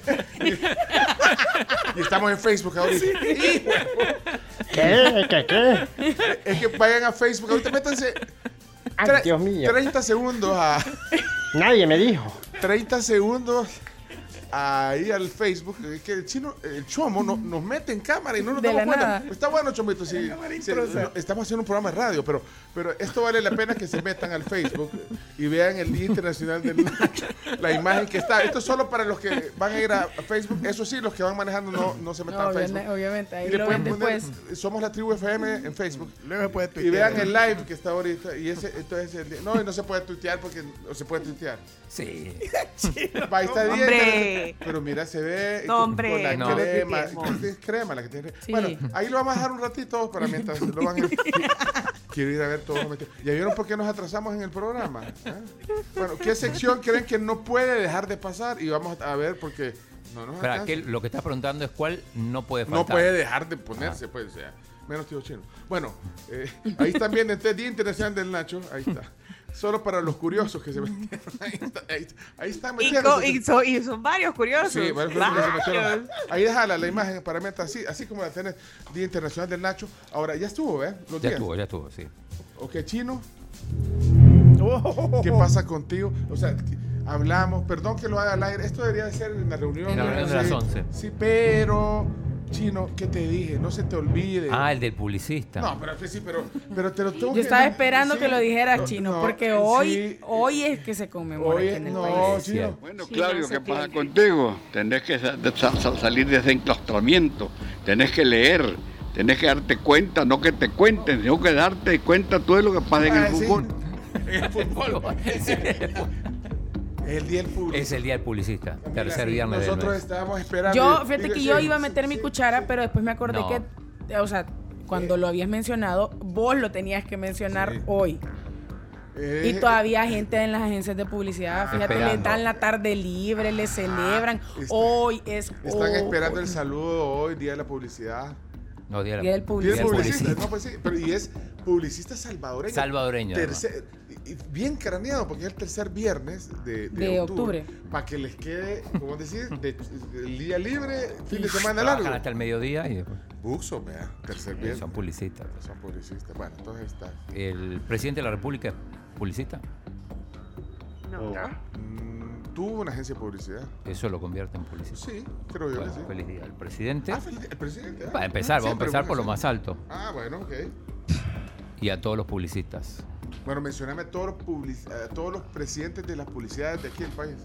Y estamos en Facebook ahorita. Y, ¿Qué? ¿Qué? ¿Qué? es que vayan a Facebook, ahorita métanse Ay, tre- Dios mío. treinta segundos a... Nadie me dijo. treinta segundos ahí al Facebook, es que el chino, el chomo no- nos mete en cámara y no nos De damos la cuenta. nada. Está bueno, chomito, sí, sí, improsa. no, estamos haciendo un programa de radio, pero, pero esto vale la pena que se metan al Facebook y vean el Día Internacional del Nacho, la imagen que está. Esto es solo para los que van a ir a Facebook. Eso sí, los que van manejando no, no se metan No, a Facebook. obviamente, obviamente, ahí Y le lo pueden ven poner, después. Somos la Tribu F M en Facebook. Luego se puede Y tuitear. vean el live que está ahorita. Y ese, entonces el día- no, y no se puede tuitear porque no se puede tuitear. Sí. Va, ahí está bien. Hombre. Pero mira, se ve No, con- hombre. con la No. crema. tuiteemos. Es crema la que tiene. Sí. Bueno, ahí lo vamos a dejar un ratito para mientras lo van a... Quiero ir a ver todos los metidos. ¿Ya vieron por qué nos atrasamos en el programa? ¿Ah? Bueno, ¿qué sección creen que no puede dejar de pasar? Y vamos a ver porque no nos Espera, alcanza. que lo que estás preguntando es cuál no puede faltar. No puede dejar de ponerse, pues, o sea, menos tío Chino. Bueno, eh, ahí están viendo este Día Internacional del Nacho, ahí está. Solo para los curiosos que se metieron. Ahí está, ahí, ahí están Y, metiéndose. co- y so- y son varios curiosos. Sí, varios curiosos que se metieron. Varios. Ahí déjala la imagen para meta así, así como la tenés, Día Internacional del Nacho. Ahora, ya estuvo, ¿eh? Los Ya días. estuvo, ya estuvo, sí. Ok, Chino. ¿Qué pasa contigo? O sea, que- hablamos, perdón que lo haga al aire. Esto debería de ser en la reunión. En la reunión de las sí, once. Sí, pero, Chino, ¿qué te dije? No se te olvide. Ah, el del publicista. No, pero sí, pero, pero te lo tengo Yo que- estaba no, esperando sí. que lo dijeras, No, Chino, no, porque sí. hoy, hoy es que se conmemora Hoy aquí en el no, país. Chino. Bueno, Sí, Claudio, no se ¿qué pasa tiene. contigo? Tenés que sa- de- sa- sa- salir de ese enclaustramiento, tenés que leer, tenés que darte cuenta, no que te cuenten, sino que darte cuenta todo lo que pasa en Ah, el sí. fútbol. En el fútbol. El día del público. Es el día del publicista, tercer Mira, viernes del Nosotros mes. estábamos esperando. Yo, y- fíjate y que yo decían, iba a meter mi cuchara, pero después me acordé No. que, o sea, cuando lo habías mencionado, vos lo tenías que mencionar Sí. hoy. eh, Y todavía hay gente en las agencias de publicidad, fíjate, le Esperando. dan la tarde libre, le celebran. está- Hoy es Están hoy. esperando el saludo hoy, Día de la Publicidad. No, día, de la- Día del Día del publicista. publicista, no, pues sí, pero y es publicista salvadoreño. Salvadoreño, Tercer- y- y bien craneado, porque es el tercer viernes de, de De octubre. octubre. Para que les quede, como decir, de, el día libre, fin de semana Trabajan largo. hasta el mediodía y después Buxo, vea, tercer eh, viernes. son publicistas. Son publicistas. Bueno, entonces está. ¿El presidente de la República es publicista? No. Mm, tuvo una agencia de publicidad. Eso lo convierte en publicista. Sí, creo yo Bueno, que sí. feliz día. El presidente. Ah, feliz- el presidente. ah. Para empezar, vamos a Siempre, empezar bueno, por lo sí. más alto. Ah, bueno, ok. Y a todos los publicistas. Bueno, mencioname a todos los, public- a todos los presidentes de las publicidades de aquí del país.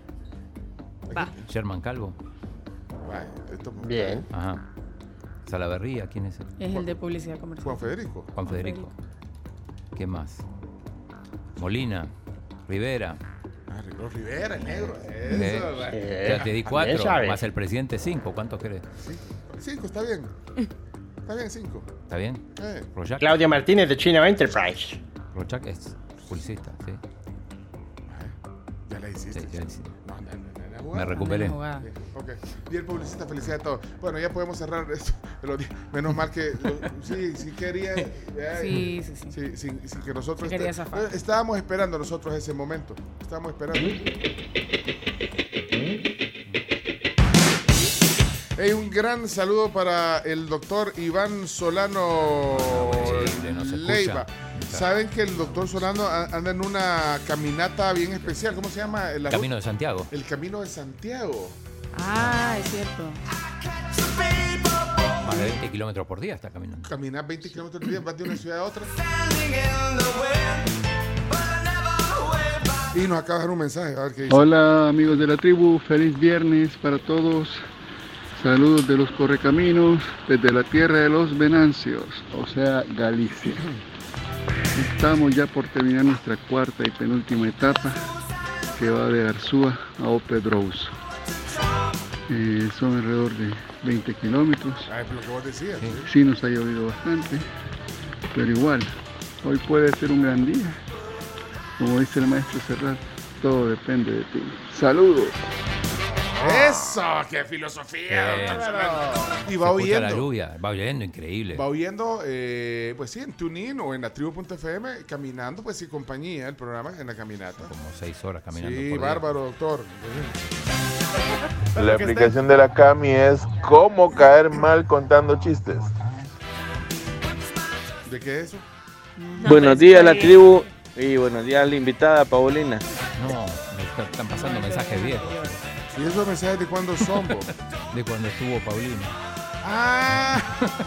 Va. Sherman Calvo. Vaya, esto- Bien. Ajá. Salaverría, ¿quién es el? Es el de publicidad comercial. Juan Federico. Juan Federico. ¿Qué más? Molina. Rivera. Ah, Ricardo Rivera, el negro. Eh, Eso, vaya. Eh, ya te di también cuatro, sabe. más el presidente cinco. ¿Cuántos crees? Cinco. Cinco, está bien. Está bien, cinco. ¿Está bien? Eh. Rojac. Claudio Martínez de Chino Enterprise. Rojac es publicista, sí. Ya la hiciste. Sí, ya la hice. No, no, no, no, no, Me jugada. recuperé. Buena jugada. Bien, ok. Y el publicista, felicidades a todos. Bueno, ya podemos cerrar esto. Pero menos mal que. lo- sí, sí querían. ya, Sí, sí, sí. Sí, sí, sí, que nosotros. Se quería está- zafar. estábamos esperando nosotros ese momento. Estábamos esperando. Hey, un gran saludo para el doctor Iván Solano Increíble, no se escucha. Leiva. Saben que el doctor Solano a- anda en una caminata bien especial. ¿Cómo se llama? La Camino de Santiago. El Camino de Santiago. Ah, es cierto. Más de veinte kilómetros por día está caminando. Caminar veinte kilómetros al día, vas de una ciudad a otra. Y nos acaba de dar un mensaje, a ver qué dice. Hola amigos de la tribu, feliz viernes para todos. Saludos de los Correcaminos desde la tierra de los Venancios, o sea, Galicia. Estamos ya por terminar nuestra cuarta y penúltima etapa, que va de Arzúa a Opedrous. Eh, son alrededor de veinte kilómetros. Ah, es lo que vos decías. Sí. Sí, nos ha llovido bastante, pero igual, hoy puede ser un gran día. Como dice el maestro Serrat, todo depende de ti. ¡Saludos! ¡Eso! ¡Qué filosofía! Eh, y se va escucha oyendo. la lluvia, va oyendo, increíble. Va oyendo, eh, pues sí, en TuneIn o en la tribu punto f m, caminando, pues sí, compañía, el programa en la caminata. Como seis horas caminando. Sí, por día. bárbaro, doctor. La aplicación de la Cami es cómo caer mal contando chistes. ¿De qué es eso? No, buenos días, la tribu. Y buenos días a la invitada, Paulina. No, me están pasando mensajes viejos. ¿Y esos mensajes de cuándo son, vos? De cuando estuvo Paulina. ¡Ah!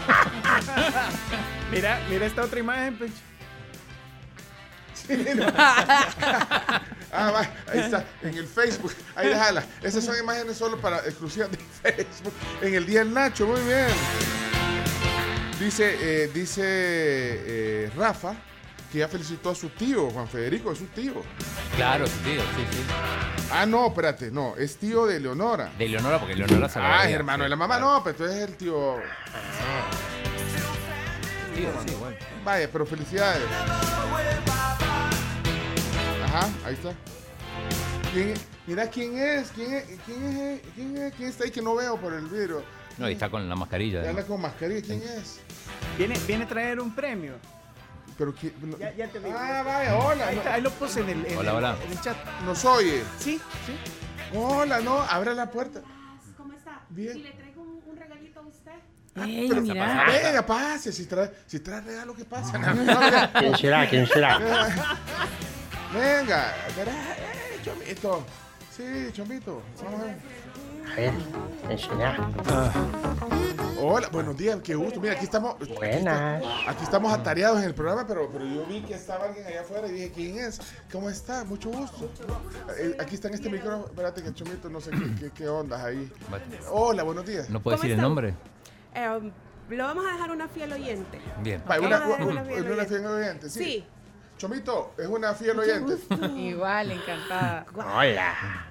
Mira, mira esta otra imagen, Pencho. Sí, no. Ah, va, ahí está, en el Facebook. Ahí déjala. Esas son imágenes solo para exclusivas de Facebook. En el Día del Nacho, muy bien. Dice, eh, dice eh, Rafa que ya felicitó a su tío, Juan Federico, es su tío. Claro, su tío, sí, sí. Ah, no, espérate, no, es tío de Leonora. De Leonora, porque Leonora se Ah, es hermano de la mamá, no, pero entonces es el tío. Tío, sí, bueno. Vaya, pero felicidades. Ajá, ahí está. ¿Quién, mira quién es, quién es, quién es, quién es, quién está ahí que no veo por el vidrio. No, y está con la mascarilla. Anda con mascarilla, ¿quién es? Viene, viene a traer un premio. Pero que, no, ya, ya te digo. Ah, vaya, hola. Ahí, No, está, ahí lo puse en el, en, Hola, el, hola. en el chat. ¿Nos oye? Sí, sí. Hola, no, abre la puerta. ¿Cómo está? Bien. ¿Y le traigo un, un regalito a usted? Ey, Pero, mira. venga, pase, si trae, si trae regalo, ¿qué pasa? No, no, ¿Quién será? ¿Quién será? Venga, verá, eh, Chomito. Sí, Chomito. Vamos a ver. A ver, enseñá. Hola, buenos días, qué gusto. Mira, aquí estamos. Buenas. Aquí, está- aquí estamos atareados en el programa, pero, pero yo vi que estaba alguien allá afuera y dije, ¿quién es? ¿Cómo está? Mucho gusto. Eh, aquí está en este micrófono. Espérate que Chomito, no sé qué, qué, qué ondas ahí. Hola, buenos días. ¿No puede ¿Cómo decir el están? nombre? Eh, lo vamos a dejar una fiel oyente. Bien. Va, Ok. una, Vamos a dejar una, una fiel una oyente. fiel oyente, sí. Sí. Chomito, es una fiel oyente. Igual, encantada. Hola.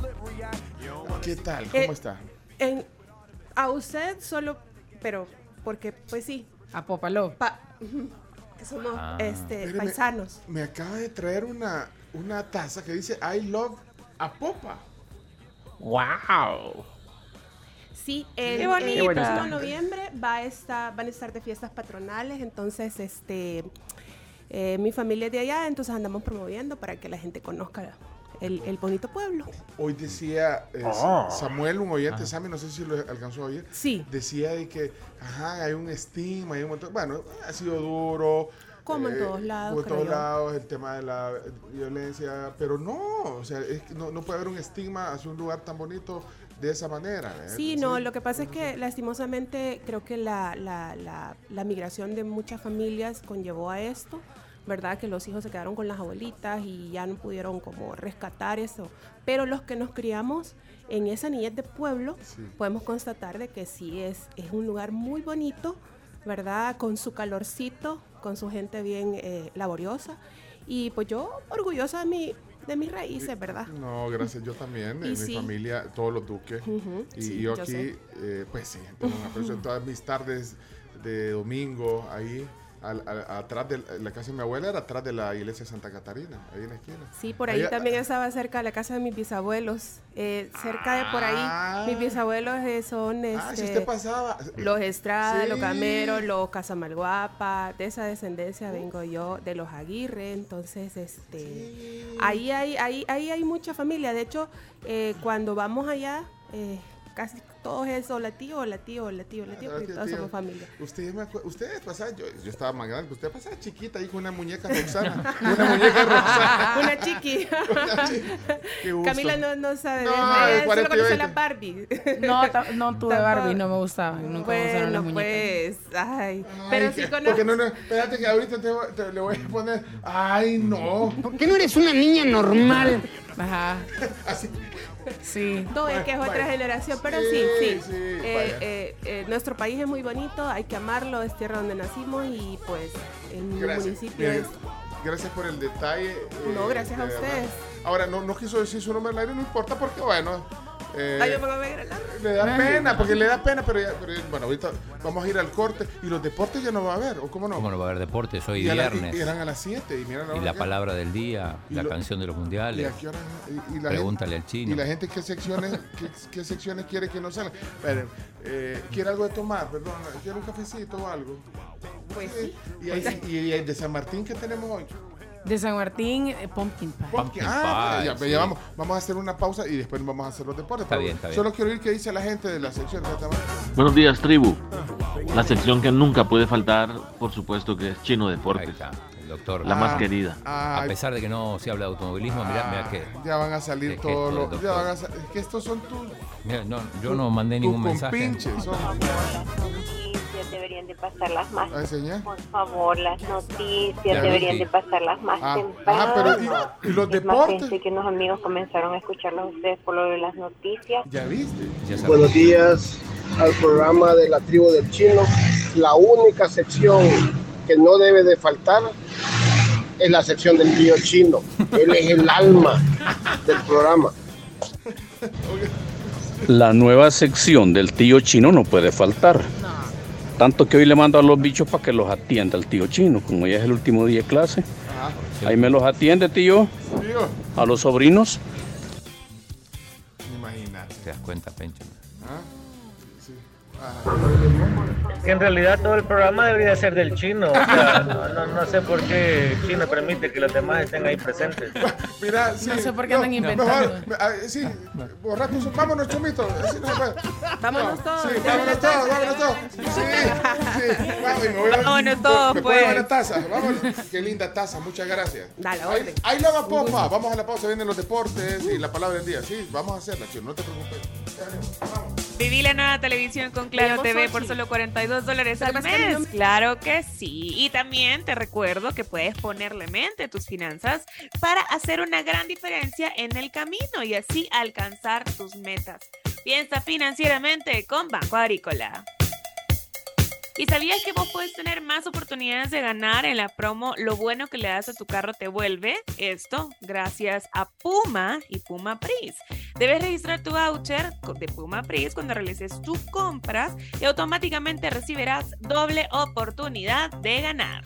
¿Qué tal? ¿Cómo Eh, está? En, a usted solo, pero porque, pues sí. A Popaló. Pa, ujú, que somos Ah. este, Espérame, paisanos. Me acaba de traer una, una taza que dice I love a Popa. ¡Wow! Sí, el, Qué el bonita. próximo noviembre va a estar, van a estar de fiestas patronales, entonces este eh, mi familia es de allá, entonces andamos promoviendo para que la gente conozca el, el bonito pueblo. Hoy decía eh, Oh. Samuel, un oyente, Sammy, no sé si lo alcanzó a oír. Sí. Decía de que, ajá, hay un estigma, hay un montón. Bueno, ha sido duro. Como en todos lados, Como en creo todos yo. lados, el tema de la violencia. Pero no, o sea, es que no, no puede haber un estigma hacia un lugar tan bonito de esa manera. ¿eh? Sí, no, lo que pasa es que lastimosamente creo que la, la, la, la migración de muchas familias conllevó a esto, ¿verdad? Que los hijos se quedaron con las abuelitas y ya no pudieron como rescatar eso. Pero los que nos criamos en esa niñez de pueblo, Sí. podemos constatar de que sí es, es un lugar muy bonito, ¿verdad? Con su calorcito, con su gente bien eh, laboriosa. Y pues yo orgullosa de, mi, de mis raíces, ¿verdad? No, gracias, yo también, Y en sí. mi familia, todos los duques. Ujú, Y sí, yo yo aquí, sé. eh, pues sí, tengo una aprecio. Todas mis tardes de domingo ahí, al- al- atrás de la casa de mi abuela, era atrás de la iglesia de Santa Catarina, ahí en la esquina. Sí, por ahí Ahí- también estaba cerca de la casa de mis bisabuelos. Eh, cerca de por ahí, mis bisabuelos eh, son Ah, si este, usted pasaba. los Estrada, Sí. los Cameros, los Casamalguapa. De esa descendencia vengo yo, de los Aguirre. Entonces, este, ahí, hay, ahí, ahí hay mucha familia. De hecho, eh, cuando vamos allá, eh, casi todos esos, la tío, la tío, la tío, la tío, Ah, porque tío, todos tío. somos familia. Ustedes, me acuer- ustedes pasaban, yo, yo estaba más grande, usted pasaba chiquita ahí con una muñeca roxana. una muñeca roxana. Una chiqui. Una chiqui. Qué gusto. Camila no, no sabe No, de de eso. Ella solo cuarenta y conoce veinte. la Barbie. No, ta- no tuve Tampoco. Barbie, no me gustaban. Nunca me gustaron las Bueno, muñecas. pues, ay. Ay, Pero sí que- conozco. Porque no, no, espérate que ahorita te, voy- te- le voy a poner. Ay, no. ¿Por qué no eres una niña normal? Ajá. Así. Sí. No, es que es otra Vaya. generación, pero Sí, sí, sí. sí, Eh, vaya. eh, eh, nuestro país es muy bonito, hay que amarlo, es tierra donde nacimos y pues el Gracias. municipio Mira, es... Gracias por el detalle. eh, No, gracias a de verdad. ustedes. Ahora, no, no quiso decir su nombre al aire, no importa porque, bueno. eh, Ay, yo me voy a ver el lado. le da pena, porque le da pena, pero, ya, pero bueno, ahorita vamos a ir al corte y los deportes ya no va a haber, ¿o cómo no? ¿Cómo no va a haber deportes? Hoy Y a la- viernes. y- y eran a las siete y miran Y ahora la qué. palabra del día, Y la lo- canción de los ¿Y mundiales. a qué hora? Y, y la Pregúntale gente, al chino. ¿Y la gente qué secciones, qué, qué secciones quiere que nos salga? Esperen, eh, ¿quiere algo de tomar? Perdón, ¿quiere un cafecito o algo? Pues sí. ¿Y, ahí- y, y de San Martín qué tenemos hoy? De San Martín, eh, Pumpkin Pie. Pumpkin. Ah, Pie, ya, sí. ya vamos, vamos a hacer una pausa y después vamos a hacer los deportes. Está Pero bien, está bien. Solo quiero oír qué dice la gente de la sección. Buenos días, tribu. La sección que nunca puede faltar, por supuesto, que es Chino Deportes. Ahí está, el doctor. La más Ah, querida. ah, A pesar de que no se habla de automovilismo, mirá, mirá que. Ya van a salir qué todos gesto del los. Ya doctor. van a sa- es que estos son tus. Mira, no, yo no mandé tus ningún mensaje. compinches, son- Deberían de pasarlas más. ¿A enseñar? Por favor, las noticias Ya deberían vi. de pasarlas más Ah, temprano. ajá, pero ¿y, y los Es más, deportes? pensé que unos amigos comenzaron a escucharlos a ustedes por lo de las noticias. ¿Ya viste? Ya sabes. Buenos días al programa de la tribu del chino. La única sección que no debe de faltar es la sección del tío chino. Él es el alma del programa. La nueva sección del tío chino no puede faltar. Tanto que hoy le mando a los bichos para que los atienda el tío chino. Como ya es el último día de clase. Ahí me los atiende, tío. Tío, A los sobrinos. imagínate. Te das cuenta, Pencho. ¿Ah? Sí. Que en realidad todo el programa debería ser del chino. O sea, no, no, no sé por qué el chino permite que los demás estén ahí presentes. Mira, sí. No sé por qué andan inventando. Mejor, me- ah, sí, borrachos, vámonos, chomito. Así no se puede. Vámonos No, todos. Sí, vámonos todos, vámonos todos. Sí, sí. Vamos, y me voy a- Vámonos todos, ¿Me puedo llevar pues. la taza? Vámonos. Qué linda taza, muchas gracias. Dale, Ahí, orden. ahí lo va, popa. Vamos a la pausa, vienen los deportes y la palabra del día. Sí, vamos a hacerla, chino, no te preocupes. Vamos. Viví la nueva televisión con Claro Veamos T V Xochitl. por solo cuarenta y dos dólares al Pero más que mes. no- Claro que sí. Y también te recuerdo que puedes ponerle mente a tus finanzas para hacer una gran diferencia en el camino y así alcanzar tus metas. Piensa financieramente con Banco Agrícola. ¿Y sabías que vos puedes tener más oportunidades de ganar en la promo Lo bueno que le das a tu carro te vuelve? Esto gracias a Puma y Puma Pris. Debes registrar tu voucher de Puma Pris cuando realices tus compras y automáticamente recibirás doble oportunidad de ganar.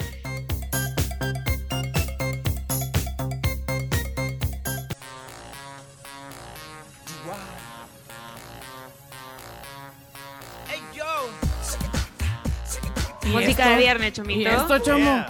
¿Y Música esto? de viernes, ¿Y Chomito. esto, chomo?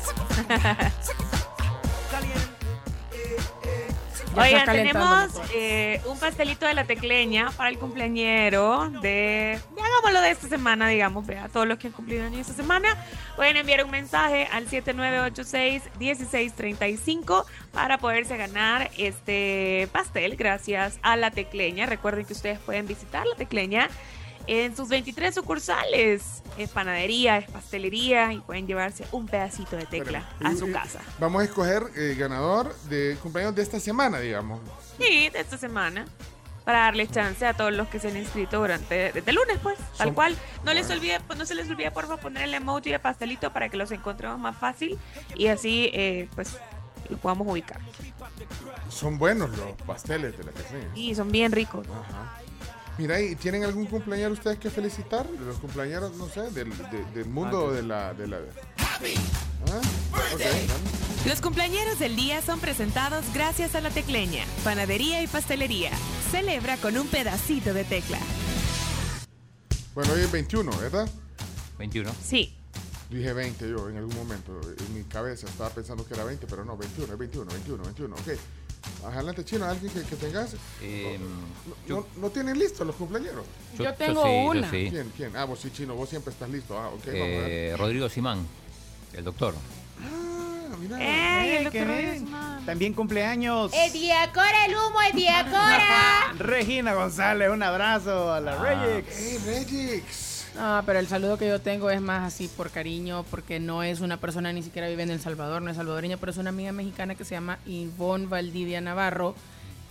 Ya Oigan, está tenemos calentando. eh, un pastelito de la tecleña para el cumpleañero de, ya hagámoslo de esta semana, digamos, vea, todos los que han cumplido años esta semana, pueden enviar un mensaje al siete nueve ocho seis, uno seis tres cinco para poderse ganar este pastel gracias a la tecleña. Recuerden que ustedes pueden visitar la tecleña en sus veintitrés sucursales. Es panadería, es pastelería y pueden llevarse un pedacito de tecla a su Eh, casa. Vamos a escoger eh, ganador de cumpleaños de esta semana, digamos. Sí, de esta semana. Para darles chance a todos los que se han inscrito durante desde el lunes, pues. Tal Son- cual. No les olvide, pues, no se les olvide, por favor, poner el emoji de pastelito para que los encontremos más fácil y así, eh, pues, lo podamos ubicar. Son buenos los pasteles de la tecleña. Y son bien ricos. Ajá. Mira, ¿y tienen algún cumpleañero ustedes que felicitar? De los cumpleañeros, no sé, del, de- del mundo de la... De la ¿Ah? Ok, vale. Los cumpleañeros del día son presentados gracias a La Tecleña, panadería y pastelería. Celebra con un pedacito de tecla. Bueno, hoy es veintiuno, ¿verdad? veintiuno. Sí. Dije veinte yo en algún momento. En mi cabeza estaba pensando que era veinte, pero no, veintiuno, es veintiuno, veintiuno, veintiuno. Ok. Adelante, Chino, alguien que, que tengas. Eh, no, no, ¿No tienen listos los cumpleañeros? Yo- yo tengo yo sí, yo una. sí. ¿Quién? ¿Quién? Ah, vos sí, Chino, vos siempre estás listo. Ah, ok, vamos a ver. eh, Rodrigo Simán, el doctor. Ah, mira. ¡Ey, el Eh, qué doctor bien. Rodríguez Simán! También cumpleaños. ¡El Diacora, el humo, el Diacora! Regina González, un abrazo a la Ah. Regix. ¡Hey, Regix! No, pero el saludo que yo tengo es más así por cariño, porque no es una persona, ni siquiera vive en El Salvador, no es salvadoreña, pero es una amiga mexicana que se llama Ivonne Valdivia Navarro,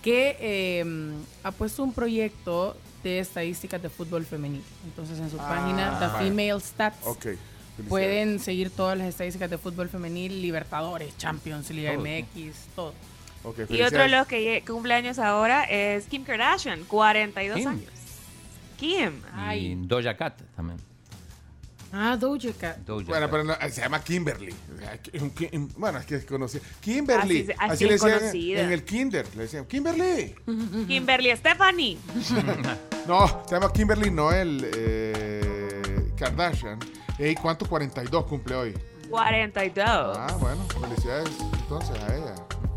que eh, ha puesto un proyecto de estadísticas de fútbol femenino. Entonces en su ah, página, The vale. Female Stats, okay. pueden seguir todas las estadísticas de fútbol femenil, Libertadores, Champions, Liga todo. M X, todo. Okay, y otro de los que cumple años ahora es Kim Kardashian, cuarenta y dos Kim. años. Kim. Y Doja Cat también. Ah, Doja Cat. Doja bueno, Cat. pero no, se llama Kimberly. Bueno, es que es conocida. Kimberly. Así, así, así le decían conocida. En el kinder. Le decían, Kimberly. Kimberly Stephanie. No, se llama Kimberly Noel eh, Kardashian. ¿Y cuánto? cuarenta y dos cumple hoy. cuarenta y dos. Ah, bueno, felicidades entonces a ella.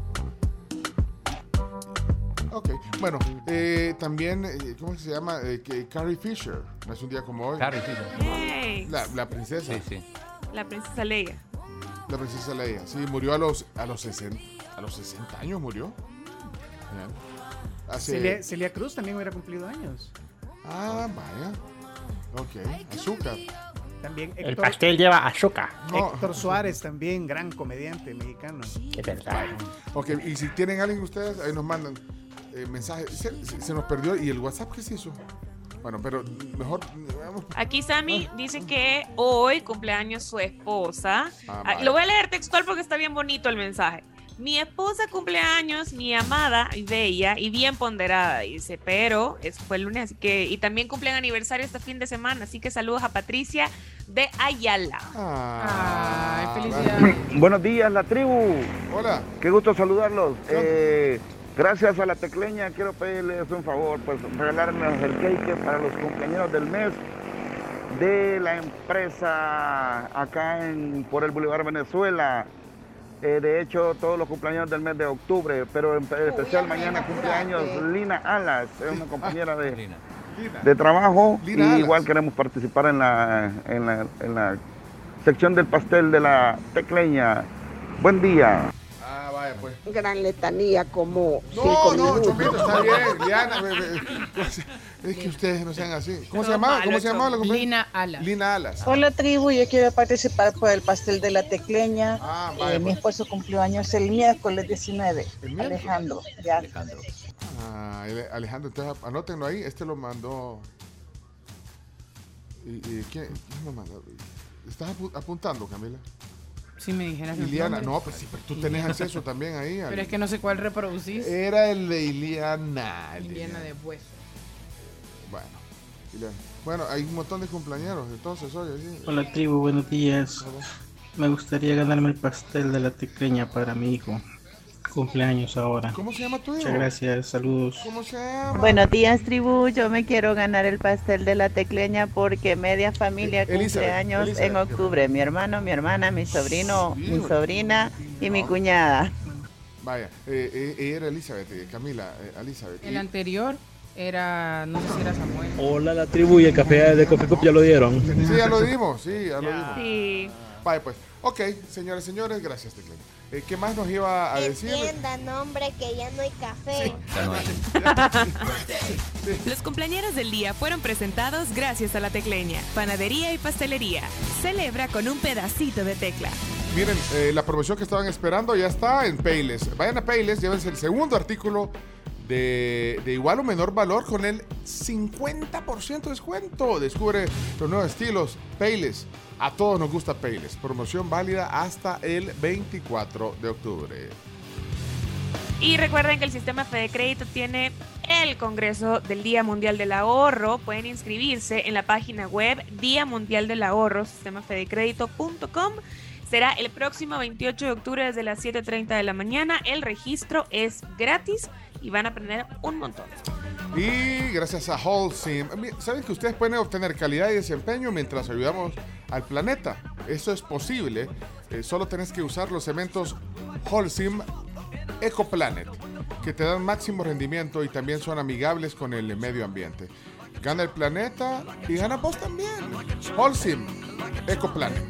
Ok, bueno, eh, también, eh, ¿cómo se llama? Eh, que Carrie Fisher, no es un día como hoy. Carrie Fisher. Hey. La, la princesa. Sí, sí. La princesa Leia. La princesa Leia, sí, murió a los, a los, sesenta, a los sesenta años, murió. Hace... Celia, Celia Cruz también hubiera cumplido años. Ah, vaya. Ok, azúcar. También Héctor, el pastel lleva azúcar. No. Héctor Suárez también, gran comediante mexicano. Es verdad. Ok, y si tienen alguien ustedes, ahí nos mandan eh, mensajes. Se, se, se nos perdió. ¿Y el WhatsApp qué se hizo? Bueno, pero mejor... Vamos. Aquí Sammy ah. dice que hoy cumpleaños su esposa. Ah, ah, lo voy a leer textual porque está bien bonito el mensaje. Mi esposa cumple años, mi amada y bella y bien ponderada, dice, pero eso fue el lunes, así que, y también cumplen aniversario este fin de semana, así que saludos a Patricia de Ayala. Ah, Ay, felicidades. Buenos días, la tribu. Hola. Qué gusto saludarlos. Eh, gracias a la Tecleña, quiero pedirles un favor, pues regalarnos el cake para los cumpleaños del mes de la empresa acá en por el Boulevard Venezuela. Eh, de hecho, todos los cumpleaños del mes de octubre, pero en especial mañana cumpleaños Lina Alas, es una compañera de, de trabajo. Y igual queremos participar en la, en, la, en la sección del pastel de la Tecleña. Buen día. Ah, vaya pues. Gran letanía como no, cinco no, minutos. Chomito, está bien, Liana. Es que ustedes no sean así. ¿Cómo se llamaba? ¿Cómo se llamaba la compañía? Lina Alas. Lina Alas. Hola tribu, yo quiero participar por el pastel de la Tecleña. Ah, vaya, eh, mi esposo cumplió años el miércoles diecinueve. ¿El miércoles? Alejandro. Ya. Alejandro. Ah, Alejandro, entonces anótenlo ahí. Este lo mandó. ¿Y, y quién, quién lo mandó? ¿Estás apuntando, Camila? Si me dijeras los Iliana, nombres. no, pues sí, pero tú tenés acceso también ahí. Pero es que no sé cuál reproducís. Era el de Iliana. El Iliana de Bueso. Bueno, Iliana. Bueno, hay un montón de cumpleañeros, entonces, oye. Sí. Hola tribu, buenos días. Hola. Me gustaría ganarme el pastel de la Tecleña para mi hijo. Cumpleaños ahora. ¿Cómo se llama tu hijo? Muchas gracias, saludos. ¿Cómo se llama? Buenos días, tribu. Yo me quiero ganar el pastel de la Tecleña porque media familia cumple Elizabeth, años Elizabeth. en octubre. Mi hermano, mi hermana, mi sobrino, sí, mi sobrina y no. mi cuñada. Vaya, eh, eh, era Elizabeth, eh, Camila, eh, Elizabeth. El anterior era, no sé si era Samuel. Hola, la tribu, y el café de Coffee Cup ya lo dieron. Sí, ya lo dimos, sí, ya lo dimos. Sí. Vaya, pues. Ok, señores, señores, gracias, Tecleña. Eh, ¿Qué más nos iba a decir? Entiendan, hombre, que ya no hay café. Sí. Ya no hay. Sí. Los cumpleaños del día fueron presentados gracias a la Tecleña, panadería y pastelería. Celebra con un pedacito de tecla. Miren, eh, la promoción que estaban esperando ya está en Payless. Vayan a Payless, llévense el segundo artículo de, de igual o menor valor con el cincuenta por ciento de descuento. Descubre los nuevos estilos Payless. A todos nos gusta Payless. Promoción válida hasta el veinticuatro de octubre. Y recuerden que el sistema Fede Crédito tiene el Congreso del Día Mundial del Ahorro. Pueden inscribirse en la página web Día Mundial del Ahorro, sistema fede crédito punto com. Será el próximo veintiocho de octubre desde las siete treinta de la mañana. El registro es gratis y van a aprender un montón. Y gracias a Holcim, saben que ustedes pueden obtener calidad y desempeño mientras ayudamos al planeta. Eso es posible. Eh, solo tenés que usar los cementos Holcim EcoPlanet, que te dan máximo rendimiento y también son amigables con el medio ambiente. Gana el planeta y gana vos también. Holcim EcoPlanet.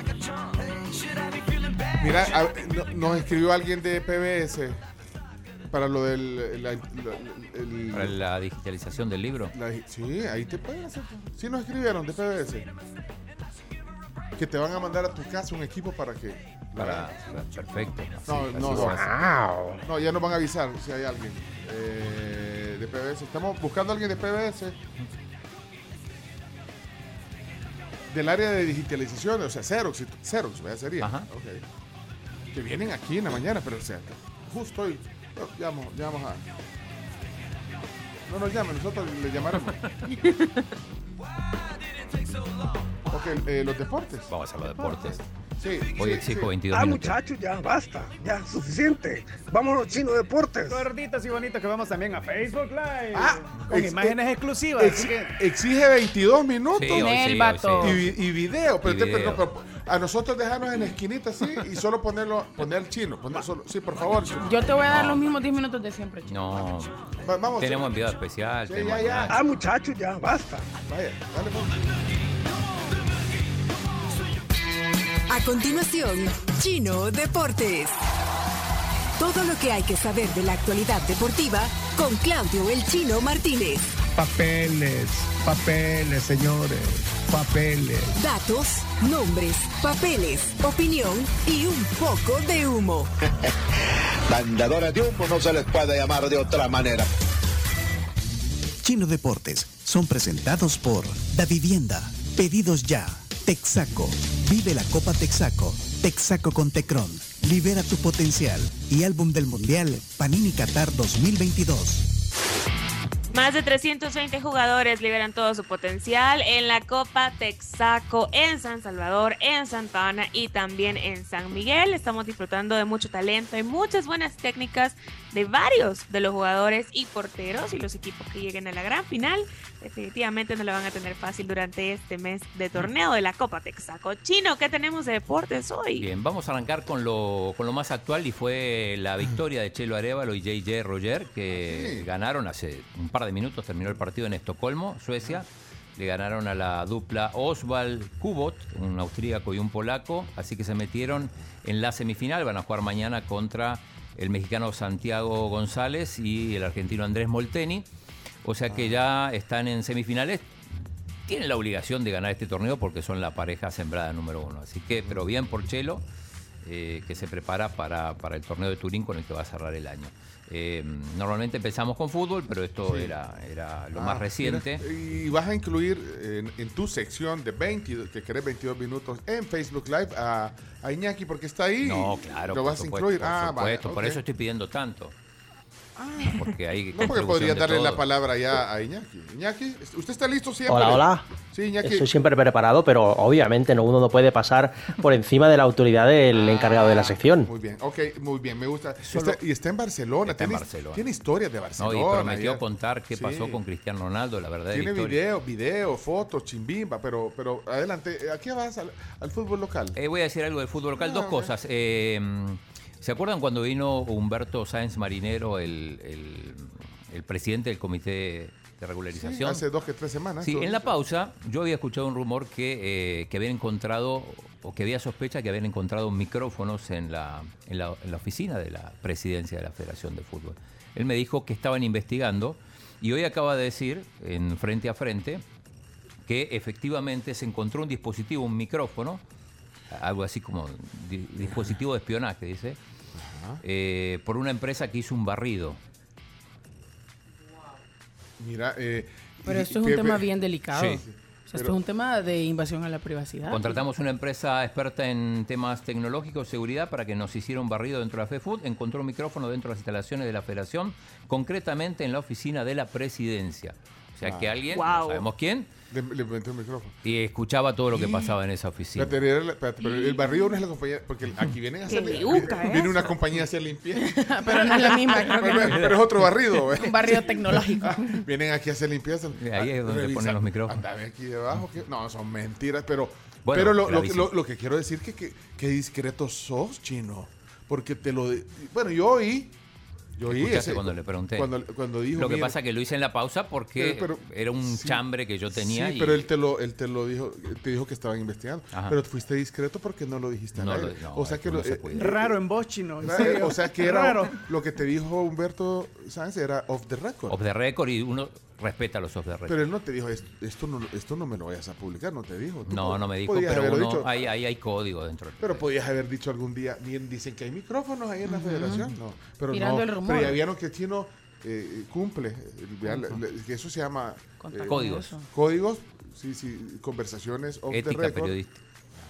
Mira, a, no, nos escribió alguien de P B S para lo del la, la, el, para la digitalización del libro. La, sí, ahí te pueden hacer. Sí, nos escribieron de P B S que te van a mandar a tu casa un equipo para que Para, perfecto. No, Así- no, así no. se hace. No, ya nos van a avisar si hay alguien eh, de P B S. Estamos buscando a alguien de P B S. Del área de digitalización, o sea, Xerox, Xerox, ¿verdad? Sería. Ajá. Ok. Que vienen aquí en la mañana, pero o sea, justo hoy. No, llamo, llamamos a. No nos llamen, nosotros le llamaremos. Ok, eh, los deportes. Vamos a hacer los deportes. Sí. Hoy sí, exijo sí. veintidós Ah, minutos. muchachos, ya basta, ya, suficiente. Vámonos, Chino Deportes. Gorditos y bonitos que vamos también a Facebook Live. Ah, con ex- imágenes exclusivas. Ex- así que- exige veintidós minutos. Sí, hoy sí, hoy sí. Y, vi- y video. Pero, Y te- video. pero- pero a nosotros dejarnos en la esquinita así y solo ponerlo, poner el chino. Poner solo, sí, por favor. Chino. Yo te voy a dar los mismos diez minutos de siempre, Chino. No. Va- vamos, Tenemos Chino. enviado especial. Sí, tenemos ya, ya. nada. Ah, muchachos, ya, basta. Vaya, dale, pues. A continuación, Chino Deportes. Todo lo que hay que saber de la actualidad deportiva con Claudio El Chino Martínez. Papeles, papeles, señores, papeles. Datos, nombres, papeles, opinión y un poco de humo. Mandadores de humo no se les puede llamar de otra manera. Chino Deportes son presentados por Da Vivienda, Pedidos Ya, Texaco, Vive la Copa Texaco, Texaco con Tecron, Libera tu Potencial y Álbum del Mundial Panini Qatar dos mil veintidós. Más de trescientos veinte jugadores liberan todo su potencial en la Copa Texaco en San Salvador, en Santa Ana y también en San Miguel. Estamos disfrutando de mucho talento y muchas buenas técnicas de varios de los jugadores y porteros, y los equipos que lleguen a la gran final definitivamente no la van a tener fácil durante este mes de torneo de la Copa Texaco. Chino, ¿qué tenemos de deportes hoy? Bien, vamos a arrancar con lo, con lo más actual, y fue la victoria de Chelo Arévalo y J J Roger, que Sí. ganaron hace un par de minutos, terminó el partido en Estocolmo, Suecia. Le ganaron a la dupla Osvald Kubot, un austríaco y un polaco, así que se metieron en la semifinal. Van a jugar mañana contra el mexicano Santiago González y el argentino Andrés Molteni. O sea que ya están en semifinales. Tienen la obligación de ganar este torneo porque son la pareja sembrada número uno. Así que, pero bien por Chelo, eh, que se prepara para, para el torneo de Turín con el que va a cerrar el año. Eh, normalmente empezamos con fútbol, pero esto Sí. era, era lo Ah, más reciente. mira, y vas a incluir en, en tu sección de veinte, que querés veintidós minutos en Facebook Live a, a Iñaki porque está ahí. No, claro, Lo por vas a supuesto, incluir. por ah, supuesto, vale, por ok. eso estoy pidiendo tanto. Porque hay No, porque contribución podrías de darle la todos. palabra ya a Iñaki. Iñaki, ¿usted está listo siempre? Hola, hola. Sí, Iñaki. Estoy siempre preparado, pero obviamente no, uno no puede pasar por encima de la autoridad del encargado de la sección. Muy bien, ok, muy bien, me gusta. Solo- Está- y está en Barcelona. Está en tiene, Barcelona. Tiene historias de No, Barcelona. y prometió ya. contar qué Sí. pasó con Cristiano Ronaldo, la verdad. Tiene video, video, fotos, chimbimba, pero, pero adelante. ¿A qué vas? ¿Al, al fútbol local? Eh, voy a decir algo del fútbol local, Ah, dos ok. cosas. Eh, ¿Se acuerdan cuando vino Humberto Sáenz Marinero, el, el- el presidente del comité de Sí, regularización? hace dos que tres semanas. Sí, todo en la eso. pausa yo había escuchado un rumor que, eh, que habían encontrado, o que había sospecha que habían encontrado micrófonos en la, en, la, en la oficina de la presidencia de la Federación de Fútbol. Él me dijo que estaban investigando, y hoy acaba de decir, en Frente a Frente, que efectivamente se encontró un dispositivo, un micrófono, algo así como di- dispositivo de espionaje, dice, eh, por una empresa que hizo un barrido. Mira, eh, Pero y- esto es que- un tema bien delicado. Sí. O sea, esto Pero- es un tema de invasión a la privacidad. Contratamos una empresa experta en temas tecnológicos, seguridad, para que nos hiciera un barrido dentro de la FEFUT. Encontró un micrófono dentro de las instalaciones de la Federación, concretamente en la oficina de la presidencia. O sea Ah. que alguien, Wow. no sabemos quién, Le, le metió el micrófono. y escuchaba todo lo que pasaba en esa oficina. Espérate, era- espérate, pero el barrido no es la compañía, porque aquí vienen a hacer. Qué yuca, viene ¿eh? una compañía a hacer limpieza. Pero no es la misma, creo que pero, no. pero es otro barrido. ¿eh? Un barrio tecnológico. Vienen aquí a hacer limpieza. Ahí es donde Revisa- ponen los micrófonos. Andame aquí debajo. que- No, son mentiras, pero, Bueno, pero lo, lo, gravísimo. lo- lo que quiero decir que, que, que discreto sos, Chino. Porque te lo... de- Bueno, yo oí... Yo oí Escuchaste ese- cuando le pregunté. Cuando, cuando dijo... Lo que mira, pasa que lo hice en la pausa porque Pero- pero- era un sí, chambre que yo tenía. Sí, y pero él te lo, él te lo dijo, te dijo que estaban investigando. Ajá. Pero fuiste discreto porque no lo dijiste al No aire. lo- no, o sea eso que no lo- se eh, puede. Raro en vos, Chino. en Raro, serio. o sea que era Raro. lo que te dijo Humberto Sáenz era off the record. Off the record y uno respeta los off the record. Pero él no te dijo, esto no, esto no me lo vayas a publicar, no te dijo. Tú no, no me dijo, pero uno, dicho, hay, hay, hay código dentro. Pero podías haber dicho algún día, bien, dicen que hay micrófonos ahí en la uh-huh. federación. No, pero Mirando no, el rumor. pero ya vieron que Chino eh, cumple, uh-huh. que eso se llama... Eh, códigos. Códigos, sí, sí, conversaciones off Ética the record. periodística.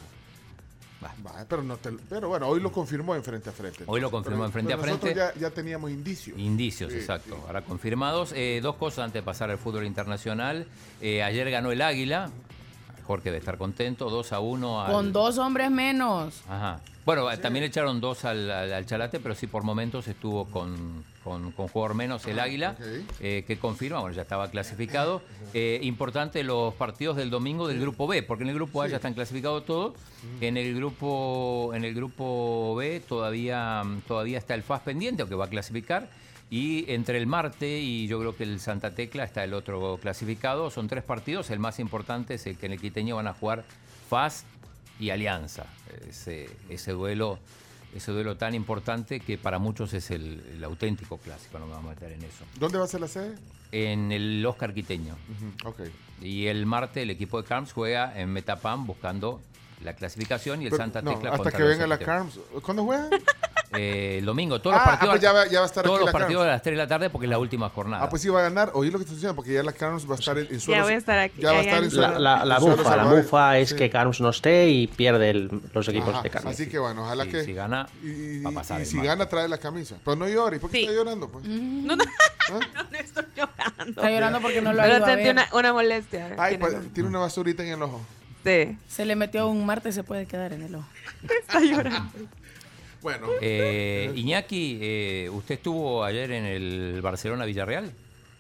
Va. Va, pero, no te, pero bueno, hoy lo confirmó en frente a frente. Entonces, hoy lo confirmó pero, en frente a frente. Nosotros ya, ya teníamos indicios. Indicios, sí, exacto. Sí. Ahora confirmados. Eh, dos cosas antes de pasar al fútbol internacional. Eh, ayer ganó el Águila. Jorge debe estar contento. dos a uno. Al... Con dos hombres menos. Ajá. Bueno, sí. También echaron dos al, al, al Chalate, pero sí por momentos estuvo con, con, con jugador menos el Águila, okay. eh, que confirma, bueno, ya estaba clasificado. Eh, importante los partidos del domingo del grupo B, porque en el grupo A sí. ya están clasificados todos. En el grupo en el grupo B todavía, todavía está el F A S pendiente, aunque va a clasificar. Y entre el Marte y yo creo que el Santa Tecla está el otro clasificado. Son tres partidos. El más importante es el que en el Quiteño van a jugar F A S y Alianza. Ese, ese duelo ese duelo tan importante que para muchos es el, el auténtico clásico. No me vamos a meter en eso. ¿Dónde va a ser la sede? En el Oscar Quiteño. Uh-huh. Okay. Y el martes el equipo de Carms juega en Metapán buscando la clasificación y el Pero, Santa no, Tecla hasta que venga la Carms. ¿Cuándo juega? Eh, el domingo, todos ah, los partidos, ah, pues ya va, ya va a estar todos aquí los la partidos Carms. a las tres de la tarde porque es la última jornada. Ah, pues sí va a ganar. Oí lo que estoy diciendo, porque ya la Carms va a estar en, en suelo. Ya voy a estar aquí. Ya va a estar en suelo. La, la, la mufa, la mufa es sí. que Carms no esté y pierde el, los equipos Ajá, de Carms. Así que bueno, ojalá sí, que... Si gana, y, va a pasar y si gana, trae la camisa. Pero no llore. ¿Por qué sí. está llorando? Pues? Mm. No, no, ¿Ah? no, no estoy llorando. Está llorando porque no lo ha Pero ido a ver. sentí una, una molestia. Ay, pues, tiene una basurita en el ojo. Sí. Se le metió un martes, se puede quedar en el ojo. Está llorando. Bueno. Eh, Iñaki, eh, ¿usted estuvo ayer en el Barcelona-Villarreal?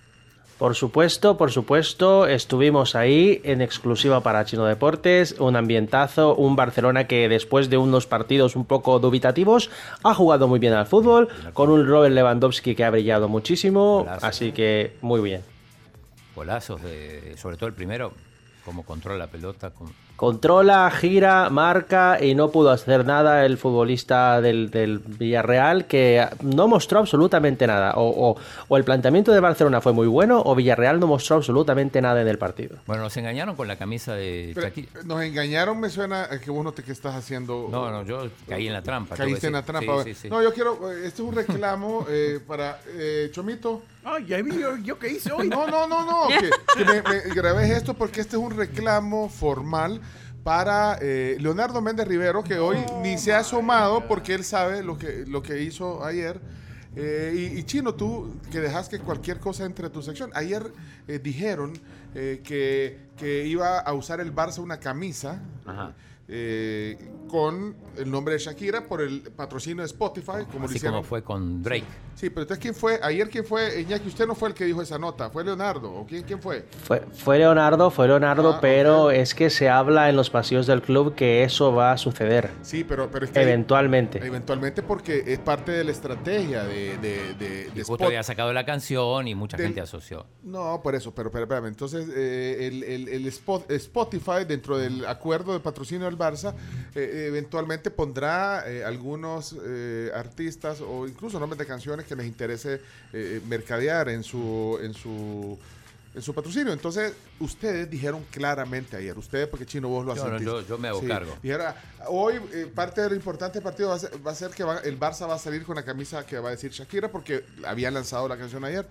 Por supuesto, por supuesto, estuvimos ahí en exclusiva para Chino Deportes, un ambientazo, un Barcelona que después de unos partidos un poco dubitativos ha jugado muy bien al fútbol, con un Robert Lewandowski que ha brillado muchísimo, Golazo. Así que muy bien. Golazos, de, sobre todo el primero, cómo controla la pelota. Con... Controla, gira, marca y no pudo hacer nada el futbolista del, del Villarreal, que no mostró absolutamente nada. O, o, o el planteamiento de Barcelona fue muy bueno o Villarreal no mostró absolutamente nada en el partido. Bueno, nos engañaron con la camisa de Shakira. Nos engañaron, me suena a que vos no te que estás haciendo... No, no, yo caí en la trampa. Caíste en la trampa. Sí, sí, sí. No, yo quiero... Este es un reclamo eh, para eh, Chomito. Ay, ya vi yo, yo qué hice hoy. No, no, no, no. que, que me, me grabé esto porque este es un reclamo formal para eh, Leonardo Méndez Rivero, que hoy oh, ni se ha asomado porque él sabe lo que, lo que hizo ayer. Eh, y, y Chino, tú que dejas que cualquier cosa entre a tu sección. Ayer eh, dijeron eh, que, que iba a usar el Barça una camisa. Ajá. Eh, con el nombre de Shakira por el patrocinio de Spotify, como Así lo hicieron. Como fue con Drake. Sí, sí, pero entonces ¿quién fue? Ayer ¿quién fue? Iñaki, usted no fue el que dijo esa nota, ¿fue Leonardo? ¿O quién, quién fue? Fue, fue Leonardo, fue Leonardo, ah, pero okay. Es que se habla en los pasillos del club que eso va a suceder. Sí, pero, pero es que eventualmente. Hay, eventualmente porque es parte de la estrategia de, de, de, de justo había sacado la canción y mucha del, gente asoció. No, por eso, pero, pero espérame. Entonces, eh, el, el, el Spot, Spotify, dentro del acuerdo de patrocinio del Barça, eh, eventualmente pondrá eh, algunos eh, artistas o incluso nombres de canciones que les interese eh, mercadear en su en su en su patrocinio. Entonces ustedes dijeron claramente ayer, ustedes porque Chino vos lo hacen. Yo, yo, yo me hago sí, cargo. Dijera, hoy eh, parte de lo importante del partido va a ser, va a ser que va, el Barça va a salir con la camisa que va a decir Shakira porque había lanzado la canción ayer.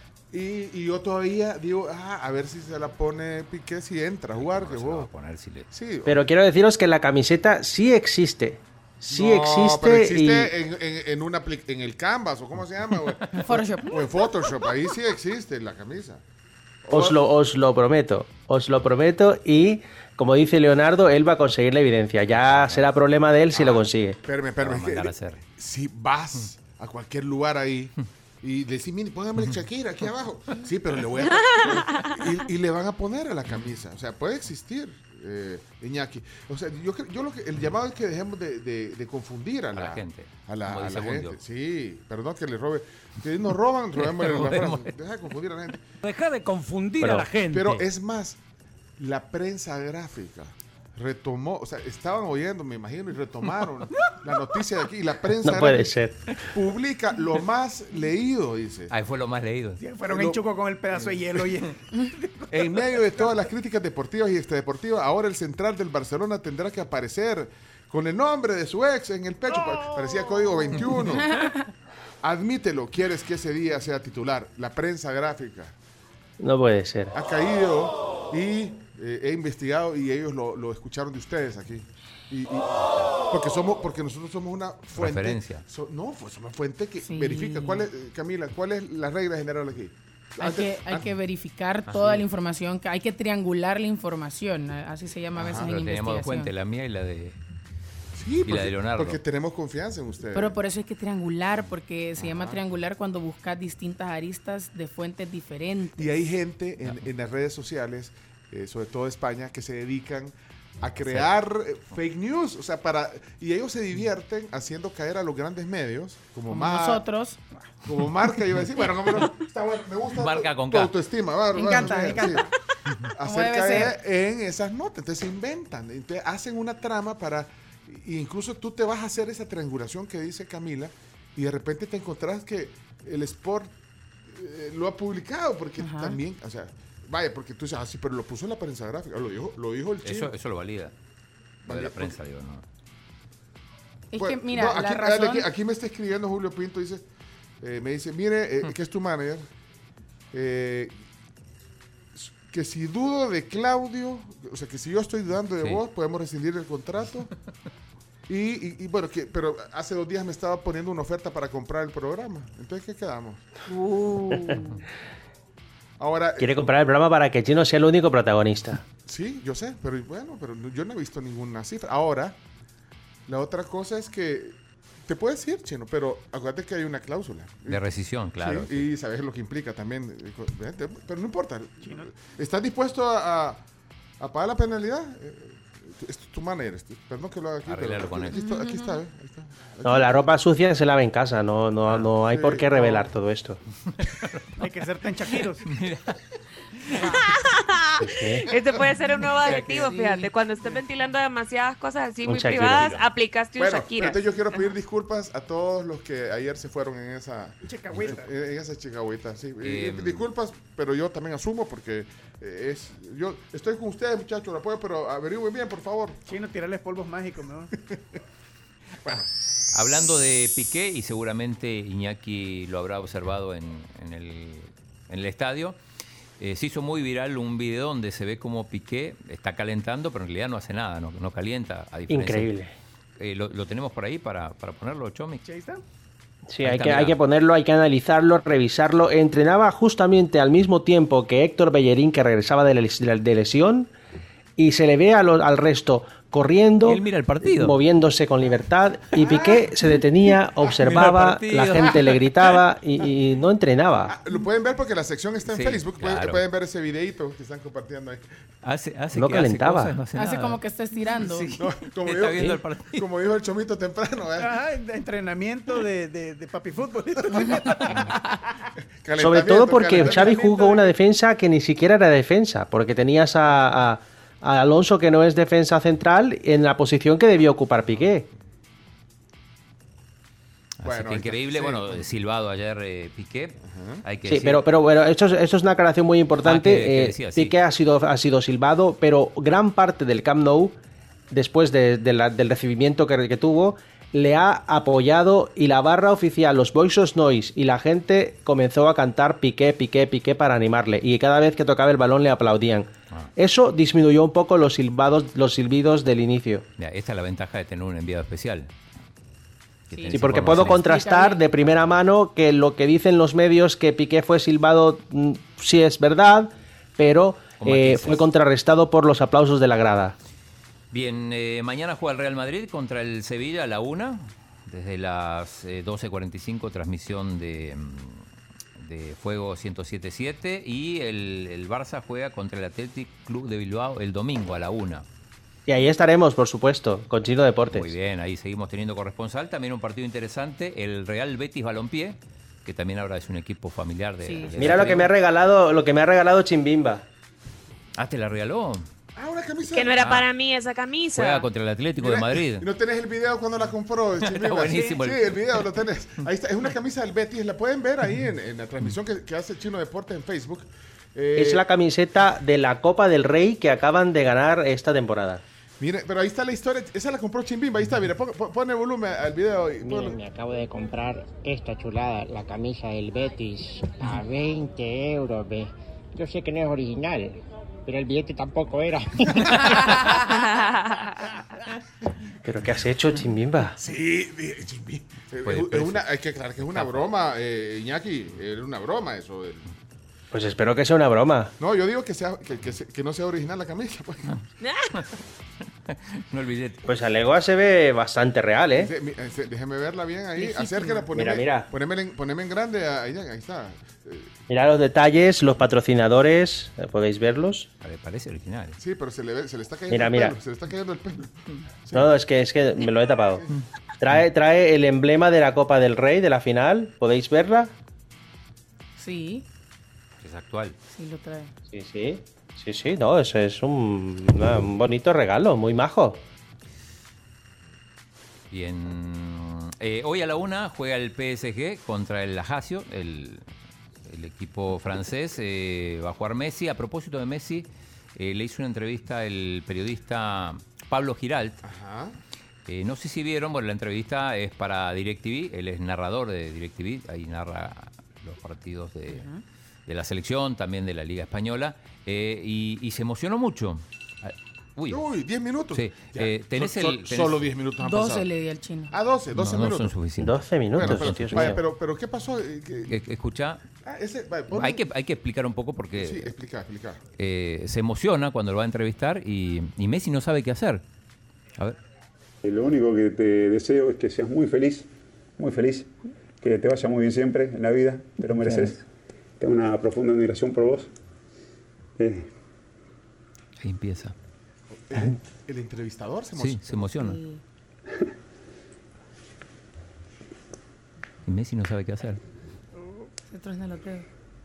Y, y yo todavía digo, ah, a ver si se la pone Piqué si entra a jugar. No, que vos. A poner si le... sí, pero quiero deciros que la camiseta sí existe. Sí no, existe. Pero existe y... en, en, en, una, en el Canvas o cómo se llama. O, Photoshop. O en Photoshop. Ahí sí existe la camisa. Os lo, os lo prometo. Os lo prometo y... Como dice Leonardo, él va a conseguir la evidencia. Ya será problema de él si ah, lo consigue. Espérame, espérame. Si vas a cualquier lugar ahí y le decís, mire, póngame el Shakira aquí abajo. Sí, pero le voy a... y, y le van a poner a la camisa. O sea, puede existir, eh, Iñaki. O sea, yo, yo lo que... El llamado es que dejemos de, de, de confundir a la, a la gente. A la, a la gente. Sí, perdón que le robe. Que nos roban, robemos la frase. Deja de confundir a la gente. Deja de confundir pero, a la gente. Pero es más... La prensa gráfica retomó, o sea, estaban oyendo, me imagino, y retomaron la noticia de aquí. Y la prensa no puede ser. publica lo más leído, dice. Ahí fue lo más leído. Sí, fueron en Chuco con el pedazo de hielo. Y... En medio de todas las críticas deportivas y extradeportivas, ahora el central del Barcelona tendrá que aparecer con el nombre de su ex en el pecho. Oh. Parecía código veintiuno. Admítelo, quieres que ese día sea titular. La prensa gráfica. No puede ser. Ha caído y eh, he investigado y ellos lo, lo escucharon de ustedes aquí. Y, y, porque somos, porque nosotros somos una fuente. Referencia. So, no, pues somos una fuente que Sí. verifica. ¿Cuál es, Camila, cuál es la regla general aquí? Hay, Antes, que, hay antes, que verificar Así toda es. la información, que hay que triangular la información, así se llama a veces Ajá, en pero teníamos dos investigación. fuentes, la mía y la de, sí, y porque, la de Leonardo. porque tenemos confianza en ustedes. Pero por eso hay que triangular, porque se llama triangular cuando buscas distintas aristas de fuentes diferentes. Y hay gente en, en las redes sociales, eh, sobre todo de España, que se dedican a crear eh, fake news, o sea, para y ellos se divierten haciendo caer a los grandes medios, como, Como Mar- nosotros. como Marca, yo iba a decir, bueno, como no, está bueno, me gusta Marca tu, con tu K. autoestima, va, Me va, encanta, sí, me encanta. sí. Hacer debe caer en esas notas, entonces se inventan, entonces hacen una trama para, e incluso tú te vas a hacer esa triangulación que dice Camila, y de repente te encontrás que el Sport eh, lo ha publicado, porque Ajá. también, o sea, vaya, porque tú dices, ah, sí, pero lo puso en la prensa gráfica, lo dijo, lo dijo el chino. Eso, eso lo valida. Lo de la prensa, digo, no. Es Pues, que, mira, no, aquí, la razón... aquí, aquí me está escribiendo Julio Pinto, dice, eh, me dice, mire, eh, que es tu manager, eh, que si dudo de Claudio, o sea, que si yo estoy dudando de Sí. vos, podemos rescindir el contrato. Y, y, y bueno, que, pero hace dos días me estaba poniendo una oferta para comprar el programa. Entonces, ¿qué quedamos? Uh. Ahora, Quiere comprar el programa para que Chino sea el único protagonista. sí, yo sé, pero bueno, pero yo no he visto ninguna cifra. Ahora, la otra cosa es que te puedes ir, Chino, pero acuérdate que hay una cláusula. De rescisión, claro. Sí, y sabes lo que implica también. Pero no importa. ¿Estás dispuesto a, a, a pagar la penalidad? Eh, Es tu manager. Perdón que lo haga aquí. Arreglarlo Pero con aquí, él. está, aquí está, ¿eh? Ahí está. No, la ropa sucia se lava en casa, no, no, no hay sí, por qué revelar no. todo esto. Hay que ser tan chaquiros. Este puede ser un nuevo adjetivo, Sí. fíjate. Cuando estés ventilando demasiadas cosas así Un muy Shakira. privadas, aplicaste un Bueno, Shakira. entonces yo quiero pedir disculpas a todos los que ayer se fueron en esa Chicahuita. en, en esa chicahuita, sí. Y- Eh, y disculpas, pero yo también asumo porque eh, es yo estoy con ustedes, muchachos, lo apoyo, pero averigüen bien, por favor. Chino, tirarles polvos mágicos, ¿no? Hablando de Piqué, y seguramente Iñaki lo habrá observado en, en el, en el estadio, eh, se hizo muy viral un video donde se ve como Piqué está calentando, pero en realidad no hace nada, no, no calienta. A diferencia- Increíble. Eh, lo, lo tenemos por ahí para, para ponerlo, Chomi. ¿Sí, ahí está? Sí, Ahí hay está, que, mira. hay que ponerlo, hay que analizarlo, revisarlo. Entrenaba justamente al mismo tiempo que Héctor Bellerín, que regresaba de, les- de lesión, y se le ve a lo- al resto corriendo, Él mira el partido. moviéndose con libertad, y Piqué se detenía, observaba, partido. la gente le gritaba y, y no entrenaba. Lo pueden ver porque la sección está en Sí, Facebook, pueden, claro. pueden ver ese videito que están compartiendo ahí. Hace, hace No que hace calentaba. cosas, no hace Hace nada. como que está estirando. Sí. No, como, Está dijo, viendo el partido. como dijo el Chomito temprano, ¿eh? Ajá, de entrenamiento de, de, de papi fútbol. Sobre todo porque Calentamiento, Xavi jugó una defensa que ni siquiera era defensa, porque tenías a, a- a Alonso, que no es defensa central, en la posición que debió ocupar Piqué. Así Bueno, que ahí está. increíble, Sí. bueno, silbado ayer eh, Piqué. Hay que Sí, decir- pero, pero bueno, esto es, esto es una aclaración muy importante. Ah, que- que Eh, decía, sí. Piqué ha sido, ha sido silbado, pero gran parte del Camp Nou, después de- de la- del recibimiento que, que tuvo, le ha apoyado, y la barra oficial, los Boisos Noise y la gente comenzó a cantar Piqué, Piqué, Piqué para animarle, y cada vez que tocaba el balón le aplaudían. Ah. Eso disminuyó un poco los silbados, los silbidos del inicio. Mira, esta es la ventaja de tener un enviado especial. Que Sí, tenés Sí, porque puedo información. contrastar de primera mano que lo que dicen los medios que Piqué fue silbado mm, sí es verdad, pero Con eh, matices. fue contrarrestado por los aplausos de la grada. Bien, eh, mañana juega el Real Madrid contra el Sevilla a la una, desde las eh, doce cuarenta y cinco, transmisión de, mm, de Fuego ciento siete punto siete, y el, el Barça juega contra el Athletic Club de Bilbao el domingo a la una. Y ahí estaremos, por supuesto, con Chino Deportes. Muy bien, ahí seguimos teniendo corresponsal. También un partido interesante, el Real Betis Balompié, que también ahora es un equipo familiar de... Sí. de Mira la lo que me ha regalado, lo que me ha regalado Chimbimba. Ah, ¿te la regaló? Ah, una camisa. Que no era Ah. para mí esa camisa. Juega contra el Atlético de Madrid. ¿Y no tenés el video cuando la compró? Está buenísimo Sí, el- sí, el video lo tenés. Ahí está. Es una camisa del Betis. La pueden ver ahí en, en la transmisión que, que hace Chino Deportes en Facebook. Eh, Es la camiseta de la Copa del Rey que acaban de ganar esta temporada. Mire, pero ahí está la historia. Esa la compró Chimbimba. Ahí está, mire. Pon, pon- pon el volumen al video. y ponlo. Miren, me acabo de comprar esta chulada, la camisa del Betis, a veinte euros, ve. Yo sé que no es original, pero el billete tampoco era. ¿Pero qué has hecho, Chimbimba? Sí, eh, Chimbimba. Eh, Pues, es pues, una, hay que aclarar que es una broma, eh, Iñaki. Es una broma eso. del- Pues espero que sea una broma. No, yo digo que, sea, que, que se- que no sea original la camisa. Pues. No el billete. Pues a legua se ve bastante real, ¿eh? Sí, mi- eh, sí, déjeme verla bien ahí. Legítimo. Acérquela, poneme, Mira, mira. Poneme, en, poneme en grande. Ahí, ahí está. Eh, Mira los detalles, los patrocinadores, ¿podéis verlos? Parece original. Sí, pero se le, ve- se le está cayendo Mira, el mira. pelo. Se le está cayendo el pelo. No, es que, es que me lo he tapado. Trae, trae el emblema de la Copa del Rey de la final. ¿Podéis verla? Sí, Es actual. sí lo trae. Sí, sí. Sí, sí, no, eso es un, una- un bonito regalo, muy majo. Bien. Eh, hoy a la una juega el P S G contra el Ajaccio, el, el equipo francés. Eh, va a jugar Messi. A propósito de Messi, eh, le hizo una entrevista el periodista Pablo Giralt. Ajá. Eh, no sé si vieron, bueno, la entrevista es para DirecTV, él es narrador de DirecTV, ahí narra los partidos de, de la selección, también de la Liga Española, eh, y, y se emocionó mucho. Ah, Uy, Uy, diez minutos. Sí, Ya. eh, tenés So- so- el- tenés- Solo diez minutos han doce pasado. le di al chino. Ah, doce, doce No, no minutos. son suficientes. doce minutos, Bueno, pero, Dios vaya, mío. pero, pero ¿qué pasó? Eh, que- Eh, Escucha, ah, ese, vaya, pon- hay que, hay que explicar un poco porque Sí, explica, explica. eh, se emociona cuando lo va a entrevistar y, y Messi no sabe qué hacer. A ver. Y lo único que te deseo es que seas muy feliz, muy feliz, que te vaya muy bien siempre en la vida, te lo mereces. Tengo una profunda admiración por vos. Eh, Ahí empieza. El, el entrevistador se Sí, emociona. se emociona. Y Messi no sabe qué hacer. Se truena el dedo.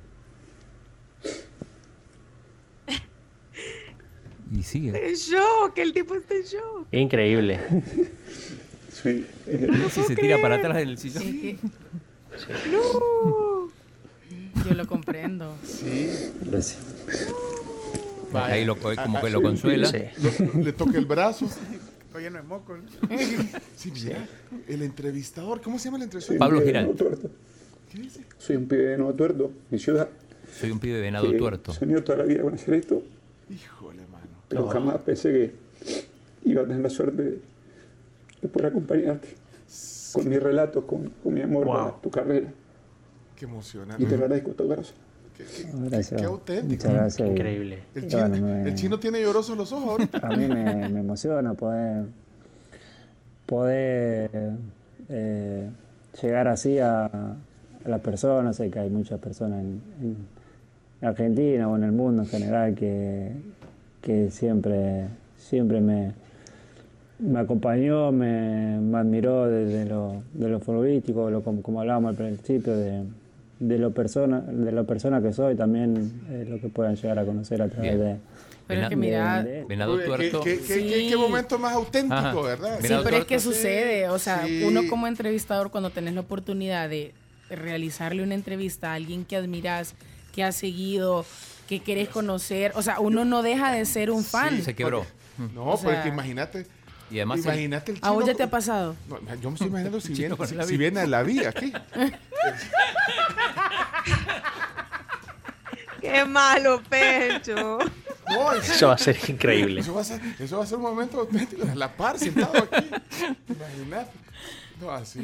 Y sigue. En shock, el tipo está en shock. Increíble. sí. Messi se tira para atrás del sillón. Sí. No. Yo lo comprendo. Sí. Gracias. Vaya. Ahí lo, como Ah, que ah, lo sí. consuela. Sí. Lo- le toca el brazo. Está lleno de moco. ¿no? Sí, mira, el entrevistador, ¿cómo se llama el entrevistador? Pablo Soy un Giralt. pibe de Nuevo Tuerto. ¿Qué dice? Soy un pibe de Nuevo Tuerto, mi ciudad. Soy un pibe venado que tuerto. Soñé toda la vida con hacer esto, Híjole, mano. pero jamás pensé que iba a tener la suerte de, de poder acompañarte con mis relatos, con, con mi amor Wow. para tu carrera. Qué emocionante. Y te lo agradezco de todo corazón. Qué, qué- Gracias. qué auténtico. Muchas gracias. Increíble. El Y chino, bueno, me- el chino tiene llorosos los ojos ahorita. A mí me, me emociona poder, poder eh, llegar así a, a las personas. Sé que hay muchas personas en, en Argentina o en el mundo en general que, que siempre, siempre me, me acompañó, me, me admiró desde lo, de lo futbolístico, lo, como, como hablábamos al principio, de, de lo persona, de la persona que soy, también eh, lo que puedan llegar a conocer a través Bien. de... Pero es que de- mira, de- Venado Uy, qué, tuerto. qué- qué- Sí. qué- qué momento más auténtico, Ajá. ¿verdad? sí, Venado pero es que tuerto. sucede, o sea, Sí. uno como entrevistador cuando tenés la oportunidad de realizarle una entrevista a alguien que admiras, que has seguido, que querés conocer, o sea, uno no deja de ser un fan. Se quebró. No, O pero es sea, que imagínate. Y además el- imagínate el ¿A vos chino ya te ha con- pasado? No, yo me estoy imaginando si Chino viene, con si, la si vida. viene a la vida aquí. Qué malo, Pencho. No, Eso va a ser increíble. Eso va a ser, eso va a ser un momento auténtico. A la par, sentado aquí. Imagínate. No, así.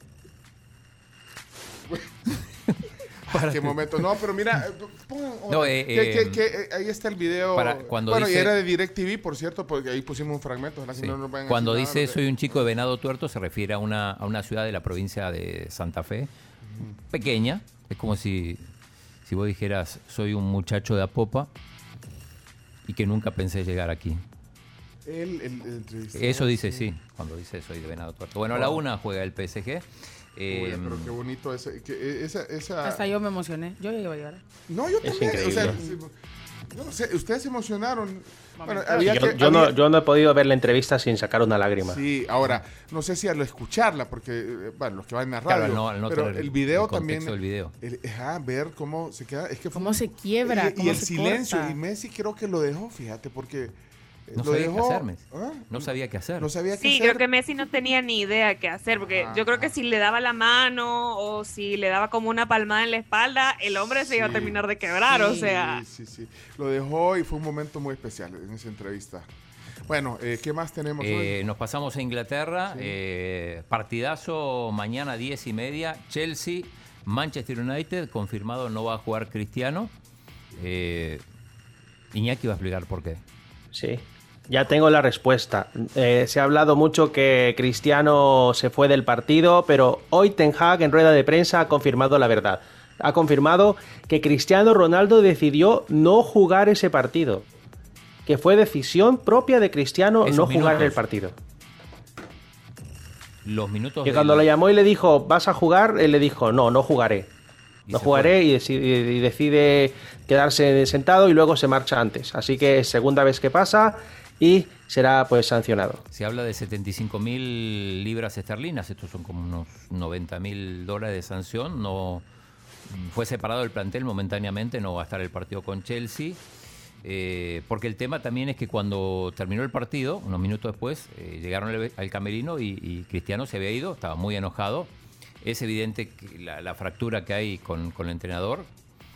Ah, qué momento. No, pero mira, eh, pongan, No, eh, que- que- eh, que, eh, ahí está el video. para- cuando bueno, y dice- era de DirecTV, por cierto, porque ahí pusimos un fragmento. ojalá que Sí. no nos vayan a Cuando decir nada, dice lo que- soy un chico de Venado Tuerto se refiere a una, a una ciudad de la provincia de Santa Fe, pequeña. Es como si, si vos dijeras soy un muchacho de Apopa y que nunca pensé llegar aquí. El, el, el entrevistador, Eso dice, sí, cuando dice soy de Venado Tuerto. Bueno, a la Wow. una juega el P S G. Uy, Eh, pero qué bonito ese, que, esa, esa... Hasta yo me emocioné. Yo ya iba a llorar. No, yo Es también. O sea, increíble. sí, No sé, ustedes se emocionaron. Bueno, yo, había yo, que, yo había... No, yo no he podido ver la entrevista sin sacar una lágrima. Sí, ahora, no sé si al escucharla, porque, bueno, los que van en la radio, claro, no, no pero el video el también... del video. El, ajá, ver cómo se queda... Es que cómo se quiebra, y, cómo y el se silencio, corta. y Messi creo que lo dejó, fíjate, porque... No lo sabía dejó, qué hacer, Messi. ¿Ah? No sabía qué hacer. No sabía qué Sí, hacer. creo que Messi no tenía ni idea qué hacer, porque yo creo que si le daba la mano o si le daba como una palmada en la espalda, el hombre se iba a terminar de quebrar, Sí, o sea... Sí, sí, lo dejó y fue un momento muy especial en esa entrevista. Bueno, eh, ¿qué más tenemos eh, hoy? Nos pasamos a Inglaterra, Sí. eh, partidazo mañana diez y media, Chelsea, Manchester United, confirmado no va a jugar Cristiano. Eh, Iñaki va a explicar por qué. Sí. Ya tengo la respuesta. Eh, se ha hablado mucho que Cristiano se fue del partido, pero hoy Ten Hag en rueda de prensa ha confirmado la verdad. Ha confirmado que Cristiano Ronaldo decidió no jugar ese partido. Que fue decisión propia de Cristiano Esos no jugar minutos. el partido. Los minutos Que del- cuando lo llamó y le dijo, ¿vas a jugar? Él le dijo, no, no jugaré. Y No se jugaré y decide, y decide quedarse sentado y luego se marcha antes. Así que es segunda vez que pasa y será pues sancionado. Se habla de setenta y cinco mil libras esterlinas, estos son como unos noventa mil dólares de sanción. No fue separado del plantel momentáneamente, no va a estar el partido con Chelsea. Eh, porque el tema también es que cuando terminó el partido, unos minutos después, eh, llegaron al, al camerino y, y Cristiano se había ido, estaba muy enojado. Es evidente que la, la fractura que hay con, con el entrenador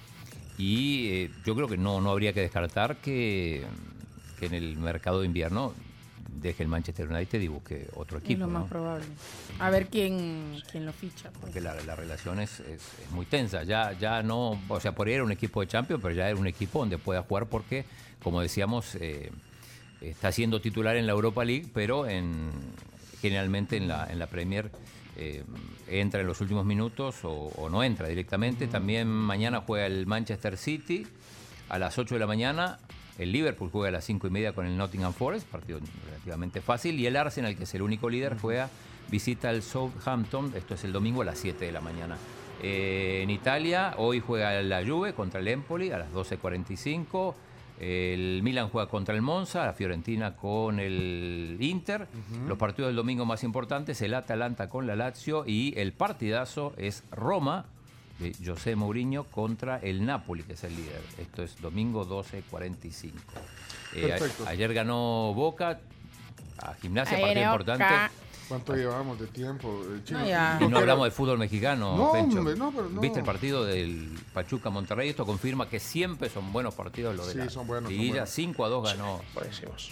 y eh, yo creo que no, no habría que descartar que, que en el mercado de invierno deje el Manchester United y busque otro Es equipo. lo más ¿no? probable. A ver quién, quién lo ficha. pues. Porque la, la relación es, es- es muy tensa. Ya, ya no, o sea, por ahí era un equipo de Champions, pero ya era un equipo donde pueda jugar porque, como decíamos, eh, está siendo titular en la Europa League, pero en, generalmente en la, en la Premier eh, entra en los últimos minutos o, o no entra directamente. También mañana juega el Manchester City a las ocho de la mañana. El Liverpool juega a las cinco y media con el Nottingham Forest, partido relativamente fácil. Y el Arsenal, que es el único líder, juega, visita al Southampton. Esto es el domingo a las siete de la mañana. Eh, en Italia, hoy juega la Juve contra el Empoli a las doce cuarenta y cinco. El Milan juega contra el Monza, la Fiorentina con el Inter. Ujú. Los partidos del domingo más importantes, el Atalanta con la Lazio y el partidazo es Roma de José Mourinho contra el Napoli, que es el líder. Esto es domingo doce cuarenta y cinco. Eh, a- Perfecto. ayer ganó Boca a Gimnasia, Ayer partido Boca. importante. ¿Cuánto llevamos de tiempo? eh, Chino? No, ya. Y no quiero- hablamos de fútbol mexicano, No, Pencho. hombre, no, pero no. ¿Viste el partido del Pachuca-Monterrey? Esto confirma que siempre son buenos partidos los de Sí, la son buenos, son liguilla. buenos. cinco a dos ganó. Buenísimos.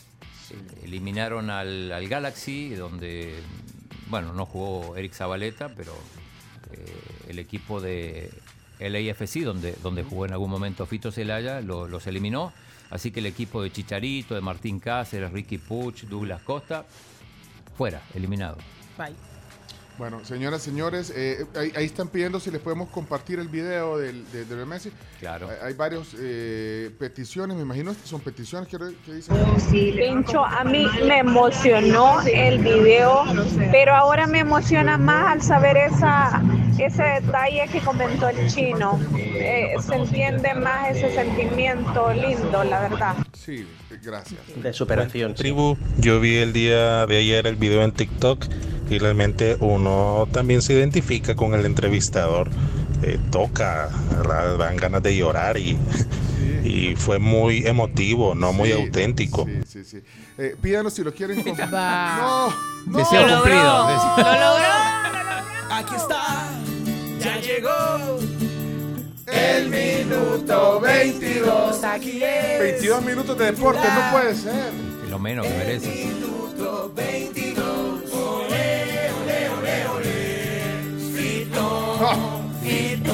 Eliminaron al, al Galaxy, donde, bueno, no jugó Eric Zabaleta, pero eh, el equipo de L A F C, donde, donde jugó en algún momento Fito Celaya, lo- los eliminó. Así que el equipo de Chicharito, de Martín Cáceres, Ricky Puch, Douglas Costa, fuera, eliminado. Bye. Bueno, señoras, señores, eh, ahí, ahí están pidiendo si les podemos compartir el video del, de, de Messi. Claro. Hay, hay varias peticiones, me imagino que son peticiones que, que dicen. Pincho, a mí me emocionó el video, pero ahora me emociona más al saber esa, ese detalle que comentó el chino. Eh, se entiende más ese sentimiento lindo, la verdad. Sí, gracias. De superación. sí. Tribu, yo vi el día de ayer el video en TikTok y realmente uno también se identifica con el entrevistador. Eh, toca, ¿verdad? Dan ganas de llorar y, y fue muy emotivo, no muy Sí, auténtico. Sí, sí, sí. Eh, pídanos si lo quieren compartir. Va. No, no. Deseo Lo cumplido. logró. Deseo- Lo logró. Aquí está, ya llegó El minuto veintidós. aquí es. veintidós minutos de deporte, no puede ser. Es lo menos que mereces. Minuto veintidós. Ole, ole, ole, ole. Fito, No, Fito.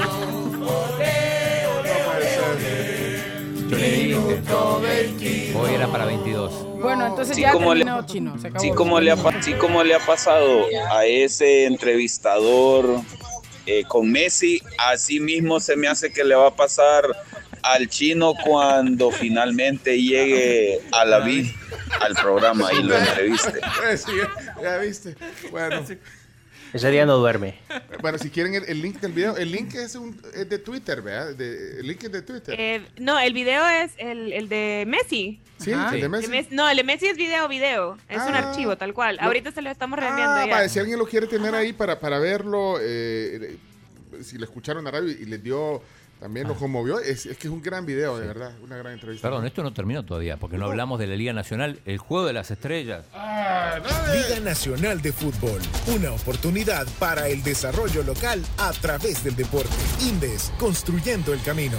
Ole, ole, no puede ser. Yo le dije, minuto veintidós. hoy era para veintidós. Bueno, entonces Sí, ya como le- terminó chino. Se acabó. Sí como, le ha, pa- sí, como le ha pasado a ese entrevistador eh, con Messi, así mismo se me hace que le va a pasar al chino cuando finalmente llegue a la vid al programa y lo entreviste. Eh, sí, ya viste. Bueno, Ese día no duerme. Bueno, si quieren el, el link del video, el link es, un, es de Twitter, ¿verdad? De, el link es de Twitter. Eh, no, el video es el, el de Messi. Sí, el de Messi. De Messi- No, el de Messi es video, video. Es un Ah, archivo, tal cual. lo- Ahorita se lo estamos reenviando Ah, ya. vale, si alguien lo quiere tener ahí para, para verlo, eh, si lo escucharon en la radio y les dio, también lo conmovió, es, es que es un gran video, de verdad, una gran entrevista. Perdón, esto no terminó todavía, porque no hablamos de la Liga Nacional, el Juego de las Estrellas. Liga Nacional de Fútbol, una oportunidad para el desarrollo local a través del deporte. Indes, construyendo el camino.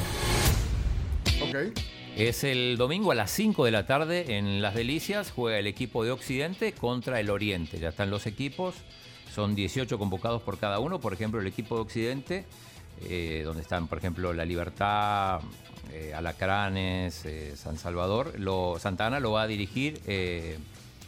Ok. Es el domingo a las cinco de la tarde en Las Delicias, juega el equipo de Occidente contra el Oriente. Ya están los equipos, son dieciocho convocados por cada uno. Por ejemplo, el equipo de Occidente, eh, donde están, por ejemplo, La Libertad, eh, Alacranes, eh, San Salvador. Lo, Santa Ana lo va a dirigir eh,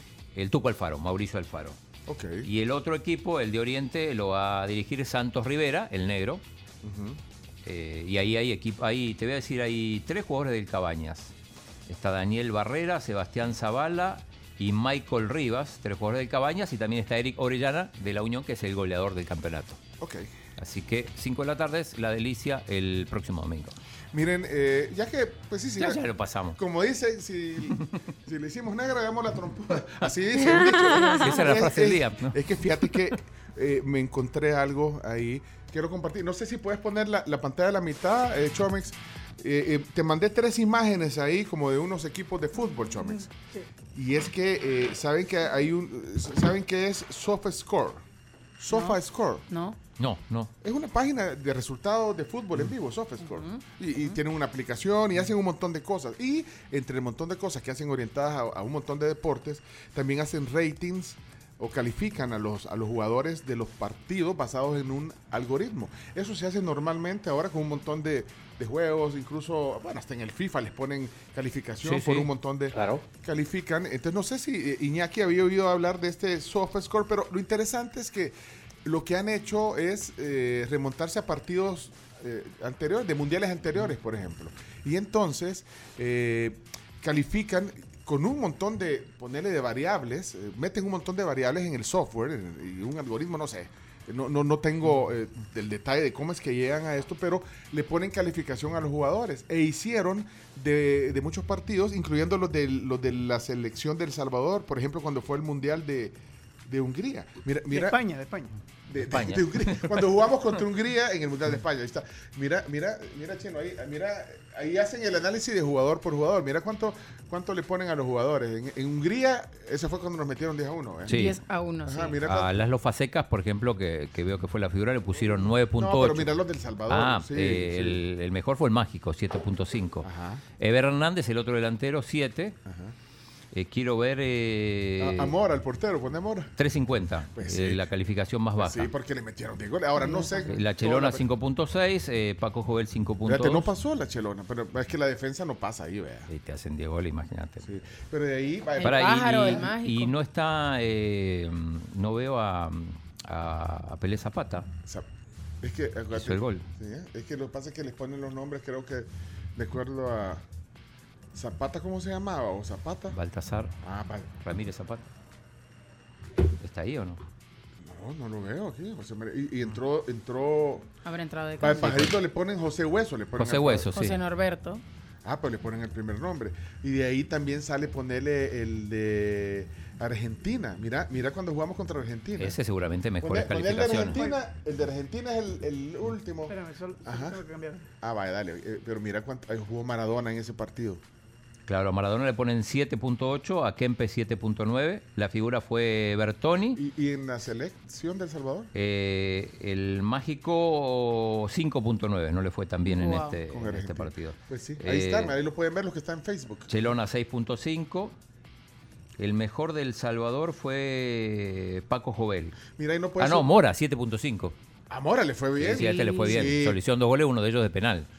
el Tuco Alfaro, Mauricio Alfaro. Okay. Y el otro equipo, el de Oriente, lo va a dirigir Santos Rivera, el negro. Uh-huh. Eh, y ahí hay equipo, ahí te voy a decir, hay tres jugadores del Cabañas. Está Daniel Barrera, Sebastián Zavala y Michael Rivas, tres jugadores del Cabañas, y también está Eric Orellana de la Unión, que es el goleador del campeonato. Ok. Así que cinco de la tarde es La Delicia el próximo domingo. Miren, eh, ya que, pues sí, sí. Ya, ya lo pasamos. Como dicen, si, si le hicimos negra, hagamos la trompuda. Así dice el dicho. Sí, esa es la frase del día, ¿no? Es que fíjate que eh, me encontré algo ahí. Quiero compartir. No sé si puedes poner la, la pantalla a la mitad, eh, Chomex. Eh, eh, te mandé tres imágenes ahí como de unos equipos de fútbol, Chomex. Sí. Y es que, eh, ¿saben que hay un, ¿saben qué es SofaScore? SofaScore. No. No, no. Es una página de resultados de fútbol en vivo, SofaScore. Uh-huh. Y, y tienen una aplicación y hacen un montón de cosas. Y entre el montón de cosas que hacen orientadas a, a un montón de deportes, también hacen ratings o califican a los, a los jugadores de los partidos basados en un algoritmo. Eso se hace normalmente ahora con un montón de, de juegos, incluso, bueno, hasta en el FIFA les ponen calificación Sí, por sí. un montón de... Claro. Califican. Entonces, no sé si eh, Iñaki había oído hablar de este SofaScore, pero lo interesante es que lo que han hecho es eh, remontarse a partidos eh, anteriores, de mundiales anteriores, por ejemplo. Y entonces eh, califican con un montón de, ponerle de variables, eh, meten un montón de variables en el software en, y un algoritmo, no sé. No, no, no tengo eh, el detalle de cómo es que llegan a esto, pero le ponen calificación a los jugadores. E hicieron de, de muchos partidos, incluyendo los de, los de la selección de El Salvador, por ejemplo, cuando fue el Mundial de, de Hungría. Mira, mira, de España, de España. De, de, España. de Hungría. Cuando jugamos contra Hungría en el Mundial de España, ahí está. Mira, mira, mira, Chino, ahí, mira, ahí hacen el análisis de jugador por jugador. Mira cuánto, cuánto le ponen a los jugadores. En, en Hungría, ese fue cuando nos metieron diez a uno. ¿eh? Sí. diez a uno, Ajá, sí. mira A cuánto- Laszlo Fasecas, por ejemplo, que, que veo que fue la figura, le pusieron nueve punto ocho. No, pero mira los del Salvador. Ah, sí, eh, sí. El, el mejor fue el Mágico, siete punto cinco. Ajá. Ever Hernández, el otro delantero, siete. Ajá. Eh, quiero ver... Eh, A, a Mora, el portero, pone Mora. tres cincuenta, Pues eh, sí. la calificación más baja. Sí, porque le metieron diez goles. Ahora no sé. Eh, La Chelona toda cinco punto seis, eh, Paco Jovel cinco punto dos. Fíjate, no pasó la Chelona, pero es que la defensa no pasa ahí, vea. Y te hacen diez goles, imagínate. Sí. Pero de ahí va El Pará, y- pájaro, y, el mágico. y no está, eh, no veo a, a, a Pelé Zapata. Es que, acuérdate, Hizo el gol. sí, ¿eh? Es que lo que pasa es que les ponen los nombres, creo que de acuerdo a Zapata, ¿cómo se llamaba? ¿O Zapata? Baltasar Ah, vale. Ramírez Zapata. ¿Está ahí o no? No, no lo veo aquí. José María. Y, y entró, entró. Habrá entrado de Para el cambio. pajarito le ponen José Hueso. Le ponen José al- Hueso, sí. José Norberto. Ah, pero le ponen el primer nombre. Y de ahí también sale ponerle el de Argentina. Mira, mira cuando jugamos contra Argentina. Ese seguramente mejores Poné- poné el de calificaciones. Argentina, el de Argentina es el, el último. Espérame, solo, solo Ajá. tengo que cambiar. Ah, vaya, dale. Eh, pero mira cuánto ahí jugó Maradona en ese partido. Claro, a Maradona le ponen siete punto ocho, a Kempe siete punto nueve. La figura fue Bertoni. ¿Y, y en la selección de El Salvador? Eh, el Mágico cinco punto nueve, no le fue tan bien en Wow. este, Con en este Argentina. partido. Pues sí, Eh, ahí están, ahí lo pueden ver los que están en Facebook. Chelona seis punto cinco. El mejor del Salvador fue Paco Jovel. Mira, ahí no puede Ah, no, ser- Mora, siete punto cinco. A Mora le fue bien. Sí, a este le fue bien. Sí. Solo hicieron dos goles, uno de ellos de penal.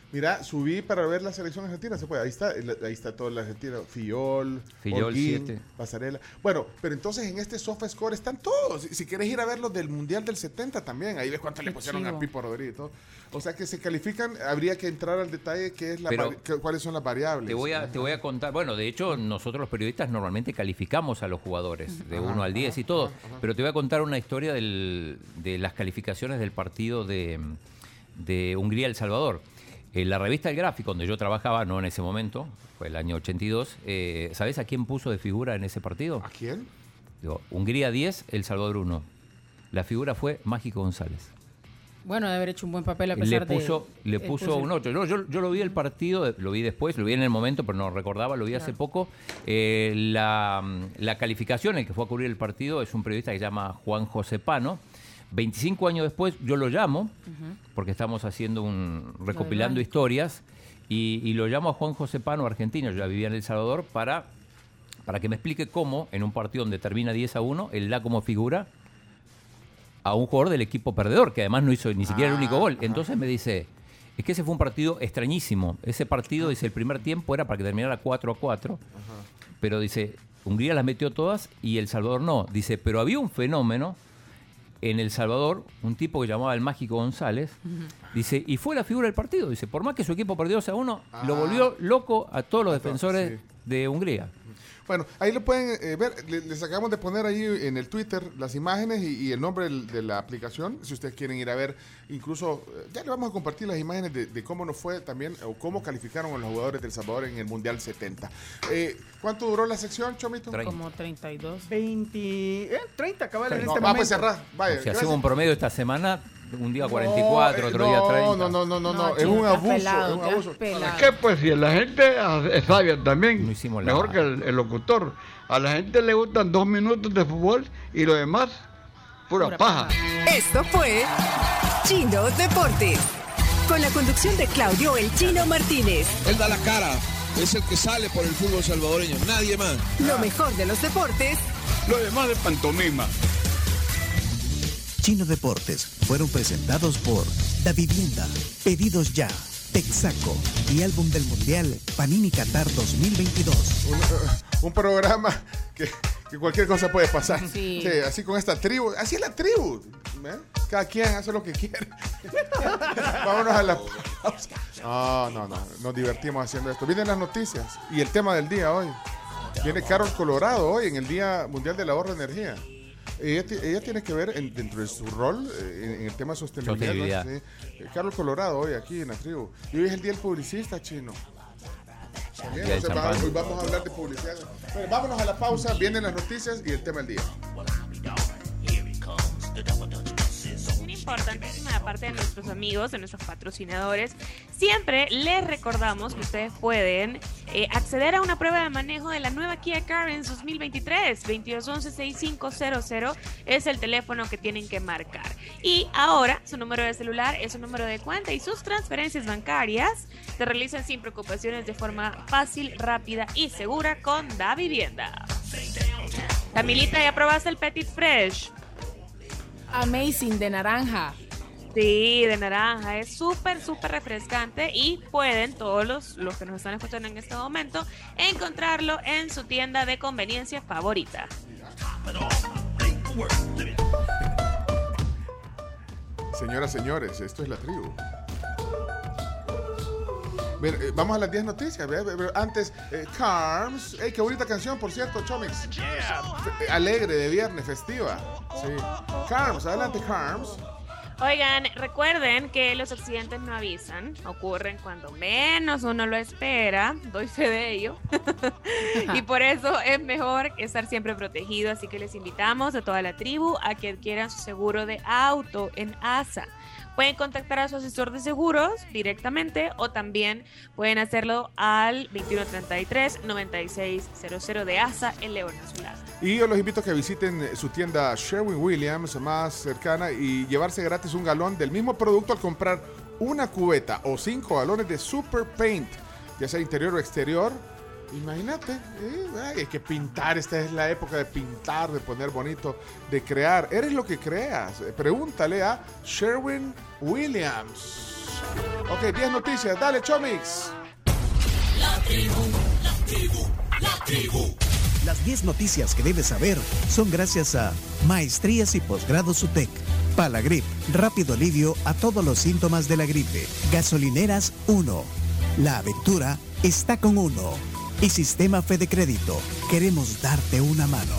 Mira, subí para ver la selección argentina, se puede. Ahí está, ahí está toda la Argentina. Fillol, Fillol Holguín, siete. Pasarela. Bueno, pero entonces en este SofaScore están todos. Si, si quieres ir a ver los del Mundial del setenta también, ahí ves cuánto le pusieron chivo. a Pipo Rodríguez y todo. O sea que se califican, habría que entrar al detalle qué es la Pero vari- qué- cuáles son las variables. Te voy, a, te voy a contar, bueno, de hecho nosotros los periodistas normalmente calificamos a los jugadores de Ajá, uno al diez ajá, y todo, ajá, ajá. pero te voy a contar una historia del, de las calificaciones del partido de, de Hungría-El Salvador. En la revista El Gráfico, donde yo trabajaba, no en ese momento, fue el año ochenta y dos, eh, ¿sabés a quién puso de figura en ese partido? ¿A quién? Digo, Hungría diez, El Salvador uno. La figura fue Mágico González. Bueno, de haber hecho un buen papel a Le pesar puso, de... le él puso puso- un ocho. Yo, yo, yo lo vi el partido, lo vi después, lo vi en el momento, pero no recordaba, lo vi hace poco. Eh, la, la calificación, el que fue a cubrir el partido, es un periodista que se llama Juan José Pano. veinticinco años después yo lo llamo, porque estamos haciendo un recopilando historias, y, y lo llamo a Juan José Pano, argentino, yo ya vivía en El Salvador, para, para que me explique cómo, en un partido donde termina diez a uno, él da como figura a un jugador del equipo perdedor, que además no hizo ni siquiera el único gol. Entonces me dice, es que ese fue un partido extrañísimo. Ese partido, dice, el primer tiempo era para que terminara cuatro a cuatro, pero dice, Hungría las metió todas y El Salvador no. Dice, pero había un fenómeno en El Salvador, un tipo que llamaba el Mágico González, dice, y fue la figura del partido. Dice, por más que su equipo perdió dos a uno, lo volvió loco a todos los defensores sí. de Hungría. Bueno, ahí lo pueden eh, ver, le- les acabamos de poner ahí en el Twitter las imágenes y, y el nombre del- de la aplicación, si ustedes quieren ir a ver, incluso eh, ya le vamos a compartir las imágenes de, de cómo nos fue también, o cómo calificaron a los jugadores del Salvador en el Mundial setenta. Eh, ¿Cuánto duró la sección, Chomito? Como treinta y dos. veinte, eh, treinta, cabal, en No, este vamos momento. a cerrar, vaya. Si gracias. hacemos un promedio esta semana, un día cuarenta y cuatro, otro día treinta. No, no, no, no, no, No, es chico, un estás abuso, pelado, es un estás abuso. pelado. ¿Qué? Pues si la gente es sabia también, No hicimos la- mejor que el, el locutor. A la gente le gustan dos minutos de fútbol y lo demás, pura, Pura paja. paja. Esto fue Chino Deportes. Con la conducción de Claudio El Chino Martínez. Él da la cara, es el que sale por el fútbol salvadoreño, nadie más. Lo mejor de los deportes Lo demás de pantomima. Chino Deportes fueron presentados por Da Vivienda, Pedidos Ya, Texaco y Álbum del Mundial Panini Qatar dos mil veintidós. Un, uh, un programa que, que cualquier cosa puede pasar. Sí. Sí, así con esta tribu. Así es la tribu. ¿eh? Cada quien hace lo que quiere. Vámonos a la pausa. No, no, no. Nos divertimos haciendo esto. Vienen las noticias y el tema del día hoy. Viene Carol Colorado hoy en el Día Mundial del Ahorro de Energía. Ella, ti- ella tiene que ver en- dentro de su rol eh, en, en el tema de sostenibilidad. ¿no? Sostenibilidad. Sí. Eh, Carol Colorado hoy aquí en la tribu. Y hoy es el Día del Publicista, Chino. También, Día del entonces, va- champán. hoy vamos a hablar de publicidad. Bueno, vámonos a la pausa, vienen las noticias y el tema del día. Una importantísima de parte de nuestros amigos, de nuestros patrocinadores, siempre les recordamos que ustedes pueden eh, acceder a una prueba de manejo de la nueva Kia Carens dos mil veintitrés. veintidós once sesenta y cinco cero cero es el teléfono que tienen que marcar. Y ahora su número de celular es su número de cuenta y sus transferencias bancarias se realizan sin preocupaciones de forma fácil, rápida y segura con Da Vivienda. Camilita, ¿ya probaste el Petit Fresh? Amazing, de naranja. Sí, de naranja. Es súper, súper refrescante y pueden todos los, los que nos están escuchando en este momento encontrarlo en su tienda de conveniencia favorita. Señoras, señores, esto es la tribu. Bien, eh, vamos a las diez noticias. ¿ve? Pero antes, eh, Carms. Ey, qué bonita canción, por cierto, Chomix. F- Alegre, de viernes, festiva. Sí. Carms, adelante, Carms. Oigan, recuerden que los accidentes no avisan, ocurren cuando menos uno lo espera, doy fe de ello, y por eso es mejor estar siempre protegido, así que les invitamos a toda la tribu a que adquieran su seguro de auto en A S A. Pueden contactar a su asesor de seguros directamente o también pueden hacerlo al veintiuno treinta y tres noventa y seis cero cero de A S A en León Azulá. Y yo los invito a que visiten su tienda Sherwin-Williams más cercana y llevarse gratis un galón del mismo producto al comprar una cubeta o cinco galones de Super Paint, ya sea interior o exterior. Imagínate, eh, ay, hay que pintar, esta es la época de pintar, de poner bonito, de crear. Eres lo que creas. Eh, Pregúntale a Sherwin Williams. Ok, diez noticias. Dale, Chomix. La tribu, la tribu, la tribu. Las diez noticias que debes saber son gracias a Maestrías y Posgrados UTEC, Palagrip, rápido alivio a todos los síntomas de la gripe. Gasolineras uno. La aventura está con uno. Y Sistema Fede Crédito. Queremos darte una mano.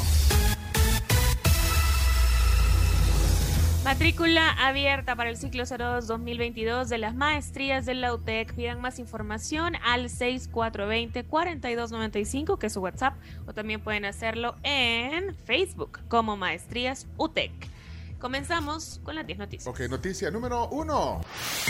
Matrícula abierta para el ciclo cero dos dos mil veintidós de las maestrías de la UTEC. Pidan más información al seis cuatro dos cero, cuatro dos nueve cinco, que es su WhatsApp, o también pueden hacerlo en Facebook como Maestrías UTEC. Comenzamos con las diez noticias. Ok, noticia número uno.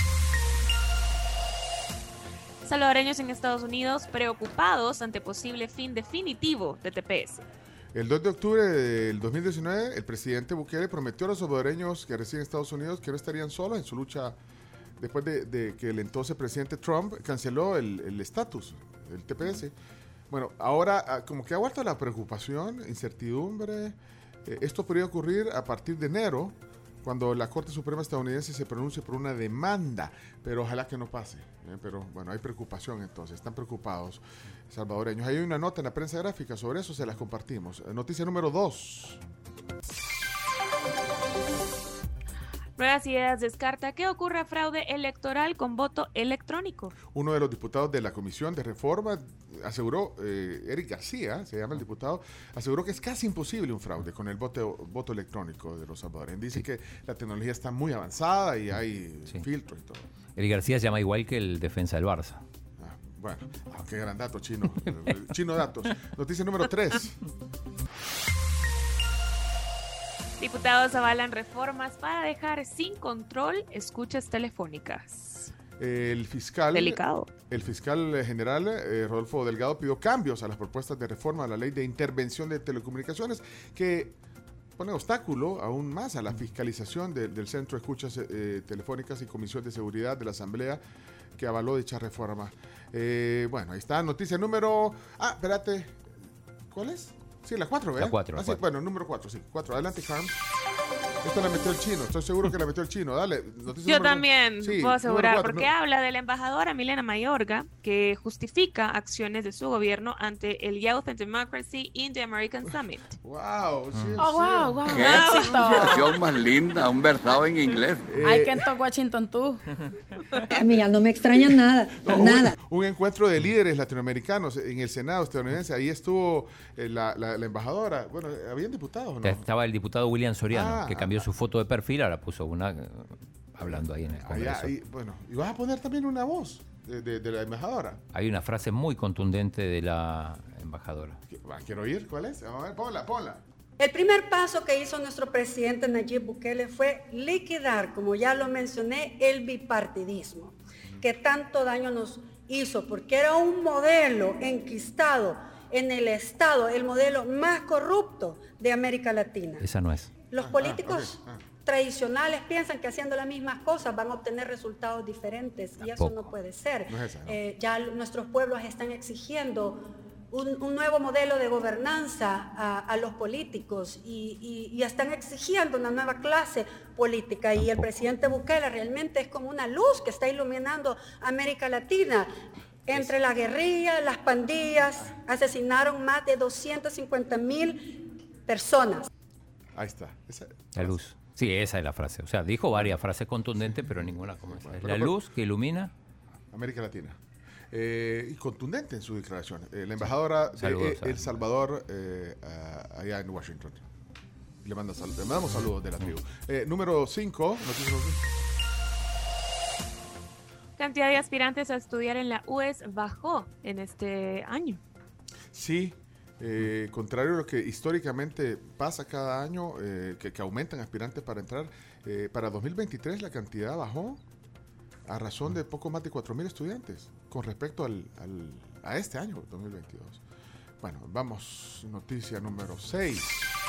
Salvadoreños en Estados Unidos preocupados ante posible fin definitivo de T P S. El dos de octubre del dos mil diecinueve, el presidente Bukele prometió a los salvadoreños que residen en Estados Unidos que no estarían solos en su lucha después de, de que el entonces presidente Trump canceló el estatus, el, el T P S. Bueno, ahora como que ha vuelto la preocupación, incertidumbre. Eh, esto podría ocurrir a partir de enero, cuando la Corte Suprema estadounidense se pronuncie por una demanda, pero ojalá que no pase. ¿eh? Pero bueno, hay preocupación entonces, están preocupados salvadoreños. Hay una nota en la prensa gráfica sobre eso, se las compartimos. Noticia número dos. Nuevas Ideas descarta que ocurra fraude electoral con voto electrónico. Uno de los diputados de la Comisión de Reforma aseguró, eh, Eric García, se llama el diputado, aseguró que es casi imposible un fraude con el voto, voto electrónico de los salvadoreños. Dice sí. que la tecnología está muy avanzada y hay sí. filtros y todo. Eric García se llama igual que el defensa del Barça. Ah, bueno, ah, qué gran dato, Chino. Chino Datos. Noticia número tres. Diputados avalan reformas para dejar sin control escuchas telefónicas. El fiscal, Delicado. el fiscal general eh, Rodolfo Delgado pidió cambios a las propuestas de reforma a la ley de intervención de telecomunicaciones que pone obstáculo aún más a la fiscalización de, del Centro de Escuchas eh, Telefónicas y Comisión de Seguridad de la Asamblea que avaló dicha reforma. Eh, bueno, ahí está, noticia número... Ah, espérate, ¿cuál es? Sí, la cuatro, ¿verdad? La cuatro. Ah, sí, bueno, número cuatro, sí, cuatro. Adelante, Carm. Esta la metió el chino, estoy seguro que la metió el chino. Dale. Yo también sí, puedo asegurar, cuatro, porque no. habla de la embajadora Milena Mayorga, que justifica acciones de su gobierno ante el Youth and Democracy in the American Summit. ¡Wow! Sí, ¡Oh, wow, wow! ¡Qué expresión más linda! Un versado en inglés. Eh, I can't talk Washington tú. A mí ya no me extraña nada, no, nada. Un, un encuentro de líderes latinoamericanos en el Senado estadounidense. Ahí estuvo eh, la, la, la embajadora. Bueno, ¿habían diputados, no? Estaba el diputado William Soriano, ah, que cambió su foto de perfil, ahora puso una hablando ahí en el Congreso. Allá, y, bueno, ¿y vas a poner también una voz de, de, de la embajadora? Hay una frase muy contundente de la embajadora. ¿Quiero oír? ¿Cuál es? A ver, ponla, ponla. El primer paso que hizo nuestro presidente Nayib Bukele fue liquidar, como ya lo mencioné, el bipartidismo, que tanto daño nos hizo, porque era un modelo enquistado en el Estado, el modelo más corrupto de América Latina. Esa no es. Los políticos ah, okay. ah. tradicionales piensan que haciendo las mismas cosas van a obtener resultados diferentes y eso no puede ser. No es esa, no. Eh, ya nuestros pueblos están exigiendo un, un nuevo modelo de gobernanza a, a los políticos y, y, y están exigiendo una nueva clase política. Tampoco. Y el presidente Bukele realmente es como una luz que está iluminando América Latina. Entre la guerrilla, las pandillas, asesinaron más de doscientas cincuenta mil personas. Ahí está. Esa, la luz. Sí, esa es la frase. O sea, dijo varias frases contundentes, pero ninguna como esa. Es la luz que ilumina América Latina. Eh, y contundente en su declaración. Eh, la embajadora saludos, de El Salvador, eh, uh, allá en Washington. Le, manda sal- le mandamos saludos de la tribu. Eh, número cinco. Cantidad de aspirantes a estudiar en la U E S bajó en este año. Sí. Eh, contrario a lo que históricamente pasa cada año, eh, que, que aumentan aspirantes para entrar, eh, para dos mil veintitrés la cantidad bajó a razón de poco más de cuatro mil estudiantes con respecto al, al, a este año, dos mil veintidós. Bueno, vamos, noticia número seis.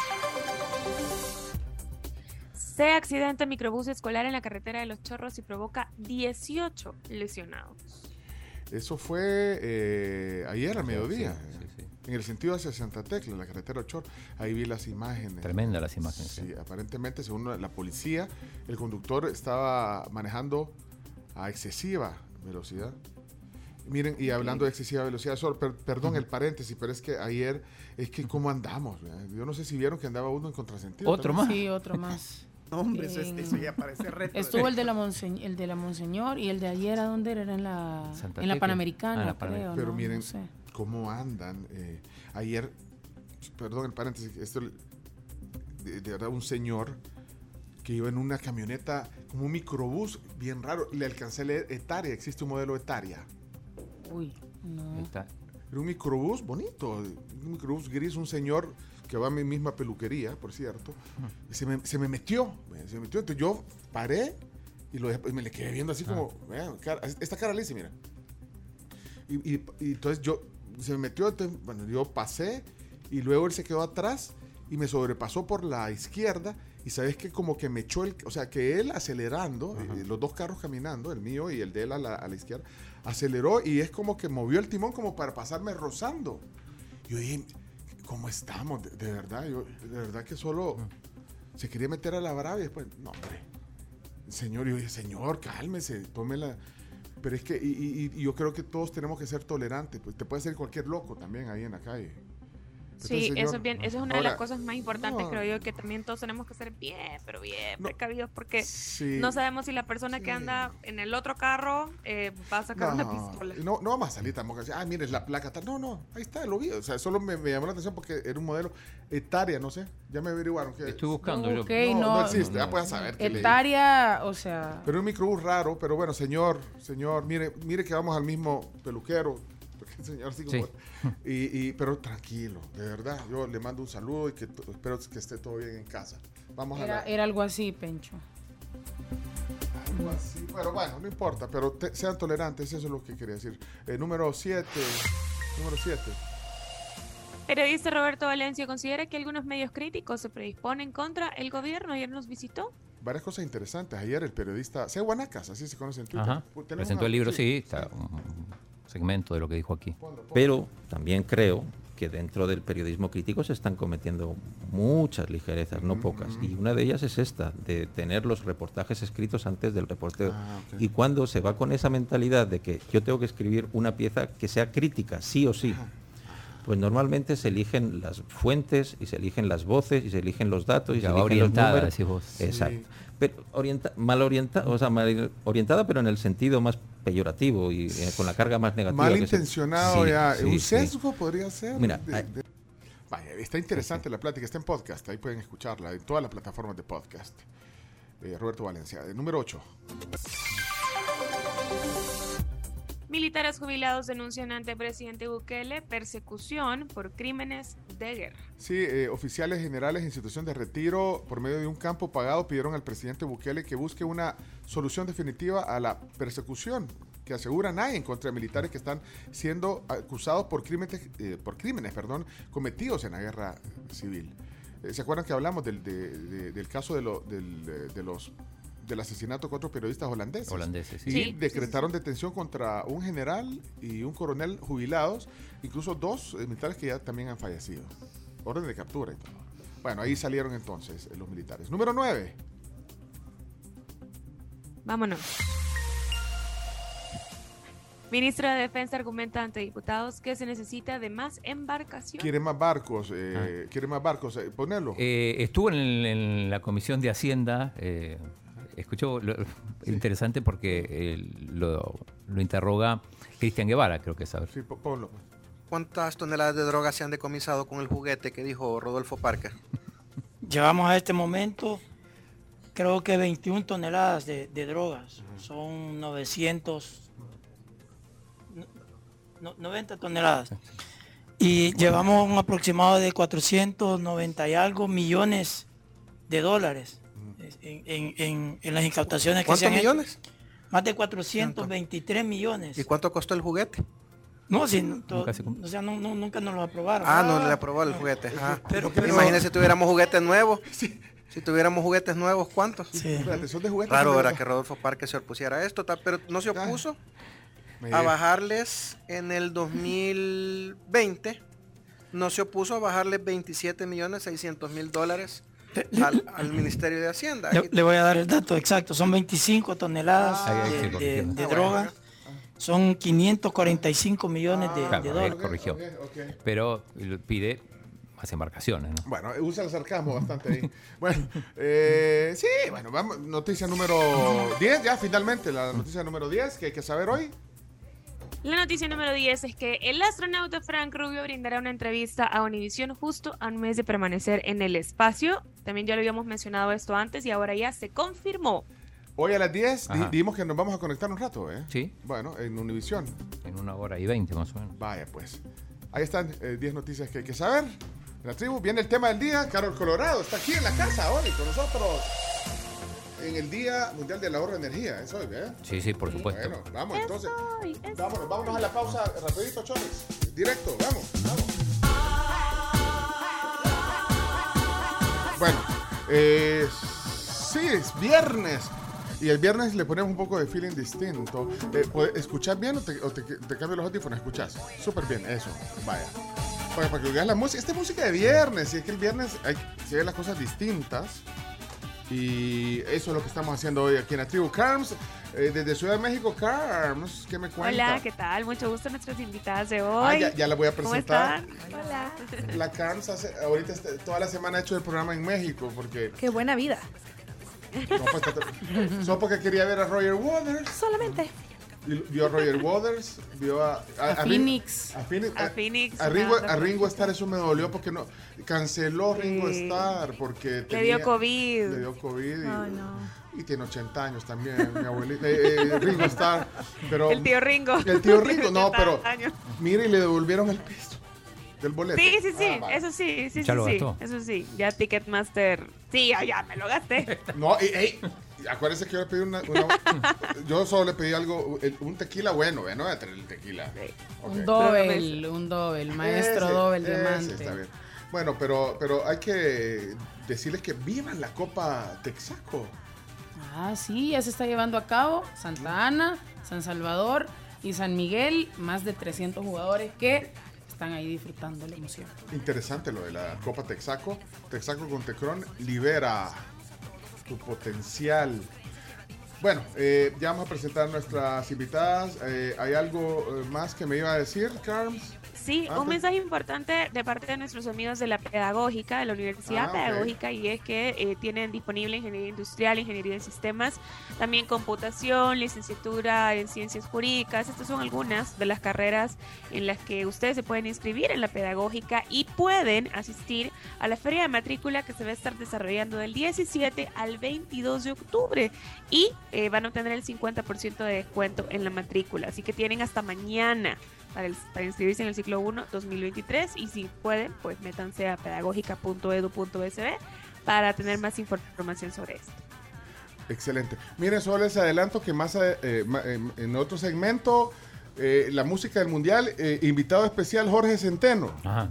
Se accidenta microbús escolar en la carretera de Los Chorros y provoca dieciocho lesionados. Eso fue eh, ayer a mediodía. Sí, sí, sí. En el sentido hacia Santa Tecla, en la carretera Ochor, ahí vi las imágenes. Tremenda las imágenes. Sí, sí. Aparentemente, según la policía, el conductor estaba manejando a excesiva velocidad. Miren, y hablando de excesiva velocidad, solo, per, perdón el paréntesis, pero es que ayer, es que cómo andamos, ¿verdad? Yo no sé si vieron que andaba uno en contrasentido. ¿Otro también. más? Sí, otro más. No, hombre, En- eso, es- eso ya parece reto. Estuvo el de la Monseñ- el de la Monseñor y el de ayer, ¿a dónde era? Era en la, Santa en la Tecla. Panamericana, Ah, en la creo. Panamericana. Pero ¿no? miren No sé. cómo andan. Eh, ayer, perdón el paréntesis, esto de, de verdad un señor que iba en una camioneta como un microbús bien raro. Le alcancé a leer Etaria, existe un modelo Etaria. Uy, no. Está. Era un microbús bonito, un microbús gris, un señor que va a mi misma peluquería, por cierto, y se, me, se me metió, se me metió, entonces yo paré y, lo dejé, y me le quedé viendo así como, vean, cara, esta cara le hice, mira. Y, y, y entonces yo, se me metió, entonces, bueno, yo pasé y luego él se quedó atrás y me sobrepasó por la izquierda y sabes que como que me echó el, o sea, que él acelerando, eh, los dos carros caminando, el mío y el de él a la, a la izquierda, aceleró y es como que movió el timón como para pasarme rozando. Yo dije, ¿cómo estamos? De, de verdad, yo, de verdad que solo se quería meter a la brava y después, no, hombre, señor, yo dije, señor, cálmese, tómela. Pero es que, y, y, y yo creo que todos tenemos que ser tolerantes, pues te puede ser cualquier loco también ahí en la calle. Sí, Entonces, señor, eso es bien, eso es una de ahora, las cosas más importantes, no. creo yo, que también todos tenemos que ser bien, pero bien No. precavidos, porque Sí. no sabemos si la persona Sí. que anda en el otro carro eh, va a sacar una pistola. No, no vamos a salir tampoco así, ah, mire, la placa tal. No, no, ahí está, lo vi. O sea, solo me, me llamó la atención porque era un modelo Etaria, no sé. Ya me averiguaron que. Estoy buscando No, yo. ok, no, no, no. existe, ya puedes saber. que le- Etaria, o sea, Pero un microbús raro, pero bueno, señor, señor, mire, mire que vamos al mismo peluquero. Porque el señor sí como. Sí. Y, y, pero tranquilo, de verdad. Yo le mando un saludo y que to- espero que esté todo bien en casa. Vamos a era, la. era algo así, Pencho. Algo así. Bueno, bueno, no importa, pero te- sean tolerantes, eso es lo que quería decir. Eh, número siete. Número siete. Periodista Roberto Valencia considera que algunos medios críticos se predisponen contra el gobierno. Ayer nos visitó. Varias cosas interesantes. Ayer el periodista C. Guanacas, así se conoce en Twitter. Ajá. Tenemos Presentó una- el libro, sí, está un segmento de lo que dijo aquí. Pero también creo que dentro del periodismo crítico se están cometiendo muchas ligerezas, no pocas. Y una de ellas es esta, de tener los reportajes escritos antes del reporteo. Ah, ok. Y cuando se va con esa mentalidad de que yo tengo que escribir una pieza que sea crítica, sí o sí, pues normalmente se eligen las fuentes y se eligen las voces y se eligen los datos y Ya se va eligen los orientada, números. decís vos. Exacto. Sí. Pero orienta, mal orientada, o sea, mal orientada, pero en el sentido más peyorativo y eh, con la carga más negativa. que se- Malintencionado Sí, ya. sí, un sí. sesgo podría ser. Mira, de- hay- de- Vaya, está interesante la plática, está en podcast, ahí pueden escucharla en todas las plataformas de podcast. Eh, Roberto Valencia, eh, número ocho. Militares jubilados denuncian ante presidente Bukele persecución por crímenes de guerra. Sí, eh, oficiales generales en situación de retiro por medio de un campo pagado pidieron al presidente Bukele que busque una solución definitiva a la persecución que aseguran hay en contra de militares que están siendo acusados por crímenes, eh, por crímenes perdón, cometidos en la guerra civil. Eh, ¿Se acuerdan que hablamos del, de- de- del caso de, lo- del, de- de los del asesinato de cuatro periodistas holandeses? Holandeses, sí. Y Sí, decretaron detención contra un general y un coronel jubilados, incluso dos eh, militares que ya también han fallecido. Orden de captura y todo. Bueno, ahí salieron entonces eh, los militares. Número nueve. Vámonos. Ministra de Defensa argumenta ante diputados que se necesita de más embarcaciones. Quiere más barcos, eh, quiere más barcos, eh, ponelo. Eh, estuvo en, el- en la Comisión de Hacienda, eh, escuchó lo, interesante porque eh, lo, lo interroga Cristian Guevara, creo que sabe. Sí, po- ponlo. ¿Cuántas toneladas de drogas se han decomisado con el juguete que dijo Rodolfo Parker? Llevamos a este momento, creo que veintiuna toneladas de, de drogas. Son novecientos, no- noventa toneladas. Y llevamos un aproximado de cuatrocientos noventa y algo millones de dólares en, en- en- en las incautaciones que se ¿Cuántos han hecho. millones? Más de cuatrocientos veintitrés millones. ¿Y cuánto costó el juguete? No, si, no, to- Nunca se cum- o sea, no- no- nunca nos lo aprobaron. Ah, no le aprobó el juguete. Ah. Pero- pero- Imagínese si tuviéramos juguetes nuevos. Si tuviéramos juguetes nuevos, ¿cuántos? Sí. Espérate, son de juguetes. Raro son de- era que Rodolfo Parker se opusiera a esto, tal, pero no se opuso Me- a bajarles en el dos mil veinte. No se opuso a bajarles veintisiete millones seiscientos mil dólares al, al Ministerio de Hacienda. Le, le voy a dar el dato exacto. Son veinticinco toneladas Ah, de, sí, de- corrigió. de Ah, droga. bueno. Son quinientos cuarenta y cinco millones de, Claro, de él dólares. corrigió. Pero pide más embarcaciones, ¿no? Bueno, usa el sarcasmo bastante ahí. Bueno, eh, sí, bueno, vamos. Noticia número diez, ya finalmente, la noticia número diez que hay que saber hoy. La noticia número diez es que el astronauta Frank Rubio brindará una entrevista a Univision justo a un mes de permanecer en el espacio. También ya lo habíamos mencionado esto antes y ahora ya se confirmó. Hoy a las diez di- Ajá. dijimos que nos vamos a conectar un rato, ¿eh? Sí. Bueno, en Univision. En una hora y veinte más o menos. Vaya, pues. Ahí están eh, diez noticias que hay que saber. En la tribu viene el tema del día. Carol Colorado está aquí en la casa hoy con nosotros. En el Día Mundial del Ahorro de Energía. Eso hoy, ¿eh? Sí, sí, por supuesto. Bueno, vamos entonces. Vámonos, vámonos a la pausa rapidito, Cholis. Directo, vamos, vamos. Bueno, eh, sí, es viernes. Y el viernes le ponemos un poco de feeling distinto. Eh, ¿puede- ¿Escuchás bien o, te, o te, te cambio los audífonos? ¿Escuchás? Súper bien, eso. Vaya. Para, para que oigas la música. Esta es música de viernes. Y es que el viernes hay, se ven las cosas distintas. Y eso es lo que estamos haciendo hoy aquí en la tribu. Carms, eh, desde Ciudad de México, Carms, ¿qué me cuenta? Hola, ¿qué tal? Mucho gusto a nuestras invitadas de hoy. Ah, ya, ya la voy a ¿Cómo presentar. están? Hola. La Carms hace, ahorita este- toda la semana ha hecho el programa en México porque... Qué buena vida. No, pues, te- solo porque quería ver a Roger Waters. Solamente. Y vio a Roger Waters, vio a... A Rin- Phoenix. A Phoenix. A Phoenix, A Ringo, una a Ringo Starr eso me dolió porque no... Canceló Ringo Sí. Starr porque Le tenía- dio COVID. Le dio COVID y... Ay, no. Y tiene ochenta años también, mi abuelita. Eh, eh, Ringo Starr. Pero, El tío Ringo. El tío Ringo, no, pero... ochenta años. Mire, y le devolvieron el piso del boleto. Sí, sí, sí, Ah, vale. eso sí, sí, Ya sí, lo sí, gastó. eso sí. Ya Ticketmaster, sí, ya, ya me lo gasté. No, ey, ey, acuérdese que yo le pedí una, una- yo solo le pedí algo, el- un tequila bueno, ¿eh? No voy a traer el tequila. Ok. Un doble, un doble, maestro Ese, doble, ese diamante. está bien. Bueno, pero, pero hay que decirles que vivan la Copa Texaco. Ah, sí, ya se está llevando a cabo. Santa Ana, San Salvador y San Miguel, más de trescientos jugadores que están ahí disfrutando la emoción. Interesante lo de la Copa Texaco. Texaco con Tecron libera tu potencial. Bueno, eh, ya vamos a presentar a nuestras invitadas. Eh, ¿Hay algo eh, más que me iba a decir, Carms? Sí, Ah, un pues- mensaje importante de parte de nuestros amigos de la Pedagógica, de la Universidad Ah, ok. Pedagógica, y es que eh, tienen disponible ingeniería industrial, ingeniería de sistemas, también computación, licenciatura en ciencias jurídicas. Estas son algunas de las carreras en las que ustedes se pueden inscribir en la Pedagógica y pueden asistir a la feria de matrícula que se va a estar desarrollando del diecisiete al veintidós de octubre y eh, van a obtener el cincuenta por ciento de descuento en la matrícula. Así que tienen hasta mañana para, el- para inscribirse en el ciclo uno dos mil veintitrés y si pueden, pues métanse a pedagógica punto edu punto es be para tener más información sobre esto. Excelente. Miren, solo les adelanto que más eh, eh, ma- eh, en otro segmento, eh, la música del mundial, eh, invitado especial Jorge Centeno. Ajá.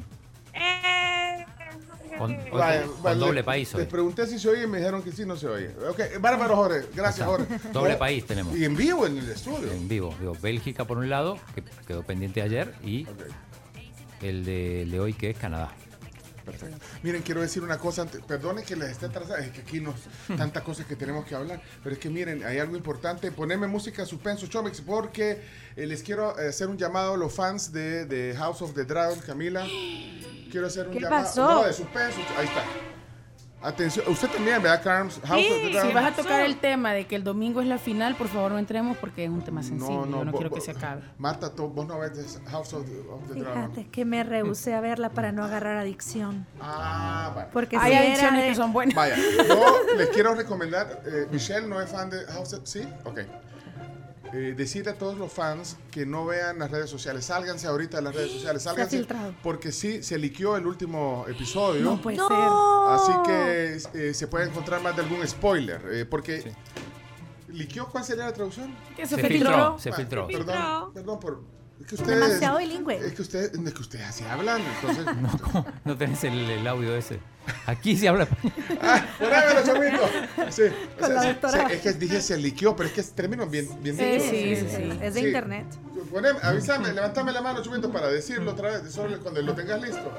Con, con- Vaya, con vale, doble país hoy. Les pregunté si se oye y me dijeron que sí, no se oye. Ok, bárbaro Jorge, gracias Jorge. Doble Jorge, país tenemos. Y en vivo en el estudio. En vivo. Digo, Bélgica por un lado, que quedó pendiente ayer, y el, de, el de hoy que es Canadá. Perfecto. Miren, quiero decir una cosa, antes- perdonen que les esté atrasando, es que aquí nos tantas cosas que tenemos que hablar, pero es que miren, hay algo importante, ponerme música suspenso, Chomix, porque eh, les quiero eh, hacer un llamado a los fans de, de House of the Dragon, Camila. Quiero hacer un ¿Qué llamado. pasó? No, de suspenso, ahí está. Atención, usted también, ¿verdad, Carms? House of the Dragon. Si vas a tocar el tema de que el domingo es la final, por favor no entremos porque es un tema sensible. No, no, Yo no bo- quiero bo- que se acabe. Marta, tú- vos no ves House of the, of the Dragon. Fíjate que me rehusé a verla para no agarrar adicción. Ah, vale. Porque Hay si era adicciones de- que son buenas. Vaya, yo les quiero recomendar, eh, Michelle no es fan de House of... ¿Sí? Ok. Eh, decir a todos los fans que no vean las redes sociales, sálganse ahorita de las redes sociales, Se ha sálganse, filtrado. porque sí, se liqueó el último episodio, No puede así ser. que eh, se puede encontrar más de algún spoiler, eh, porque... ¿Liqueó? ¿Cuál sería la traducción? Que se Se filtró. filtró, se Ah, filtró. Perdón, perdón por... Es que ustedes... Demasiado bilingüe. Es que ustedes, es que ustedes así hablan, entonces... No, ¿cómo? No tenés el, el audio ese. Aquí se habla. ¡Poneme, chomito! Sí, o Con sea, la sí, doctora. sí, es que dije se liqueó, pero es que es término bien, bien Sí, dicho. sí, sí, sí. Es de Sí. internet. Poneme, avísame, levántame la mano, chumito, para decirlo otra vez, solo cuando lo tengas listo. Ahí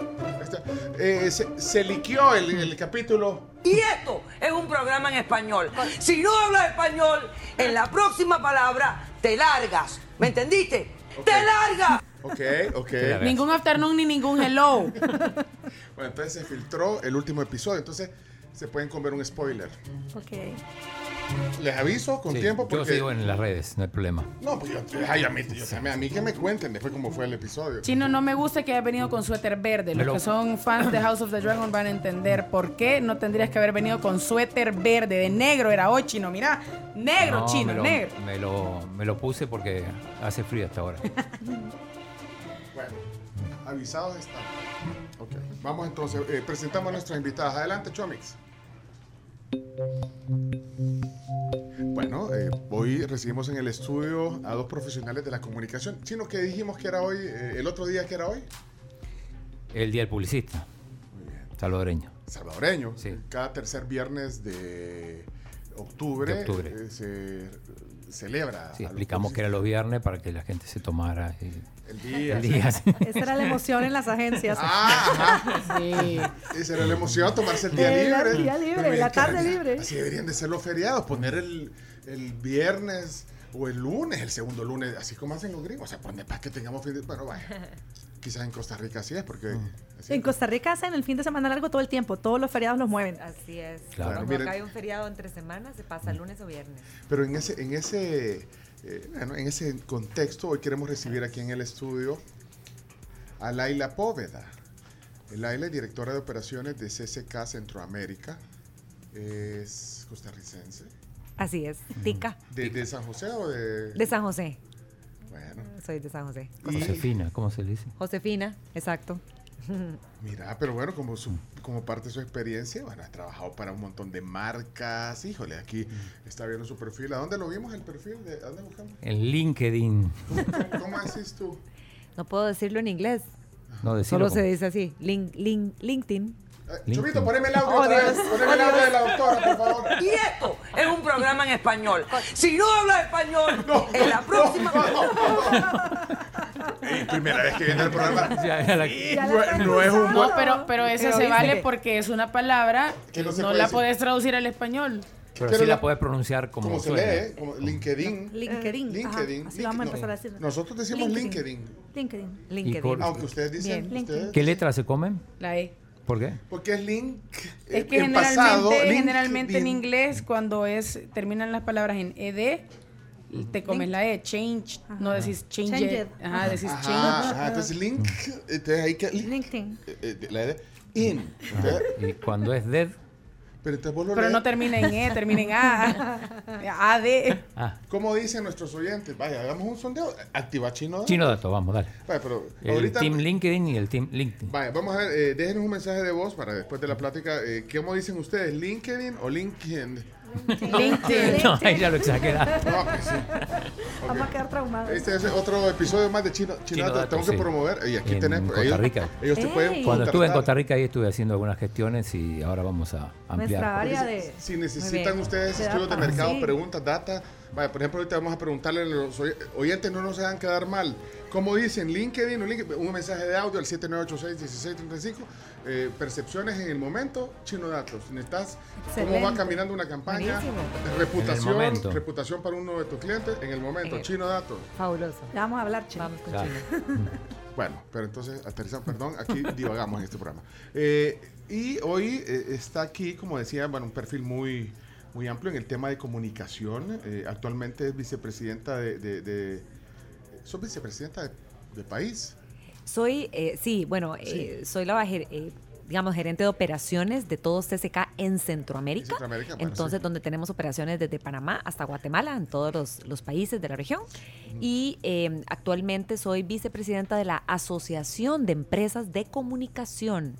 Eh, se, se liqueó el, el capítulo. Y esto es un programa en español. Si no hablas español, en la próxima palabra te largas. ¿Me entendiste? Okay. ¡Te largas! Ok, ok. Ningún afternoon ni ningún hello. Bueno, entonces se filtró el último episodio. Entonces se pueden comer un spoiler. Ok. Les aviso con Sí, tiempo porque... Yo sigo en las redes, no hay problema. No, pues yo, ay, a, mí, yo, a mí que me cuenten después cómo fue el episodio. Chino, no me gusta que hayas venido con suéter verde. Los Lo... que son fans de House of the Dragon van a entender por qué no tendrías que haber venido con suéter verde. De negro era hoy, Chino. Mira, negro, no, Chino, me lo, negro. Me lo, me lo puse porque hace frío hasta ahora. Bueno, avisados están. Ok, vamos entonces. Eh, presentamos a nuestras invitadas. Adelante, Chomix. Bueno, eh, hoy recibimos en el estudio a dos profesionales de la comunicación. Chino, ¿qué dijimos que era hoy? Eh, ¿El otro día que era hoy? El Día del Publicista. Muy bien. Salvadoreño. Salvadoreño. Sí. Cada tercer viernes de octubre, De octubre. Eh, se celebra. Sí, explicamos que era los viernes para que la gente se tomara eh, el día. El día sí. Esa era la emoción en las agencias. Ah, ajá. Sí. Esa era la emoción, tomarse el día El libre. día libre, la tarde libre. Así deberían de ser los feriados, poner el, el viernes o el lunes, el segundo lunes, así como hacen los gringos. O sea, poner para que tengamos fin de... Bueno, vaya. Quizás en Costa Rica así es, porque... Así En es. Costa Rica hacen el fin de semana largo todo el tiempo. Todos los feriados los mueven. Así es. Claro. Cuando Miren, acá hay un feriado entre semanas, se pasa lunes o viernes. Pero en ese, en ese, eh, bueno, en ese contexto, hoy queremos recibir aquí en el estudio a Laila Póveda. Laila es directora de operaciones de C C K Centroamérica. Es costarricense. Así es, tica. ¿De, de San José o de...? De San José. Bueno. Soy de San José. Josefina, ¿cómo se le dice? Josefina, exacto. Mira, pero bueno, como, su, como parte de su experiencia, bueno, ha trabajado para un montón de marcas. Híjole, aquí está viendo su perfil. ¿A dónde lo vimos el perfil? ¿De, ¿A dónde buscamos? En LinkedIn. ¿Cómo, cómo decís tú? No puedo decirlo en inglés. No, decirlo Solo como... se dice así, link, link, LinkedIn. Eh, Chubito, poneme el audio Oh, otra Dios. vez. Poneme Oh, el audio Dios. de la doctora, por favor. Y esto es un programa en español. Si no hablas español, en la próxima... Eh, primera vez que viene el programa. Ya, ya la- No, no es un No, buen... pero, pero esa Pero se viste vale que- porque es una palabra Que que no no, se puede la decir. puedes traducir al español. Pero, Pero sí la- la puedes pronunciar como, Como se suena. lee, ¿eh? Como LinkedIn. LinkedIn. LinkedIn. Ajá, así vamos a No, empezar a decir. Nosotros decimos LinkedIn. LinkedIn. LinkedIn. por- Aunque ustedes dicen... Bien. ustedes ¿Qué letras se comen? La E. ¿Por qué? Porque es link. Es eh, que en generalmente, pasado, generalmente en LinkedIn. inglés, cuando es terminan las palabras en ed, te comes la E. Change, no decís change, Change it. it. Ajá, decís Ajá, change. ajá, entonces link, entonces hay que... LinkedIn. eh, eh, la de in. Entonces, Y cuando es dead, pero entonces vos lo Pero lees. no termina en E, termina en A. A, D. ah, ¿Cómo dicen nuestros oyentes? Vaya, hagamos un sondeo. Activa Chino. Chino Dato, vamos, dale. Vaya, pero El ahorita... Team LinkedIn y el Team LinkedIn. Vaya, vamos a ver, eh, déjenos un mensaje de voz para después de la plática. Eh, ¿Cómo dicen ustedes? ¿LinkedIn o LinkedIn? LinkedIn. No, ahí ya lo exageraste. No, pues sí. Vamos a quedar traumados. Este es otro episodio más de Chino. Chino, Chino Dato, Dato, tengo que sí. promover. Y aquí En tenés. Costa ellos, Rica. Ellos te Ey. pueden Cuando estuve en contratar. Costa Rica ahí estuve haciendo algunas gestiones y ahora vamos a Nuestra ampliar. área de... Si necesitan bien. ustedes De estudios de data, mercado, sí. preguntas, data. Vaya, por ejemplo, ahorita vamos a preguntarle a los oy- oyentes, no nos hagan quedar mal. ¿Cómo dicen? LinkedIn o LinkedIn. Un mensaje de audio al siete nueve ocho seis, uno seis tres cinco. Eh, percepciones en el momento, Chino Datos. Necesitas cómo va Excelente. caminando una campaña, Buenísimo. reputación, momento. reputación para uno de tus clientes en el momento. Eh. Chino Datos. Fabuloso. Ya vamos a hablar, Chino. Vamos con Ya. Chino. Bueno, pero entonces, aterrizamos, perdón, aquí divagamos en este programa. Eh, y hoy eh, está aquí, como decía, bueno, un perfil muy, muy amplio en el tema de comunicación. Eh, actualmente es vicepresidenta de... de, de ¿Sos vicepresidenta de, de país? Soy, eh, sí, bueno, eh, soy la ger- eh, digamos, gerente de operaciones de todo C C K en Centroamérica. En Centroamérica, bueno, Entonces, sí. donde tenemos operaciones desde Panamá hasta Guatemala, en todos los, los países de la región. Y eh, actualmente soy vicepresidenta de la Asociación de Empresas de Comunicación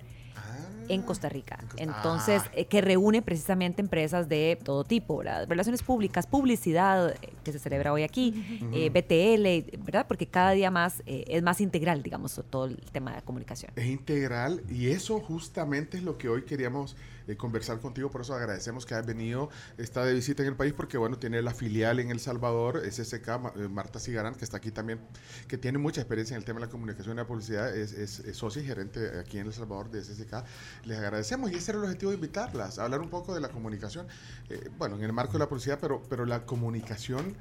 en Costa Rica. Entonces, Ah. eh, que reúne precisamente empresas de todo tipo, ¿verdad? Relaciones públicas, publicidad, eh, que se celebra hoy aquí, Ujú. eh, B T L, ¿verdad? Porque cada día más eh, es más integral, digamos, todo el tema de comunicación. Es integral y eso justamente es lo que hoy queríamos eh, conversar contigo, por eso agradecemos que hayas venido, está de visita en el país, porque bueno, tiene la filial en El Salvador, S S K, Ma- eh, Marta Cigarán, que está aquí también, que tiene mucha experiencia en el tema de la comunicación y la publicidad, es, es, es socia y gerente aquí en El Salvador de S S K. Les agradecemos y ese era el objetivo de invitarlas, a hablar un poco de la comunicación, eh, bueno, en el marco de la publicidad, pero, pero la comunicación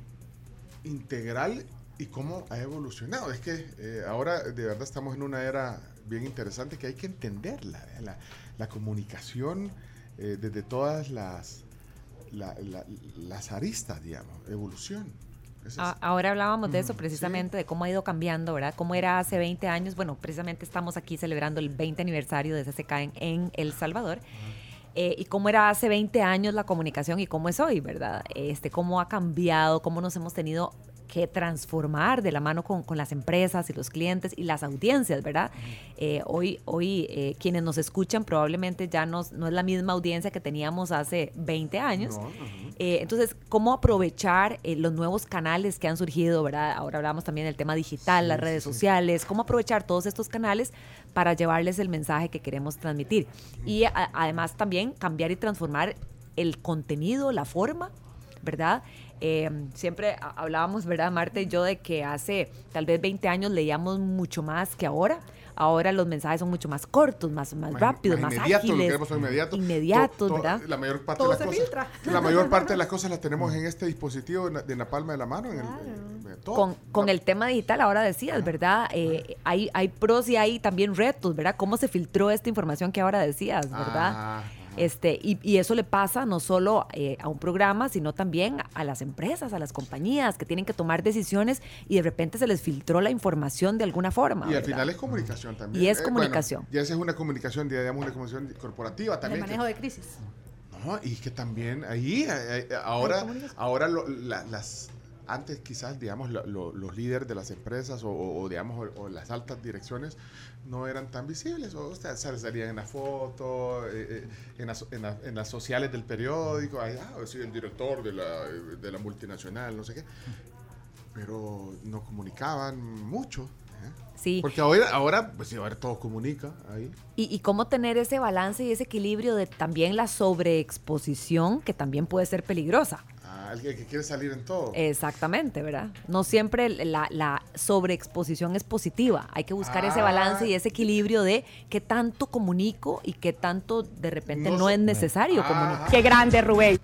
integral y cómo ha evolucionado. Es que eh, ahora de verdad estamos en una era bien interesante que hay que entenderla, ¿eh? la, la comunicación eh, desde todas las, la, la, las aristas, digamos, evolución. Ese es- A- Ahora hablábamos de eso Ujú, precisamente, de cómo ha ido cambiando, ¿verdad? Cómo era hace veinte años. Bueno, precisamente estamos aquí celebrando el veinte aniversario de S S K en, en El Salvador. Eh, y cómo era hace veinte años la comunicación y cómo es hoy, ¿verdad? Este, cómo ha cambiado, cómo nos hemos tenido que transformar de la mano con, con las empresas y los clientes y las audiencias, ¿verdad? Eh, hoy hoy eh, quienes nos escuchan probablemente ya nos, no es la misma audiencia que teníamos hace veinte años. No, ujú. Eh, entonces, ¿cómo aprovechar eh, los nuevos canales que han surgido, ¿verdad? Ahora hablamos también del tema digital, Sí, las sí, redes sí. sociales, cómo aprovechar todos estos canales para llevarles el mensaje que queremos transmitir. Y a- además también cambiar y transformar el contenido, la forma, ¿verdad? Eh, siempre ha- hablábamos, ¿verdad, Marta y yo, de que hace tal vez veinte años leíamos mucho más que ahora. Ahora los mensajes son mucho más cortos, más, más, Más- rápidos, más más, inmediato, lo ágiles. queremos inmediato. Inmediatos, To- to- ¿verdad? La mayor parte Todo de las se cosas. filtra. La mayor parte de las cosas las tenemos en este dispositivo en la- de la palma de la mano. En el, en todo. Con, con el tema digital, ahora decías, ¿verdad? Eh, hay, hay pros y hay también retos, ¿verdad? ¿Cómo se filtró esta información que ahora decías, verdad? Ah, Este, y, y eso le pasa no solo eh, a un programa, sino también a las empresas, a las compañías que tienen que tomar decisiones y de repente se les filtró la información de alguna forma. Y al ¿verdad? final es comunicación también. Y es Eh, comunicación. bueno, ya esa es una comunicación, digamos, una comunicación corporativa El también. manejo que- de crisis. No, y que también ahí, eh, eh, ahora, comunicación. ahora lo- la- las, antes quizás, digamos, lo- lo- los líderes de las empresas o, o- o, digamos, o, o las altas direcciones no eran tan visibles, o sea, sal- salían en la foto, eh, eh, en, las, en, la- en las sociales del periódico, ay, ah, soy el director de la, de la multinacional, no sé qué, pero no comunicaban mucho. ¿eh? Sí. Porque ahora, ahora, pues sí, ahora todo comunica ahí. Y, y cómo tener ese balance y ese equilibrio de también la sobreexposición, que también puede ser peligrosa. Ah, alguien que quiere salir en todo. Exactamente, ¿verdad? No siempre la, la sobreexposición es positiva. Hay que buscar ese Ah. balance y ese equilibrio de qué tanto comunico y qué tanto de repente No no, so- es necesario Ah. comunicar. ¡Qué grande, Rubén!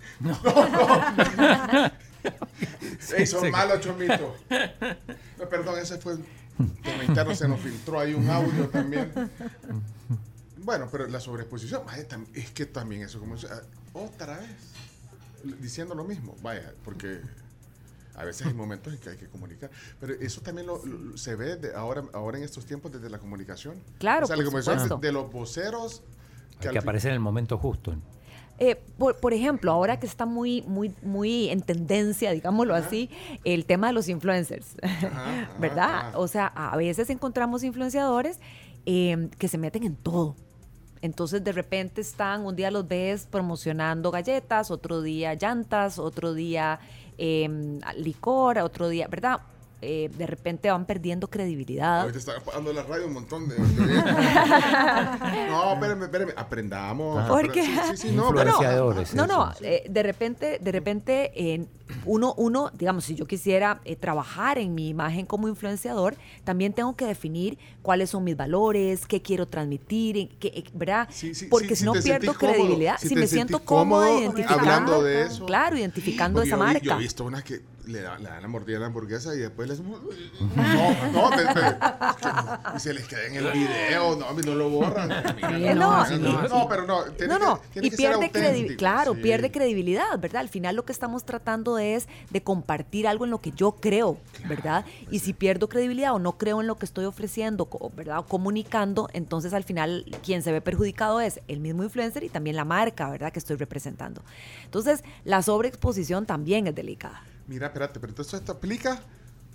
Ey, son sí. malos, Chomito. No, perdón, ese fue el tema interno, se nos filtró ahí un audio también. Bueno, pero la sobreexposición, vaya, tam- es que también eso, como ah, otra vez, diciendo lo mismo, vaya, porque a veces hay momentos en que hay que comunicar, pero eso también lo, lo- se ve de ahora, ahora en estos tiempos desde la comunicación. Claro, o sea, la por comunicación supuesto. de, de los voceros Hay al que fin- aparecer en el momento justo. Eh, por, por ejemplo, ahora que está muy, muy, muy en tendencia, digámoslo así, el tema de los influencers, ¿verdad? O sea, a veces encontramos influenciadores eh, que se meten en todo. Entonces, de repente están, un día los ves promocionando galletas, otro día llantas, otro día eh, licor, otro día, ¿verdad? Eh, de repente van perdiendo credibilidad. Ahorita está apagando la radio un montón de... de- no, espérame, espérame, aprendamos. Ah. ¿Por qué? Sí, sí, sí, no, Influenciadores, No, eso, no, sí. eh, de repente, de repente, eh, uno, uno, digamos, si yo quisiera eh, trabajar en mi imagen como influenciador, también tengo que definir cuáles son mis valores, qué quiero transmitir, en qué, eh, ¿verdad? Sí, sí, Porque sí, si si no te pierdo sentís cómodo, credibilidad, si si, te me sentís siento cómoda cómodo identificando, hablando de eso. claro, identificando Porque esa yo, vi- marca. Yo he visto unas que le dan, le dan la mordida a la hamburguesa y después les... No, no, pe- pe- y se les queda en el video, no, no lo borran. Sí, no, sí, no, sí. no, pero no, tiene No, no, que, tiene y que ser pierde credibilidad, auténtico. claro, Sí. pierde credibilidad, ¿verdad? Al final lo que estamos tratando es de compartir algo en lo que yo creo, ¿verdad? Y si pierdo credibilidad o no creo en lo que estoy ofreciendo, co- ¿verdad? O comunicando, entonces al final quien se ve perjudicado es el mismo influencer y también la marca, ¿verdad? Que estoy representando. Entonces, la sobreexposición también es delicada. Mira, espérate, pero entonces esto aplica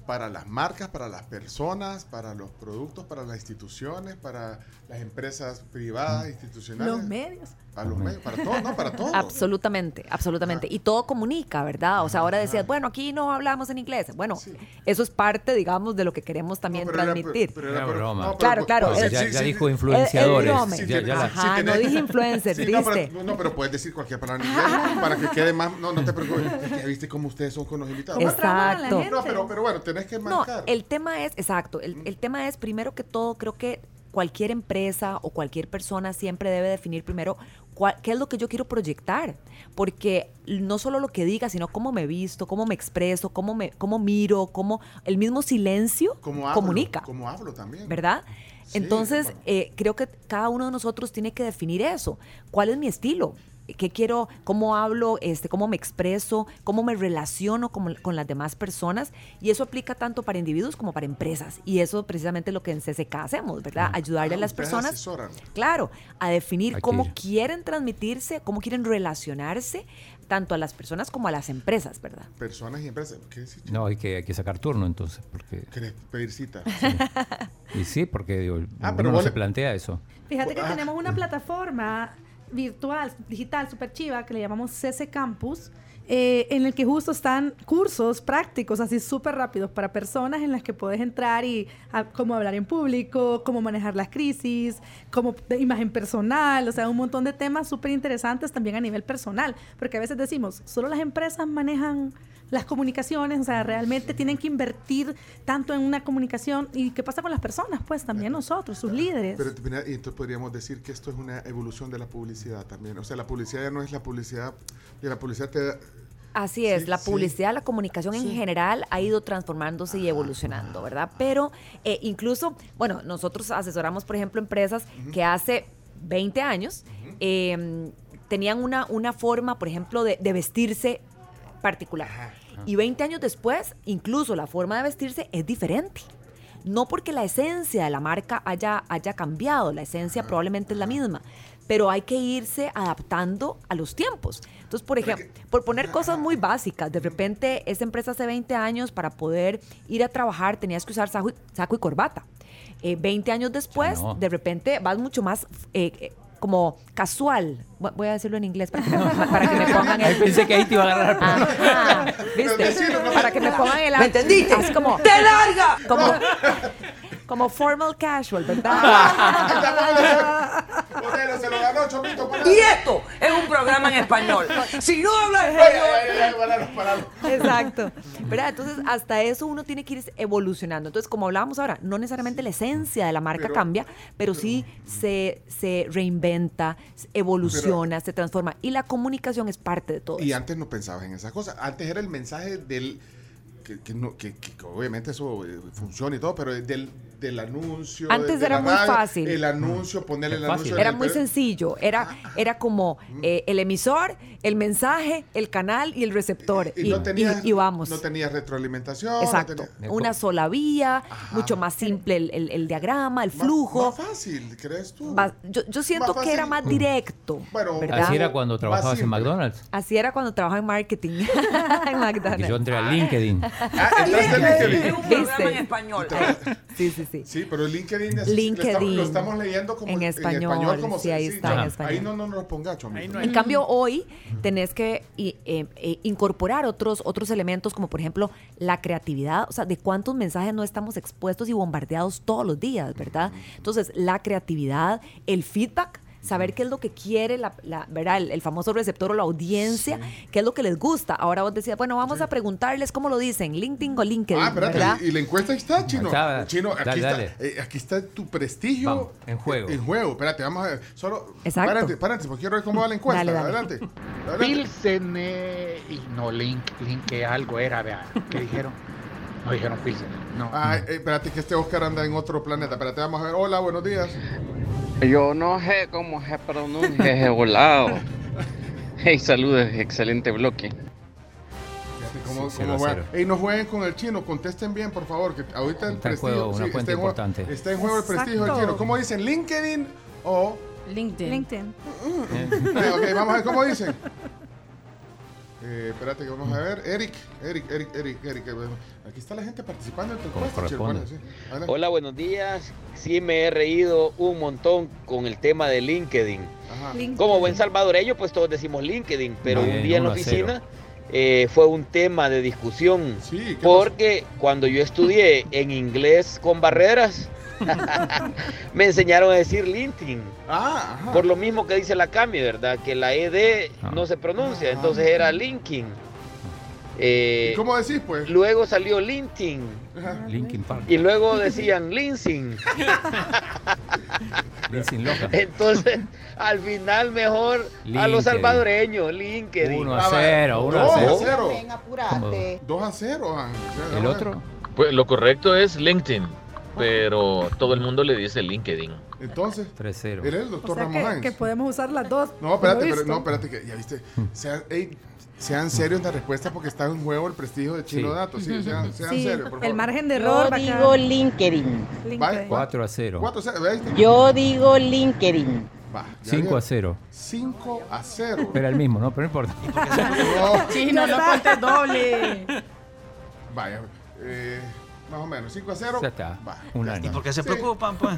para las marcas, para las personas, para los productos, para las instituciones, para las empresas privadas, institucionales. Los medios. Para los medios, para todo, ¿no? Para todo. Absolutamente, absolutamente. Y todo comunica, ¿verdad? O sea, ahora decías, bueno, aquí no hablamos en inglés. Bueno, sí. Eso es parte, digamos, de lo que queremos también no, transmitir. Era, pero, pero era broma. No, claro, claro. Pues, el, ya, sí, ya sí, dijo influenciadores. El, el sí, ya, ya Ajá, sí, no dije influencers, sí, ¿viste? No pero, no, pero puedes decir cualquier palabra en inglés para que quede más. No, no te preocupes. Ya viste cómo ustedes son con los invitados. Exacto. No, pero, pero bueno, tenés que marcar. No, el tema es, exacto, el, el tema es, primero que todo, creo que cualquier empresa o cualquier persona siempre debe definir primero cuál, qué es lo que yo quiero proyectar, porque no solo lo que diga, sino cómo me visto, cómo me expreso, cómo me cómo miro, cómo el mismo silencio ¿Cómo hablo? comunica. Cómo hablo también. ¿Verdad? Sí, Entonces, bueno. eh, creo que cada uno de nosotros tiene que definir eso. ¿Cuál es mi estilo? ¿Qué quiero? ¿Cómo hablo? Este, ¿Cómo me expreso? ¿Cómo me relaciono con, con las demás personas? Y eso aplica tanto para individuos como para empresas. Y eso precisamente es lo que en C C K hacemos, ¿verdad? Ayudarle ah, a las personas, asesoran. Claro, a definir Aquí. cómo quieren transmitirse, cómo quieren relacionarse, tanto a las personas como a las empresas, ¿verdad? Personas y empresas. ¿Qué decís? No, hay que, hay que sacar turno entonces. Porque... ¿Querés pedir cita? Sí. Y sí, porque digo, ah, uno pero no vos se le... plantea eso. Fíjate que ah. tenemos una plataforma virtual, digital, súper chiva, que le llamamos C C Campus, eh, en el que justo están cursos prácticos, así súper rápidos, para personas en las que puedes entrar y a, cómo hablar en público, cómo manejar las crisis, cómo de imagen personal, o sea, un montón de temas súper interesantes también a nivel personal, porque a veces decimos, solo las empresas manejan las comunicaciones, o sea, realmente tienen que invertir tanto en una comunicación. ¿Y qué pasa con las personas? Pues también nosotros, sus líderes. Pero y entonces podríamos decir que esto es una evolución de la publicidad también. O sea, la publicidad ya no es la publicidad, y la publicidad te da... Así es, sí, la sí. publicidad, la comunicación sí. en general ha ido transformándose y evolucionando, ¿verdad? Pero eh, incluso, bueno, nosotros asesoramos, por ejemplo, empresas uh-huh. que hace veinte años uh-huh. eh, tenían una, una forma, por ejemplo, de, de vestirse particular. Ajá. Y veinte años después, incluso la forma de vestirse es diferente. No porque la esencia de la marca haya, haya cambiado, la esencia probablemente es la misma, pero hay que irse adaptando a los tiempos. Entonces, por ejemplo, por poner cosas muy básicas, de repente esa empresa hace veinte años para poder ir a trabajar tenías que usar saco y, saco y corbata. Eh, veinte años después, no. de repente vas mucho más... Eh, como casual, voy a decirlo en inglés para que me, para que me pongan el... Ahí pensé que ahí te iba a agarrar. Ajá, ¿viste? Para que me pongan el... ¿Me entendiste? Así como... ¡Te larga! Como, como formal casual, ¿verdad? Se lo ganó, Chomito. Y esto es un programa en español. Si no hablas español... Exacto. ¿Verdad? Entonces, hasta eso uno tiene que ir evolucionando. Entonces, como hablábamos ahora, no necesariamente la esencia de la marca pero, cambia, pero, pero sí se, se reinventa, evoluciona, pero, se transforma. Y la comunicación es parte de todo Y eso. antes no pensabas en esas cosas. Antes era el mensaje del... Que, que, no, que, que obviamente eso eh, funciona y todo, pero del, del anuncio. Antes de, de era muy radio, fácil. El anuncio, ponerle el anuncio. Era el, muy pero, sencillo. Era, era como eh, el emisor, el mensaje, el canal y el receptor. Y, y, y, no tenías, y, y vamos. No tenías retroalimentación. Exacto. No tenía... Una sola vía, Ajá. mucho más simple el, el, el diagrama, el flujo. Más, más fácil, ¿crees tú? Va, yo, yo siento que era más directo. Bueno, ¿verdad? Así era cuando trabajabas en McDonald's. Así era cuando trabajaba en marketing en McDonald's. Y yo entré a LinkedIn. Ah, entraste a LinkedIn. Es un programa en español. Sí, sí, sí. Sí, pero LinkedIn, es, LinkedIn. Lo, estamos, lo estamos leyendo como en español. En español como sí, ahí sí, está no, en español. Ahí no, no nos lo ponga, Chomito. No en cambio, hoy tenés que eh, eh, incorporar otros, otros elementos como, por ejemplo, la creatividad. O sea, de cuántos mensajes no estamos expuestos y bombardeados todos los días, ¿verdad? Entonces, la creatividad, el feedback, saber qué es lo que quiere la, la ¿verdad? El, el famoso receptor o la audiencia, sí. qué es lo que les gusta. Ahora vos decías, bueno, vamos sí. a preguntarles cómo lo dicen, LinkedIn o LinkedIn. Ah, espérate, ¿verdad? Y, y la encuesta está, Chino. Está, Chino, aquí, dale, está, dale. Eh, aquí está tu prestigio. Vamos, en juego. En juego, espérate, vamos a ver. Solo, Exacto. Párate, párate, porque quiero ver cómo va la encuesta. Dale, dale. Adelante. Adelante. Pilsen eh, y no, Link, Link que algo era, vea. ¿Qué dijeron? No dijeron Pilsen. No. Ah, eh, espérate, que este Oscar anda en otro planeta. Espérate, vamos a ver. Hola, buenos días. Yo no sé cómo se pronuncia ese volado. Hey, saludos, excelente bloque. ¿Cómo, sí, cómo juegan? Ey, no jueguen con el chino, contesten bien, por favor, que ahorita el está prestigio... Juego, una sí, fuente está, importante. En, está en juego el prestigio del chino. ¿Cómo dicen? ¿LinkedIn o...? LinkedIn. LinkedIn. Eh, ok, vamos a ver cómo dicen. Eh, espérate que vamos a ver. Eric, Eric, Eric, Eric, Eric. Aquí está la gente participando en tu encuesta. Bueno, sí. Hola, buenos días. Sí me he reído un montón con el tema de LinkedIn. Ajá. LinkedIn. Como buen salvadoreño, pues todos decimos LinkedIn, pero Bien, un día en la uno a cero. oficina eh, fue un tema de discusión. Sí, porque cuando yo estudié en inglés con barreras, me enseñaron a decir LinkedIn. Ah, ajá. Por lo mismo que dice la Cami, ¿verdad? Que la E D no se pronuncia, entonces era Linkin. Eh, ¿Cómo decís, pues? Luego salió LinkedIn. Linkin Park. Y luego decían Linsing. Lindsay Lohan. Entonces, al final mejor a los LinkedIn. salvadoreños, LinkedIn. Uno a cero, uno a Dos cero. a cero. Ven, apurate. Dos a cero. ah. ¿El otro? Pues lo correcto es LinkedIn, pero todo el mundo le dice LinkedIn. Entonces, tres cero. él es el O doctor sea Ramos que, Hines. que podemos usar las dos. No, espérate, por lo pero, visto. no, espérate, que ya viste. Sean, ey, sean serios en la respuesta porque está en juego el prestigio de Chino Sí. Datos. Sí, sean, sean Sí, serios, por favor. el margen de Yo error. va acá. digo LinkedIn. Vaya, cuatro a cero. cuatro a cero, ¿veis? Yo digo LinkedIn. Va, ya cinco a vieron. cero. cinco a cero. Era el mismo, ¿no? Pero no importa. No, Chino, no cuentes doble. vaya, eh, más o menos, cinco a cero. Ya está. Va, Un ya año. está. ¿Por qué se Sí. preocupan, pues?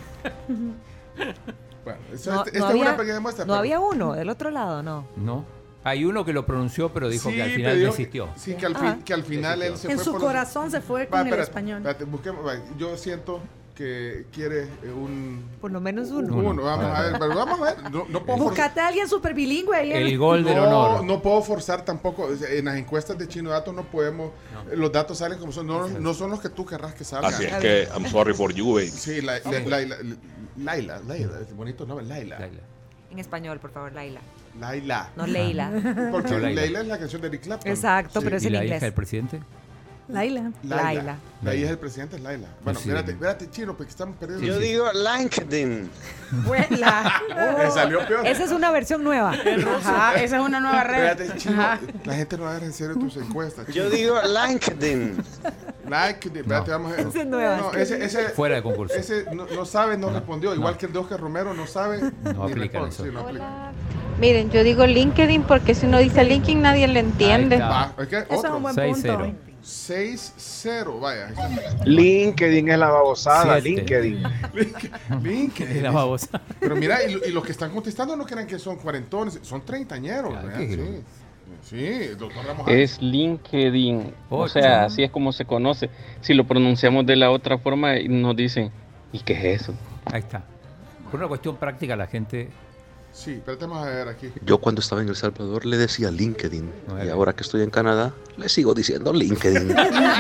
Bueno, eso- No, este- esta no es había, una pequeña muestra. no pero- había uno del otro lado, ¿no? No. Hay uno que lo pronunció, pero dijo Sí, que al pero final dijo no que- existió. Sí, que al, Ah. fin- que al final él se En fue su por los- corazón se fue Va, con el espérate, español. espérate, busquemos, va, yo siento que quiere eh, un... Por lo menos uno. Uno, vamos a ver, pero vamos a ver. No, no puedo forzar. Búscate a alguien súper bilingüe ahí. en- El gol del no, honor. no puedo forzar tampoco. O sea, en las encuestas de Chino Datos no podemos. Los datos salen como son. No, no son los que tú querrás que salgan. Así es que, I'm sorry for you, baby. Sí, la, la, Laila, Laila, Laila, es bonito nombre, Laila. Laila. En español, por favor, Laila. Laila. No Leila. Porque No, Laila. Laila es la canción de Eric Clapton. Exacto, Sí. pero es ¿Y en la hija inglés. del presidente? Laila. Laila. Laila. La hija del presidente es Laila. Bueno, sí. espérate, espérate, Chino, porque estamos perdiendo. Yo digo LinkedIn. Buena. Me salió peor. Esa es una versión nueva. Ajá, esa es una nueva red. Espérate, Chino, Ajá. la gente no agarra en serio tus encuestas. Yo digo LinkedIn. Like, espérate, vamos a ver. Esa es nueva. No, ese, ese, Fuera de concurso. ese no, no sabe, no, respondió. Igual que el de Oscar Romero no sabe. No ni aplican responde. eso. Sí, no aplica. Miren, yo digo LinkedIn porque si uno dice LinkedIn nadie le entiende. Ahí está. Va, ¿es que? Eso es Otro. un buen seis punto. cero. seis cero, vaya. ahí está. LinkedIn es la babosada, Siete. LinkedIn. LinkedIn. Es la babosa. Pero mira, y, lo- y los que están contestando no crean que son cuarentones, son treintañeros. Claro, ¿verdad? que- Sí. Sí, doctor Ramos. Es LinkedIn, o Ocho. sea, así es como se conoce. Si lo pronunciamos de la otra forma, nos dicen, ¿y qué es eso? Ahí está. Por una cuestión práctica, la gente. Sí, espérate, vamos a ver aquí. Yo cuando estaba en El Salvador le decía LinkedIn Nueve. y ahora que estoy en Canadá le sigo diciendo LinkedIn.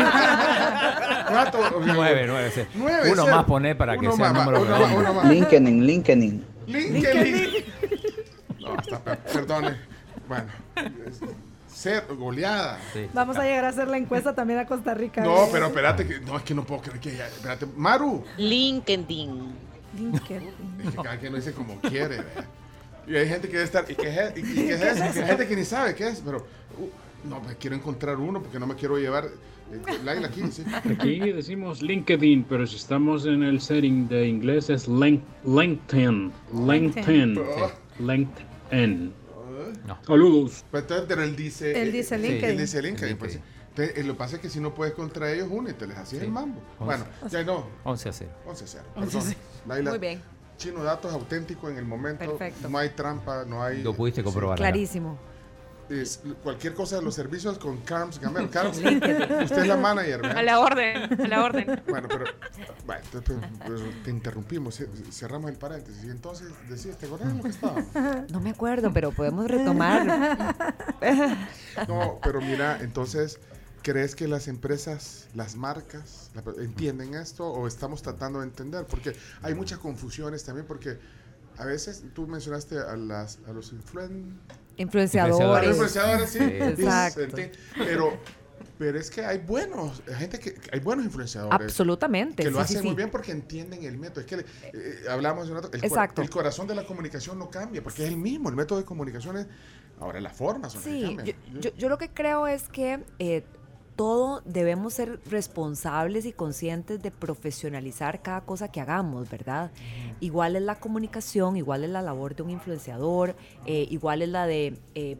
¿Cuánto? Nueve, nueve, sí. Nueve, Uno cero. más poner para que Uno sea el más, número uno más, redondo. uno más. LinkedIn, LinkedIn. LinkedIn. No, está, per- perdone. Bueno, es- ser goleada. Sí. Vamos a llegar a hacer la encuesta también a Costa Rica. No, pero espérate, que, no, es que no puedo creer que ya. Espérate, Maru. LinkedIn. LinkedIn. Es que cada quien lo dice como quiere, ¿verdad? Y hay gente que debe estar. ¿Y qué es, y qué es eso? Y hay gente que ni sabe qué es, pero. uh, no, me quiero encontrar uno porque no me quiero llevar. Eh, Laila aquí, sí. Aquí decimos LinkedIn, pero si estamos en el setting de inglés es link, LinkedIn. LinkedIn. LinkedIn. No. Saludos. Pero, entonces, pero él dice. Él dice eh, LinkedIn. Él dice LinkedIn. LinkedIn. Pues, entonces, eh, lo que pasa es que si no puedes contra ellos, úneteles. Así es Sí. el mambo. Once. Bueno, ya no. once a cero. once a cero. Perdón. Laila. Muy bien. Chino Datos auténtico en el momento. Perfecto. No hay trampa, no hay. Lo pudiste comprobar. acá. Clarísimo. Es cualquier cosa de los servicios con Carms Gamero. Carms, usted es la manager, ¿verdad? A la orden, a la orden. Bueno, pero bueno, entonces, pues, pues, te interrumpimos, ce- cerramos el paréntesis. Y entonces decías, ¿te acordás de lo que estaba? No me acuerdo, pero podemos retomar. No, pero mira, entonces, ¿crees que las empresas, las marcas, la- entienden esto o estamos tratando de entender? Porque hay muchas confusiones también, porque a veces tú mencionaste a, las, a los influen... Influenciadores. A los influenciadores, sí. Exacto. Enti- Pero, pero es que hay buenos, hay gente que, hay buenos influenciadores. Absolutamente. Que lo sí, hacen sí, muy sí. bien porque entienden el método. Es que eh, hablamos de un rato, el, cor- Exacto. el corazón de la comunicación no cambia, porque es el mismo. El método de comunicación es. Ahora, las formas son las que Sí, cambian. yo, yo- yo lo que creo es que eh, todo debemos ser responsables y conscientes de profesionalizar cada cosa que hagamos, ¿verdad? Igual es la comunicación, igual es la labor de un influenciador, eh, igual es la de eh,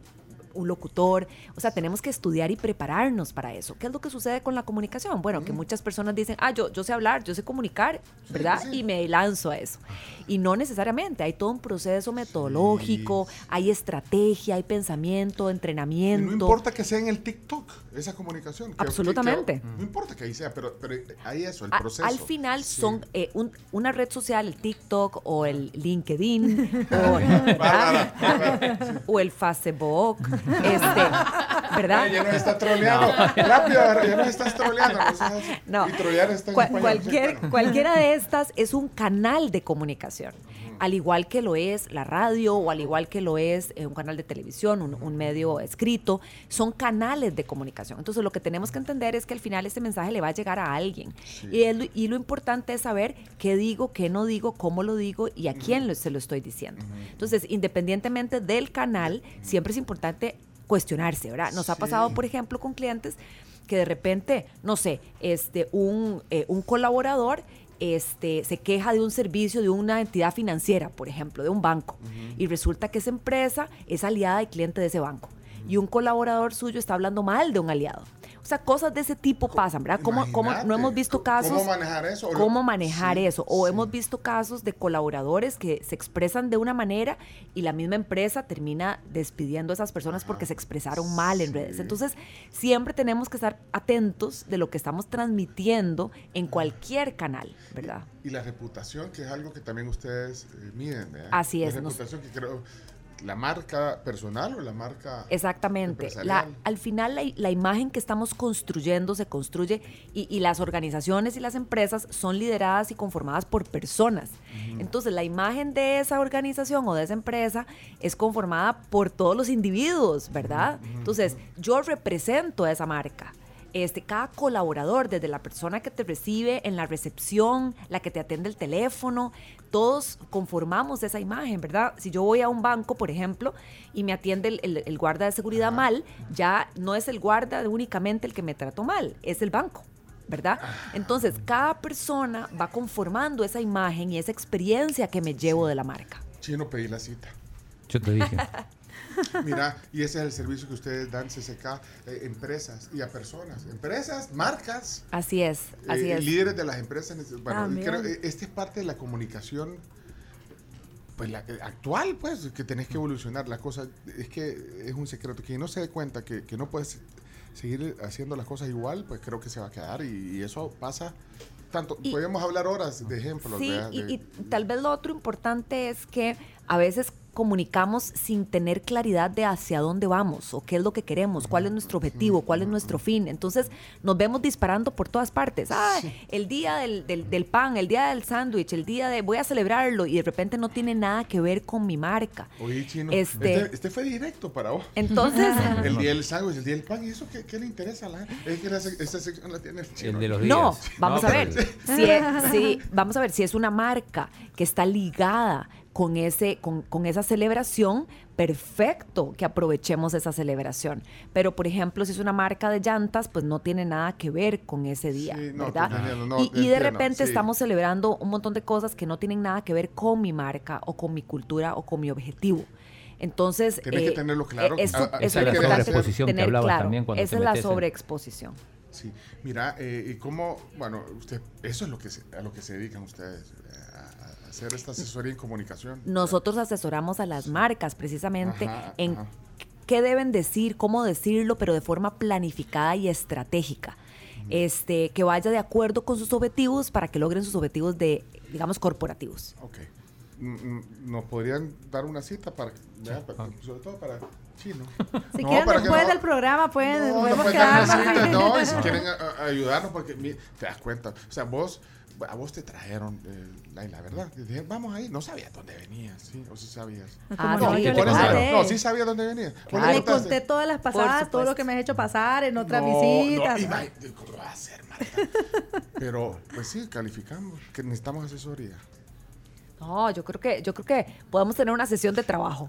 un locutor. O sea, tenemos que estudiar y prepararnos para eso. ¿Qué es lo que sucede con la comunicación? Bueno, que muchas personas dicen, ah, yo, yo sé hablar, yo sé comunicar, ¿verdad? Sí. Y me lanzo a eso. Y no necesariamente, hay todo un proceso metodológico, sí. hay estrategia, hay pensamiento, entrenamiento. Y no importa que sea en el TikTok, esa comunicación. Que, Absolutamente. Que, que, no importa que ahí sea, pero, pero hay eso, el a, proceso. Al final sí. son eh, un, una red social, el TikTok o el LinkedIn o, bárbara, bárbara. o el Facebook, este, ¿verdad? Ya nos está troleando, no. rápido, ya nos estás troleando. No, y trolear está en Cual, español, cualquier, sí, bueno. cualquiera de estas es un canal de comunicación, uh-huh. al igual que lo es la radio o al igual que lo es eh, un canal de televisión, un, un medio escrito, son canales de comunicación. Entonces lo que tenemos que entender es que al final este mensaje le va a llegar a alguien sí. y, el, y lo importante es saber qué digo, qué no digo, cómo lo digo y a uh-huh. quién lo, se lo estoy diciendo. Uh-huh. Entonces, independientemente del canal, siempre es importante cuestionarse, ¿verdad? Nos sí. ha pasado, por ejemplo, con clientes que de repente, no sé, este, un, eh, un colaborador este, se queja de un servicio de una entidad financiera, por ejemplo, de un banco, uh-huh. y resulta que esa empresa es aliada y cliente de ese banco, uh-huh. y un colaborador suyo está hablando mal de un aliado. O sea, cosas de ese tipo pasan, ¿verdad? ¿Cómo, cómo no hemos visto casos? ¿Cómo manejar eso? ¿Cómo manejar sí, eso? O sí. hemos visto casos de colaboradores que se expresan de una manera y la misma empresa termina despidiendo a esas personas Ajá. porque se expresaron mal en sí. redes. Entonces, siempre tenemos que estar atentos de lo que estamos transmitiendo en cualquier canal, ¿verdad? Y, y la reputación, que es algo que también ustedes eh, miden, ¿verdad? Así es. La reputación nos... que creo... ¿La marca personal o la marca Exactamente. La, al final la, la imagen que estamos construyendo se construye y, y las organizaciones y las empresas son lideradas y conformadas por personas. Uh-huh. Entonces la imagen de esa organización o de esa empresa es conformada por todos los individuos, ¿verdad? Uh-huh. Entonces yo represento a esa marca. Este, cada colaborador, desde la persona que te recibe en la recepción, la que te atiende el teléfono, todos conformamos esa imagen, ¿verdad? Si yo voy a un banco, por ejemplo, y me atiende el, el, el guarda de seguridad Ajá. mal, ya no es el guarda únicamente el que me trató mal, es el banco, ¿verdad? Entonces, cada persona va conformando esa imagen y esa experiencia que me llevo de la marca. Chino, pedí la cita. Yo te dije. Mira, y ese es el servicio que ustedes dan, C C K, eh, empresas y a personas, empresas, marcas. Así es, así eh, es. Líderes de las empresas. Bueno, ah, creo, esta es parte de la comunicación pues la, actual, pues, que tenés que evolucionar. La cosa es que es un secreto. Quien no se dé cuenta que, que no puedes seguir haciendo las cosas igual, pues creo que se va a quedar y, y eso pasa. Tanto, y, podemos hablar horas de ejemplos. Sí, de, y, de, y tal vez lo otro importante es que a veces comunicamos sin tener claridad de hacia dónde vamos o qué es lo que queremos, cuál es nuestro objetivo, cuál es nuestro fin. Entonces nos vemos disparando por todas partes. Ah, sí. el día del, del, del pan, el día del sándwich, el día de voy a celebrarlo y de repente no tiene nada que ver con mi marca. Oye, Chino, este, este, este fue directo para vos. Entonces, el día del sándwich, el día del pan, ¿y eso qué, qué le interesa a la gente? Es que la, esta sección la tiene el Chino. El de los días. No, vamos no, a ver. Si es, si, vamos a ver si es una marca que está ligada con ese con, con esa celebración, perfecto que aprovechemos esa celebración. Pero, por ejemplo, si es una marca de llantas, pues no tiene nada que ver con ese día, sí, no, ¿verdad? No, no, y, y de repente sí. estamos celebrando un montón de cosas que no tienen nada que ver con mi marca o con mi cultura o con mi objetivo. Entonces, tienes eh, que tenerlo claro. Eso, a, a, eso es la sobreexposición tener que hablabas claro. también cuando Esa te es la metes sobreexposición. En... Sí, mira, eh, y cómo, bueno, usted, eso es lo que se, a lo que se dedican ustedes, a, a hacer esta asesoría en comunicación. Nosotros asesoramos a las marcas precisamente Ajá, en ajá. qué deben decir, cómo decirlo, pero de forma planificada y estratégica. Este, que vaya de acuerdo con sus objetivos para que logren sus objetivos de, digamos, corporativos. Ok. ¿Nos podrían dar una cita para, ya, para sobre todo para Chino? Si no, quieren para después no, del programa pueden, no, podemos no pueden dar una quedarnos. cita, no, y si quieren a, a ayudarnos porque mira, te das cuenta, o sea, vos a vos te trajeron eh, la, la verdad, te dijeron, vamos ahí, no sabías dónde venías, ¿sí? O sí sabías. Ah, no, no, yo por le eso, conté. no, sí sabías dónde venías. Claro. Le conté todas las pasadas, todo lo que me has hecho pasar en otras no, visitas. No, iba, ¿cómo va a ser, Marta? Pero, pues sí, calificamos, que necesitamos asesoría. No, yo creo que yo creo que podemos tener una sesión de trabajo.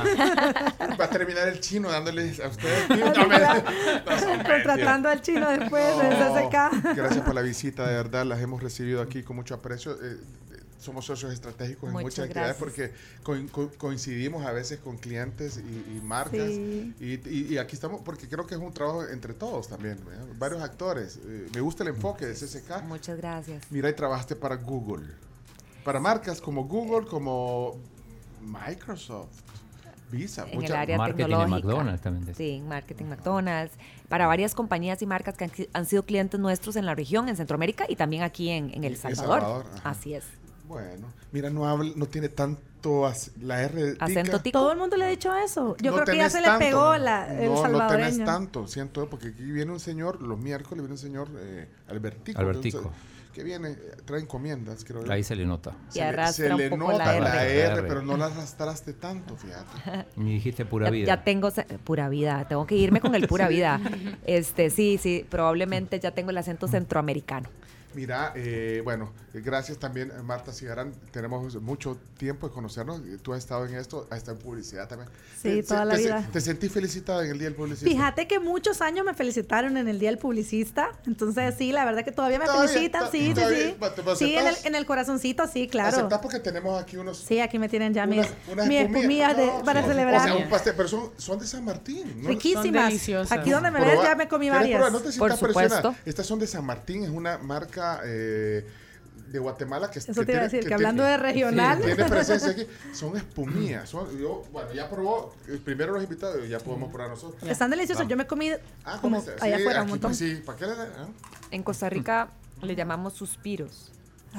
Ah. Va a terminar el Chino dándoles a ustedes. No, me, no, contratando al Chino después no, de C C K. Gracias por la visita, de verdad, las hemos recibido aquí con mucho aprecio. Eh, somos socios estratégicos en Muchas muchas actividades gracias. porque co- co- coincidimos a veces con clientes y, y marcas. Sí. Y, y- y aquí estamos porque creo que es un trabajo entre todos también. ¿verdad? Varios actores. Eh, me gusta el enfoque de C C K. Muchas gracias. Mira, y trabajaste para Google. Para marcas como Google, como Microsoft, Visa. En mucha- el área Marketing en tecnológica. McDonald's también. Sí, en marketing McDonald's, para varias compañías y marcas que han, han sido clientes nuestros en la región, en Centroamérica y también aquí en, en El En Salvador. Salvador, ajá. Así es. Bueno, mira, no habla, no tiene tanto as- la R. Acento tica. tico. Todo el mundo le ha dicho eso. Yo No creo que ya tenés se tanto, le pegó ¿no? la, el no, salvadoreño. No tenés tanto, siento, porque aquí viene un señor, los miércoles viene un señor, eh, Albertico. Albertico. entonces, que viene, eh, trae encomiendas, creo yo. Ahí se le nota. Y Se le- arrastra se un le poco nota la la R. R, pero no la arrastraste tanto, fíjate. Me dijiste pura Ya, vida. ya tengo se- pura vida, tengo que irme con el pura Sí. vida. Este, sí, sí, probablemente ya tengo el acento centroamericano. Mira, eh, bueno, eh, gracias también, eh, Marta Cigarán. Tenemos mucho tiempo de conocernos. eh, Tú has estado en esto, has estado en publicidad también. Sí, Te- toda te- la te- vida. ¿Te sentí felicitada en el Día del Publicista? Fíjate que muchos años me felicitaron en el Día del Publicista. Entonces, sí, la verdad que todavía me Todavía, felicitan. to- Sí, sí, todavía, sí. ¿te- te Sí, en el, aceptás? en el corazoncito, sí, claro. ¿Aceptás? Porque tenemos aquí unos... Sí, aquí me tienen ya mis, unas, unas mis espumillas. espumillas de- No, para sí. celebrar. O sea, un pastel, pero son, son de San Martín, ¿no? Riquísimas. deliciosas. Aquí donde me Proba- ves ya me comí ¿Quieres varias. probar? No te Por sientas presionada. supuesto. Estas son de San Martín, es una marca eh, de Guatemala que Eso te iba a decir, que hablando tiene- de regional. sí, tiene presencia aquí. Son espumillas. Son, yo, bueno, ya probó, eh, primero los invitados, ya podemos probar nosotros. Están deliciosas. Yo me comí Ah, como comiste. allá Sí, afuera un aquí, montón. pues sí, ¿para qué le da? ah? En Costa Rica le llamamos suspiros.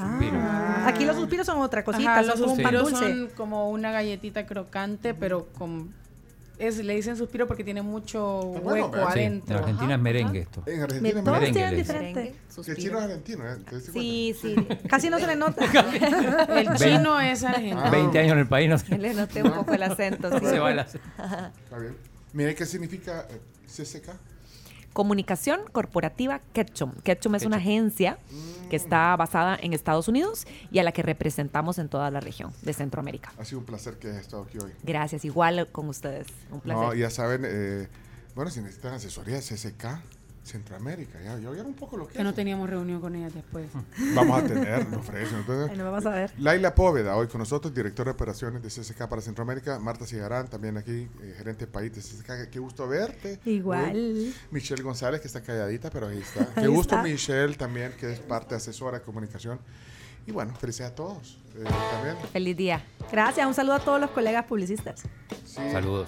Ah, aquí los suspiros son otra cosita, Ajá, son los como un pan suspiros dulce. son como una galletita crocante, pero con es le dicen suspiro porque tiene mucho Ah, bueno, hueco vea. Sí, adentro. en Argentina es merengue esto. En Argentina es Todos merengue, tienen le dicen. diferente. Merengue, Que el suspiro. chino es argentino, ¿eh? ¿Te diste cuenta? Sí, sí. Casi no se le nota. El chino es argentino. Ah. veinte años en el país no se, Le noté un poco el acento. sí. se va el acento. Está bien. Mire, ¿qué significa eh, C C K? Comunicación Corporativa Ketchum. Ketchum es una Ketchum. agencia que está basada en Estados Unidos y a la que representamos en toda la región de Centroamérica. Ha sido un placer que hayas estado aquí hoy. Gracias, igual con ustedes. Un placer. No, ya saben, eh, bueno, si necesitan asesoría de C C K, Centroamérica, ya, ya oyeron un poco lo que Que no hacen. teníamos reunión con ellas después. Vamos a tener, nos ofrecen. Entonces, Ahí nos vamos a ver. Laila Póveda, hoy con nosotros, directora de operaciones de C C K para Centroamérica. Marta Cigarán, también aquí, eh, gerente de país de C C K. Qué gusto verte. Igual. Uy. Michelle González, que está calladita, pero ahí está. Qué Ahí gusto, está. Michelle, también, que es parte asesora de comunicación. Y bueno, felicidades a todos. Eh, también. Feliz día. Gracias. Un saludo a todos los colegas publicistas. Sí. Saludos.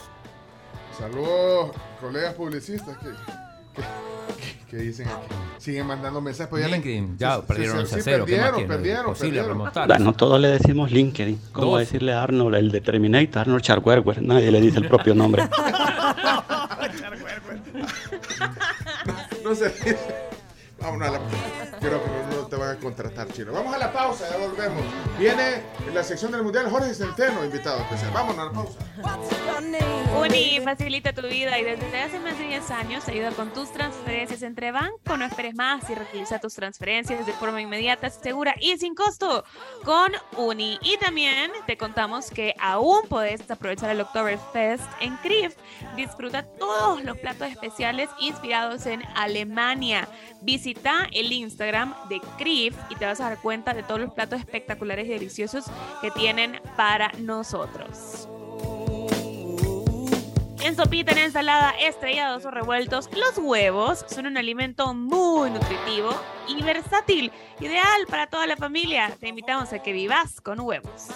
Saludos, colegas publicistas. ¿Qué, qué- qué dicen aquí? Siguen mandando mensajes. pues ya le- LinkedIn, ya sí, perdieron sí, once a sí, cero. ¿Qué más Perdieron, quieren? perdieron, Imposible perdieron. remontar. Bueno, todos le decimos LinkedIn. ¿Cómo Dos. decirle a Arnold, el de Terminator, Arnold Schwarzenegger? Nadie le dice el propio nombre. No sé. Vámonos a la Creo que no, no te van a contratar, chino. Vamos a la pausa, ya volvemos. Viene en la sección del Mundial Jorge Centeno, invitado especial. Vámonos a la pausa. Uni facilita tu vida y desde hace más de diez años te ayuda con tus transferencias entre banco. No esperes más y realiza tus transferencias de forma inmediata, segura y sin costo con Uni. Y también te contamos que aún puedes aprovechar el Oktoberfest en C R I F. Disfruta todos los platos especiales inspirados en Alemania. Visita el Instagram de C R I F y te vas a dar cuenta de todos los platos espectaculares y deliciosos que tienen para nosotros. En sopita, en ensalada, estrellados o revueltos, los huevos son un alimento muy nutritivo y versátil, ideal para toda la familia. Te invitamos a que vivas con huevos.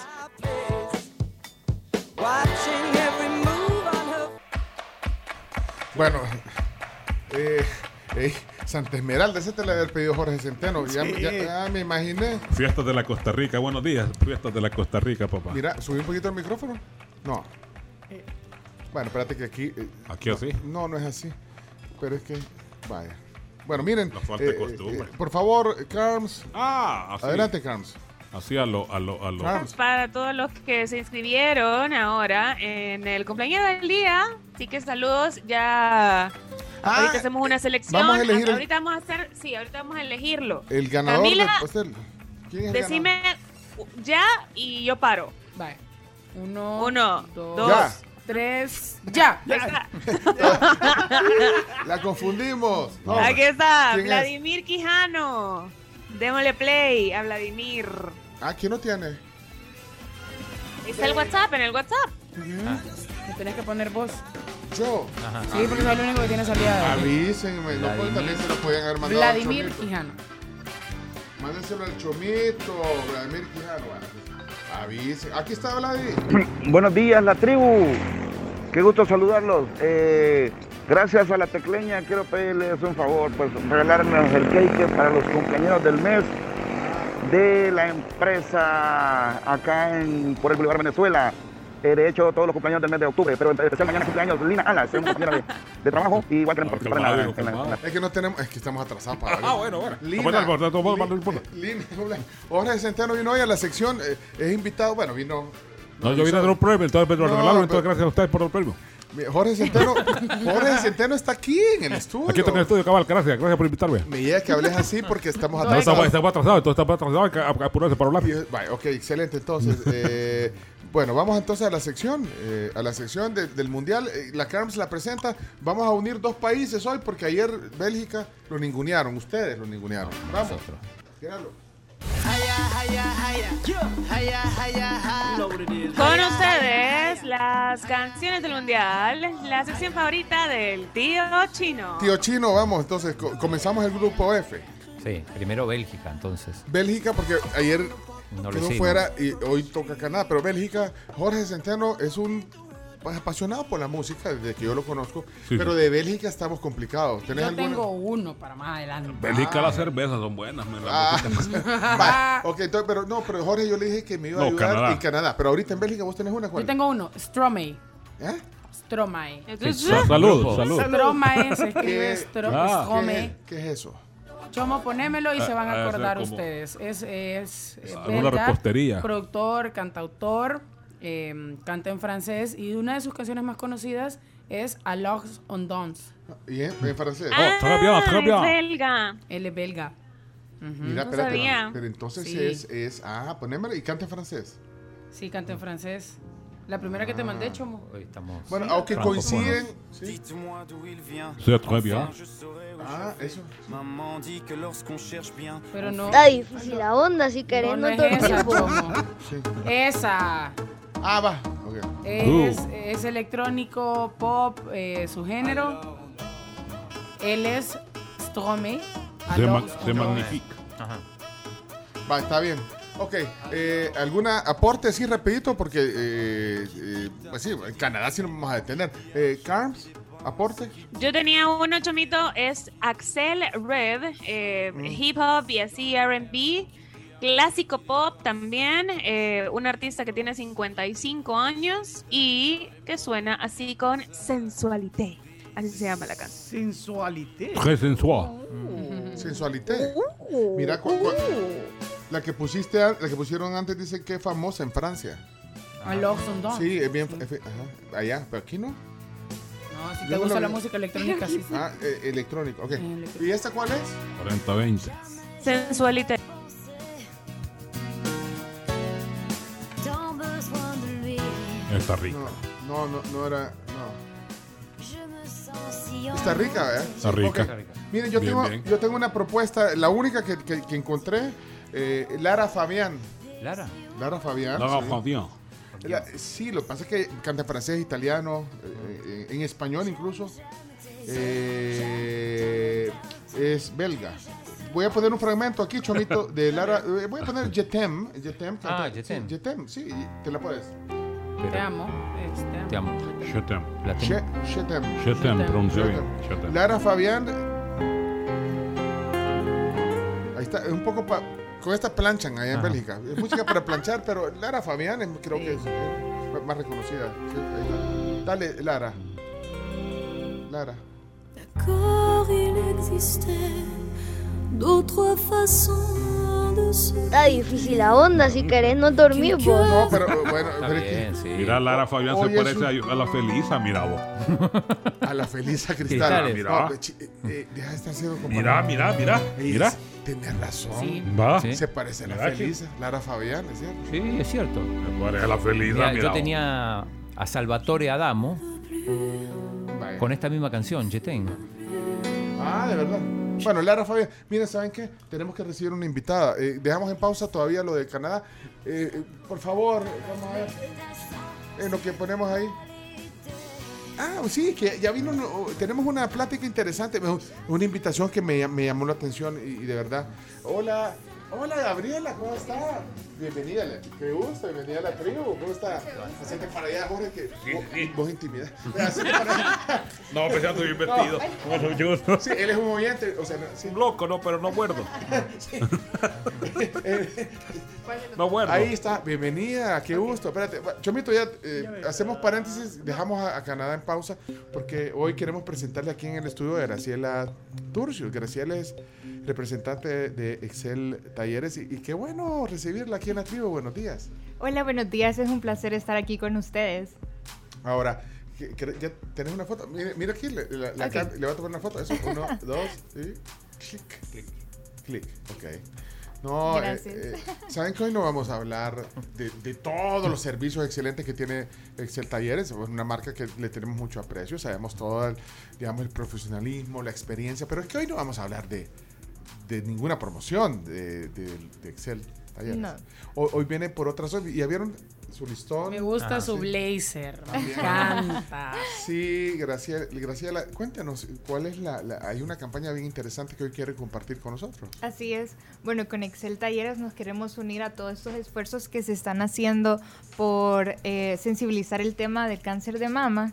Bueno, eh, eh, Santa Esmeralda, ese te la había pedido Jorge Centeno. Ya, Sí. ya- ya me imaginé. Fiestas de la Costa Rica, buenos días. Fiestas de la Costa Rica, papá. Mira, subí un poquito el micrófono. No. Bueno, espérate que aquí. eh, ¿Aquí así? No, no es así. Pero es que. Vaya. Bueno, miren. Nos falta costumbre. por favor, Carms. Ah, así. Adelante, Carms. Así a lo, a lo, a lo. Carms. Para todos los que se inscribieron ahora en el cumpleaños del día, así que saludos. Ya ahorita hacemos una selección. vamos a elegir el- ahorita vamos a hacer, sí, ahorita vamos a elegirlo. El ganador Camila, del pastel. ¿Quién es el decime ya y yo paro. Vale. Uno, Uno, dos, dos, Ya. tres, ya. Ahí está. ganador? La confundimos. No, Aquí está, ¿quién es? Vladimir Quijano. Démosle play a Vladimir. Ah, ¿quién no tiene? Está el WhatsApp, en el WhatsApp. Ah. Me tenés que poner vos. Yo. Ajá. Sí, porque soy el único que tiene salida. Avísenme, no pueden, también se lo pueden haber mandado. Vladimir al Chomito. Quijano. Mándenselo al Chomito, Vladimir Quijano. Bueno, avisen. Aquí está Vladimir. Buenos días, la tribu. Qué gusto saludarlos. Eh, gracias a la tecleña, quiero pedirles un favor, pues regalarnos el cake para los cumpleaños del mes de la empresa acá en, por el Bolívar, Venezuela. Eh, de hecho, todos los cumpleaños del mes de octubre, pero en especial mañana cumpleaños Lina Alas, es una compañera de, de trabajo, y igual queremos participar en la, en la- en la- Es que no tenemos, es que estamos atrasados para Ah, bueno, bueno. Lina, No importa, no importa, no importa. Lina, Jorge Centeno vino hoy a la sección, eh, es invitado, bueno, vino. No, yo vine a dar un premio, entonces me lo No, regalaron, pero- entonces gracias a ustedes por el premio. Jorge Centeno, Jorge Centeno está aquí en el estudio. Aquí está en el estudio, cabal, gracias, gracias por invitarme. Me llega que hables así porque estamos No, atrasados. estamos, estamos atrasados, entonces estamos atrasados, hay que ap- apurarse para hablar. Vale, ok, excelente. Entonces, eh, bueno, vamos entonces a la sección, eh, a la sección de- del Mundial. Eh, la Carms la presenta. Vamos a unir dos países hoy porque ayer Bélgica lo ningunearon. Ustedes lo ningunearon. Vamos. Tíralo. Con ustedes, las canciones del mundial, la sección favorita del tío chino. Tío Chino, vamos. Entonces, co- comenzamos el grupo F. Sí, primero Bélgica, entonces. Bélgica, porque ayer No lo quedó hicimos. fuera y hoy toca Canadá. Pero Bélgica, Jorge Centeno es un pues, apasionado por la música desde que yo lo conozco. Sí, pero sí. de Bélgica estamos complicados. ¿Tenés Yo alguna? tengo uno para más adelante. Bélgica, las cervezas son buenas. me la Ah, música. va, ok, entonces, pero no, pero Jorge, yo le dije que me iba a No, ayudar Canadá. en Canadá. Pero ahorita en Bélgica vos tenés una, ¿cuál? Yo tengo uno, Stromae. ¿Eh? Stromae. Salud, salud. Stromae se escribe ¿Qué? Stro- Ah. Stromae. ¿Qué, qué es eso? Chomo, ponémelo y se van Ah, a ah, acordar ese es como- ustedes. Es, es eh, Alguna belga, repostería. productor, cantautor, eh, canta en francés y una de sus canciones más conocidas es Alors on danse. ¿Y en, en francés? Ah, très bien, très bien. es belga. Él es belga. Ujú. Mira, no espérate. sabía. Pero entonces Sí. es, es. Ah, ponémelo y canta en francés. Sí, canta en francés. La primera que te mandé, Chomo. Hoy estamos. Bueno, aunque francófonos. coinciden. ¿sí? Sí, très bien. Ah, eso. Pero no. Está difícil la onda, si querés No, no, no todo es el esa, tiempo. Chomo. Sí. Esa. Ah, va. Ok. Es, Uh. es electrónico, pop, eh, su género. Él es Stromae. C'est Alors, ma- on c'est danse. magnifique. Ajá. Va, está bien. Ok, eh, ¿alguna aporte así rapidito? Porque, eh, eh, pues sí, en Canadá sí nos vamos a detener. Eh, Carms, aporte. Yo tenía uno, Chomito, es Axel Red, eh, hip hop y así R and B, clásico pop también, eh, un artista que tiene cincuenta y cinco años y que suena así con sensualité, así se llama la canción. Sensualité. Très sensual. Sensualité. Mira, cu- cu- la que pusiste, an- la que pusieron antes dice que es famosa en Francia. Alors on danse. Sí, es bien, es- ajá, allá, pero aquí no. No, si Yo te no gusta lo la vi. música electrónica, sí. sí. Ah, eh, electrónico, ok. electrónico. ¿Y esta cuál es? cuarenta veinte. Sensualité. Está rica. No, no, no, no era, no. Está rica, ¿verdad? Está rica. Ok. Miren, yo, Bien, tengo, bien. yo tengo una propuesta, la única que, que- que encontré, eh, Lara Fabián. Lara. Lara Fabián. Lara sí. Fabián. La- sí, lo que pasa es que canta francés, italiano, eh, eh, en español incluso. Eh, es belga. Voy a poner un fragmento aquí, Chomito, de Lara. eh, Voy a poner Jetem. Jetem canta- Ah, Jetem. Sí, Jetem, sí, te la puedes. Pero- Te amo. es, te amo. Te amo. Je t'aime. La tengo. Je- Jetem. Je t'aime, pronuncia bien. Jetem. Je t'aime. Lara Fabián. Ahí está, es un poco pa- con esta planchan allá en Ajá. Bélgica. Es música para planchar, pero Lara Fabián es- creo que es eh, más reconocida. Sí, ahí está. Dale, Lara. Lara. D'accord, il existait d'autres façons de se... Está difícil la onda, si querés no dormir vos. No, pero eh, bueno, Está pero es que- bien, sí. Mira, Lara Fabián Oye, se parece es a, a la Felisa, mira vos. a la Felisa Cristal. Cristales. Mira. No, chi- eh, eh, deja de estar haciendo como. Mira, mira, mira, Ey, mira. Tenés razón. Sí. Va. Sí. Se parece a la Mira, Felisa, Lara Fabián, ¿es cierto? Sí, es cierto. Me parece a la Felisa, Mira, mira. yo vos. tenía a Salvatore Adamo Vaya. con esta misma canción, Jetem. Ah, de verdad. Bueno, Lara Fabián, miren, ¿saben qué? Tenemos que recibir una invitada. Eh, dejamos en pausa todavía lo de Canadá. Eh, eh, por favor, vamos a ver. En lo que ponemos ahí. Ah, sí, que ya vino, no, tenemos una plática interesante, una invitación que me, me llamó la atención y, y de verdad. Hola, hola Gabriela, ¿cómo está? Bienvenida, qué gusto, bienvenida a la tribu, ¿cómo está? Hacete para allá, Jorge, que sí, vos, sí. vos intimidad. Para... No, pues ya estoy bien vestido. No. Bueno, yo no. Sí, él es un oyente, o sea, no, sí. Un loco, no, pero no muerdo. Sí. No muerdo. Ahí está, bienvenida, qué gusto. Espérate, Chomito, ya eh, hacemos paréntesis, dejamos a, a Canadá en pausa, porque hoy queremos presentarle aquí en el estudio a Graciela Turcios. Graciela es representante de, de Excel Talleres y, y qué bueno recibirla aquí en la tribu. Buenos días. Hola, buenos días, es un placer estar aquí con ustedes. Ahora, ¿qué, qué, ¿ya tenés una foto? Mira, mira aquí, le, la, la Okay. can, le voy a tomar una foto. Eso, uno, dos, y clic, clic, clic, ok. No, eh, eh, saben que hoy no vamos a hablar de, de todos los servicios excelentes que tiene Excel Talleres, es una marca que le tenemos mucho aprecio, sabemos todo el, digamos, el profesionalismo, la experiencia, pero es que hoy no vamos a hablar de, de ninguna promoción de, de, de Excel Talleres. No. Hoy, hoy viene por otras, ¿ya vieron su listón? Me gusta Ah, su sí. blazer, me También. encanta. Sí, Graciela, Graciela, cuéntanos, ¿cuál es la, la, hay una campaña bien interesante que hoy quiere compartir con nosotros? Así es. Bueno, con Excel Talleres nos queremos unir a todos estos esfuerzos que se están haciendo por eh, sensibilizar el tema del cáncer de mama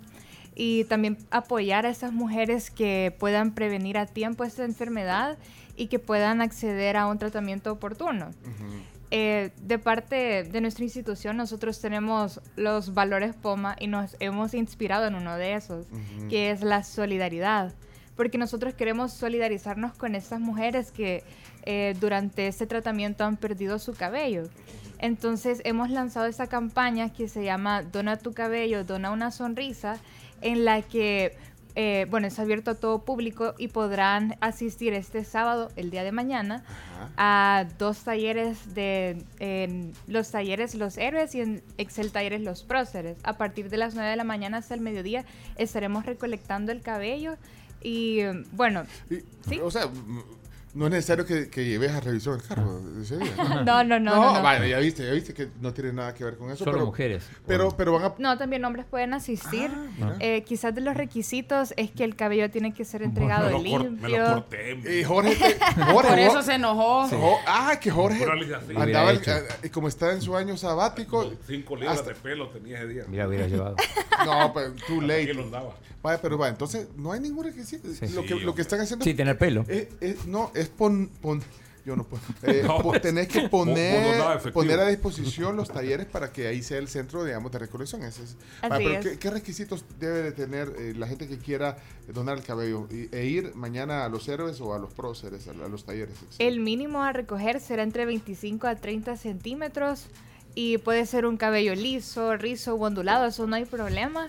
y también apoyar a esas mujeres que puedan prevenir a tiempo esta enfermedad y que puedan acceder a un tratamiento oportuno. Uh-huh. Eh, de parte de nuestra institución, nosotros tenemos los valores POMA y nos hemos inspirado en uno de esos, uh-huh. que es la solidaridad. Porque nosotros queremos solidarizarnos con estas mujeres que eh, durante este tratamiento han perdido su cabello. Entonces hemos lanzado esta campaña que se llama Dona tu cabello, dona una sonrisa, en la que Eh, bueno, es abierto a todo público y podrán asistir este sábado, el día de mañana, Ajá. a dos talleres de en los talleres Los Héroes y en Excel Talleres Los Próceres. A partir de las nueve de la mañana hasta el mediodía estaremos recolectando el cabello y bueno, y, ¿sí? O sea, no es necesario que, que lleves a revisión el carro ese día. No, no, no. No, no, no. Vale, ya viste, ya viste que no tiene nada que ver con eso. Solo pero, mujeres. Pero, bueno. pero van a... No, también hombres pueden asistir. Ah, eh, quizás de los requisitos es que el cabello tiene que ser entregado me limpio. Me lo corté. Y Jorge, te, Jorge Por eso Jorge, se enojó. Sí. Ah, que Jorge andaba, el, como está en su año sabático. Cinco libras hasta, de pelo tenía ese día. Mira, hubiera llevado. No, pero too late. Lo andaba. Vaya, pero va, entonces no hay ningún requisito. Sí. Lo, que, lo que están haciendo... Sí, tener pelo. Es, es, no, es pon... pon yo no puedo. Eh, no, po, tenés que poner, no poner a disposición los talleres para que ahí sea el centro, digamos, de recolección. Ese es. Ah, pero ¿qué, ¿qué requisitos debe de tener eh, la gente que quiera donar el cabello y, e ir mañana a Los Héroes o a los Próceres, a, a los talleres? El mínimo a recoger será entre veinticinco a treinta centímetros y puede ser un cabello liso, rizo o ondulado, eso no hay problema.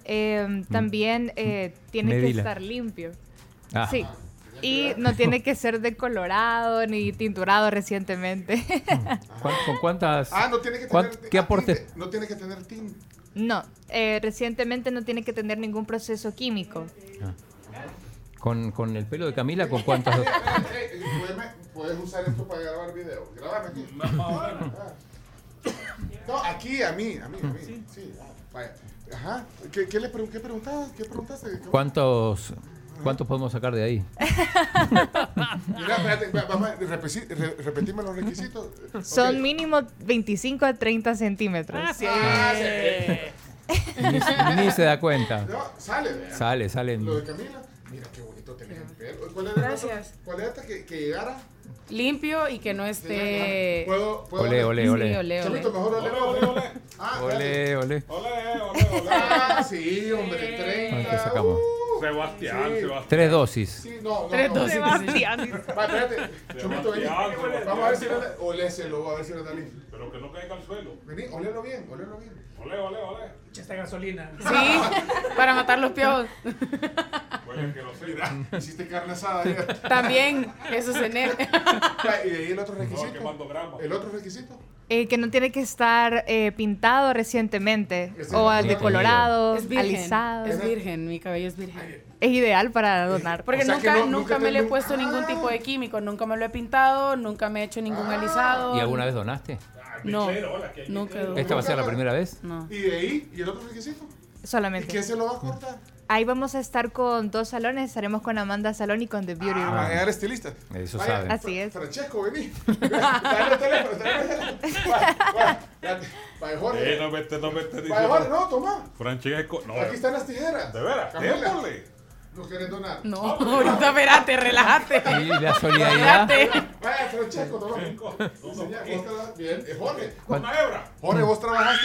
Eh, también eh, tiene Medila. que estar limpio. Ah. Sí. Y no tiene que ser decolorado ni tinturado recientemente. ¿Con cuántas? Ah, no tiene que tener. ¿Qué aporte? Tinte, no tiene que tener tinte. No, eh, recientemente no tiene que tener ningún proceso químico. Ah. ¿Con, ¿Con el pelo de Camila? ¿Con cuántas? Eh, eh, eh, ¿Puedes usar esto para grabar video? Grabame aquí. No, aquí, a mí, a mí, a mí. Sí, sí. Ah, vaya. Ajá. ¿Qué, qué le qué preguntabas? ¿Qué preguntaste? ¿Cuántos? ¿Cuántos podemos sacar de ahí? Mira, espérate, vamos a repetir, re, repetirme los requisitos. Son okay. mínimo veinticinco a treinta centímetros. Ah, sí. Ah, sí. Ni, ni se da cuenta. No, sale, ¿verdad? Sale, sale. Lo de Camila. Mira qué bonito tenés el pelo. ¿Cuál es Gracias. ¿Cuál es esta que, que llegara? Limpio y que no esté... ¿Puedo, puedo ole, ole, ole. Sí, ole, ole. Chavito, mejor ole, ole, ole. Ah, ole, ole. Ole, ole, ole. Ah, sí, hombre, treinta. ¿Cuánto sacamos? Uh, Sebastián, sí. Sebastián. Tres dosis. Sí, no, no. Tres no, dosis. Sebastián. Va, espérate. Chomito, vení. Vamos a ver si no está... Oléselo, a ver si no está limpio. Pero que no caiga al suelo. Vení, olelo bien, olelo bien. Ole, ole, ole. Echa esta gasolina. Sí, para matar los piojos. Bueno, que no sé. Mira, hiciste carne asada ayer. También, eso es en él. Y de ahí el otro requisito. No, quemando grama. El otro requisito. Eh, que no tiene que estar eh, pintado recientemente Ese o es decolorado, Es virgen. alisado. Es virgen, mi cabello es virgen. Es ideal para donar. Porque O sea nunca, que no- nunca nunca me te le he lu- puesto ningún tipo de químico, nunca me lo he pintado, nunca me he hecho ningún alisado. ¿Y alguna vez donaste? No, nunca. ¿Esta va a ser la primera vez? No. ¿Y de ahí? ¿Y el otro requisito? ¿Y Solamente. quién se lo va a cortar? Ahí vamos a estar con dos salones. Estaremos con Amanda Salón y con The Beauty Ah, Room. van a llegar estilistas. Eso Vaya, saben. Así es. Francesco, vení. Dale el teléfono. Dale el teléfono. Vaya, vaya, dale. Vaya, Jorge. Eh, no me estés no me estés Vaya, Jorge, diciendo. no, toma. Francesco, no. Aquí están las tijeras. De veras, Camila, démosle. ¿no quieres donar? No, ahorita espérate, relájate. Y la solidaridad. Vaya, Francesco, toma. Enseña, vos tra- Bien, eh, Jorge. Con una hebra. Jorge, vos trabajaste.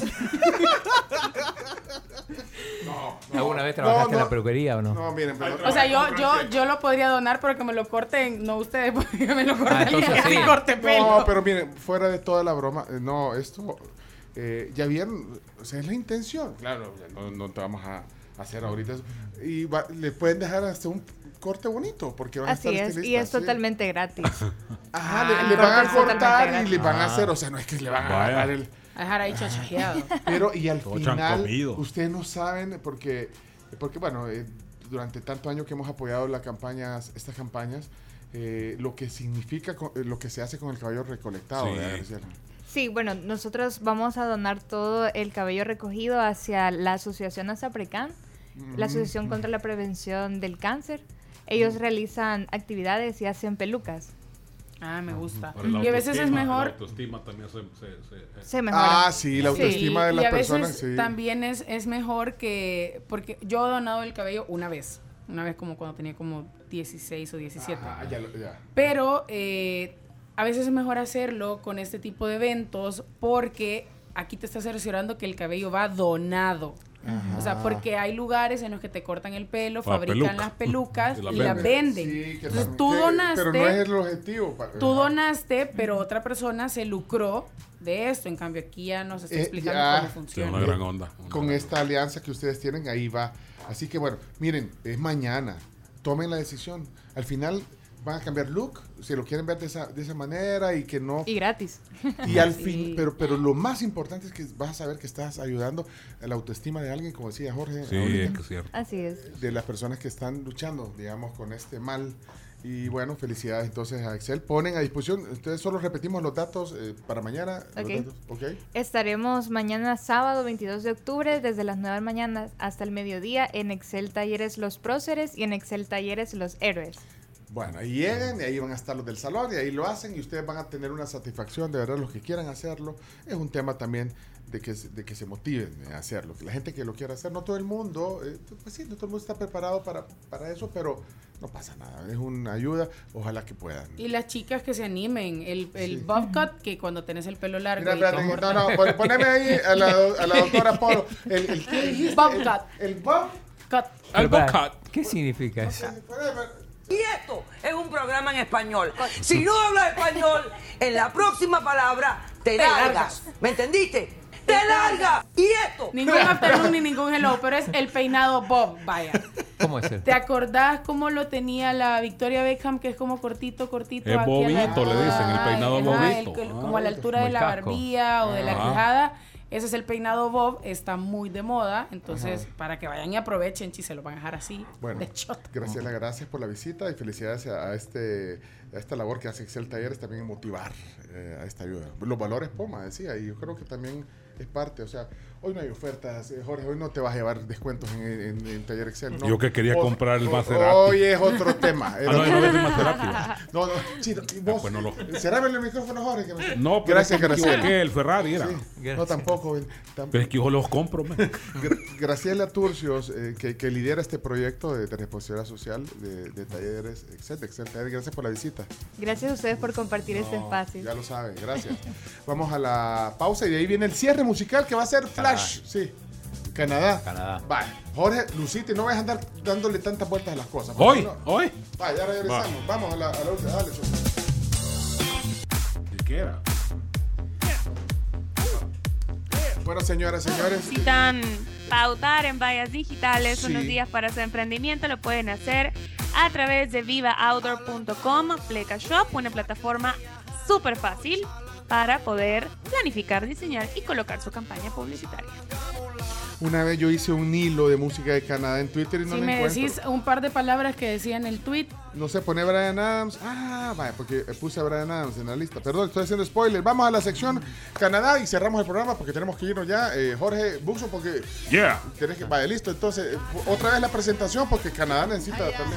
No, no. ¿Alguna vez trabajaste no, en la no. peluquería o no? No, miren, pero. O sea, yo, yo, yo lo podría donar, pero que me lo corten, no ustedes, porque me lo corten Ah, entonces alguien sí. que corte pelo. No, pero miren, fuera de toda la broma, eh, no, esto, eh, ya vieron, o sea, es la intención. Claro, ya no, no te vamos a hacer ahorita eso. Y va- le pueden dejar hasta un corte bonito, porque van a Así estar es. Y estilistas, es sí. totalmente gratis. Ajá, Ah, le, le el van corte a es totalmente cortar y gratis. le van a Ah. hacer, o sea, no es que le van a Vaya. agarrar el... A dejar ahí chachajeado. Pero, y al Todo final, chancomido. ustedes no saben, porque, porque bueno, eh, durante tantos años que hemos apoyado la campañas, estas campañas, eh, lo que significa, co- eh, lo que se hace con el cabello recolectado, Sí. ¿verdad, Graciela? Sí, bueno, nosotros vamos a donar todo el cabello recogido hacia la Asociación Azaprecan, la Asociación contra la Prevención del Cáncer. Ellos realizan actividades y hacen pelucas. Ah, me gusta. Para la Y a veces es autoestima, mejor. La autoestima también se. se, se- Se mejora. Ah, sí, la autoestima de y las a veces personas, sí. también es, es mejor que, porque yo he donado el cabello una vez, una vez como cuando tenía como dieciséis o diecisiete. Ah, ya, lo- ya. Pero eh, a veces es mejor hacerlo con este tipo de eventos porque aquí te estás cerciorando que el cabello va donado. Ajá. O sea, porque hay lugares en los que te cortan el pelo, Ah, fabrican peluca. las pelucas Y y la las venden. venden. Sí, que Entonces tam- tú que- donaste, Pero no es el objetivo. pa- tú ajá. donaste, pero otra persona se lucró de esto. En cambio, aquí ya nos está Eh, explicando ya. cómo Sí, funciona. una gran onda. Con esta alianza que ustedes tienen, ahí va. Así que bueno, miren, es mañana. Tomen la decisión. Al final van a cambiar look, si lo quieren ver de esa, de esa manera y que no... Y gratis. Y al Sí. fin, pero, pero lo más importante es que vas a saber que estás ayudando a la autoestima de alguien, como decía Jorge, Sí, ahorita, es que es cierto. Así es. de las personas que están luchando, digamos, con este mal. Y bueno, felicidades entonces a Excel. Ponen a disposición, ustedes solo repetimos los datos eh, para mañana. los Ok. datos, ¿ok? Estaremos mañana sábado veintidós de octubre desde las nueve de la mañana hasta el mediodía en Excel Talleres Los Próceres y en Excel Talleres Los Héroes. Bueno, ahí llegan y ahí van a estar los del salón y ahí lo hacen y ustedes van a tener una satisfacción, de verdad, los que quieran hacerlo. Es un tema también de que, se- de que se motiven a hacerlo. La gente que lo quiera hacer, no todo el mundo, eh, pues sí, no todo el mundo está preparado para, para eso, pero no pasa nada, es una ayuda, ojalá que puedan. Y las chicas que se animen, el, el Sí. bob cut, que cuando tenés el pelo largo. Mira, y te espérate, cortan- no, no, pon- poneme ahí a la, a la doctora Polo. El, el, ¿qué dijiste? Bob El- cut. El bob cut. Algo Pero, cut. ¿Qué significa eso? Y esto es un programa en español. Si no hablas español, en la próxima palabra te largas. ¿Me entendiste? ¡Te largas! Y esto. Ningún afternoon ni ningún hello, pero es el peinado bob, vaya. ¿Cómo es el? ¿Te acordás cómo lo tenía la Victoria Beckham, que es como cortito, cortito? Es aquí a la- bobito, le dicen, el peinado Ajá, el- bobito. el- Ah, como a la altura como de el la casco. barbilla o de la Ah. quijada. Ese es el peinado bob, está muy de moda, entonces para que vayan y aprovechen, si se lo van a dejar así. Bueno, de shot. Graciela, gracias por la visita y felicidades a, a este, a esta labor que hace Excel Talleres también en motivar eh, a esta ayuda. Los valores Poma, decía, y yo creo que también es parte, o sea, hoy no hay ofertas, eh, Jorge, hoy no te vas a llevar descuentos en, en, en Taller Excel, ¿no? Yo que quería O- comprar el o- Maserati. Hoy es otro tema. Ah, no, no es el Maserati. No, no, chino, y vos, pues no lo- cerrame el micrófono, Jorge. Que me... No, pero Gracias, es que me Graciela. equivoqué, el Ferrari era. Sí, no, tampoco. eh, tam- Pero es que yo los compro, man. Gra- Graciela Turcios, eh, que, que lidera este proyecto de, de responsabilidad social de, de Talleres Excel, de Excel Talleres. Gracias por la visita. Gracias a ustedes por compartir este No, espacio. Ya lo saben, gracias. Vamos a la pausa y de ahí viene el cierre musical que va a ser Flash. Sí. Canadá. Canadá. Vale. Jorge, Lucite, no vayas a andar dándole tantas vueltas a las cosas. Hoy, No- hoy. Vaya, ya regresamos. Vamos a la, a la última. Dale, Sofi. ¿Qué era? Bueno, señoras, señores. Necesitan pautar en vallas digitales Sí. unos días para su emprendimiento, lo pueden hacer a través de viva outdoor punto com, Pleca Shop, una plataforma súper fácil para poder planificar, diseñar y colocar su campaña publicitaria. Una vez yo hice un hilo de música de Canadá en Twitter y no si lo me encuentro. decís un par de palabras que decía en el tweet. No sé, pone Bryan Adams. Ah, vaya, porque puse a Bryan Adams en la lista. Perdón, estoy haciendo spoiler. Vamos a la sección Canadá y cerramos el programa porque tenemos que irnos ya. Eh, Jorge Buxo, porque... Yeah. Tenés que... Vaya, listo. Entonces, otra vez la presentación porque Canadá necesita también...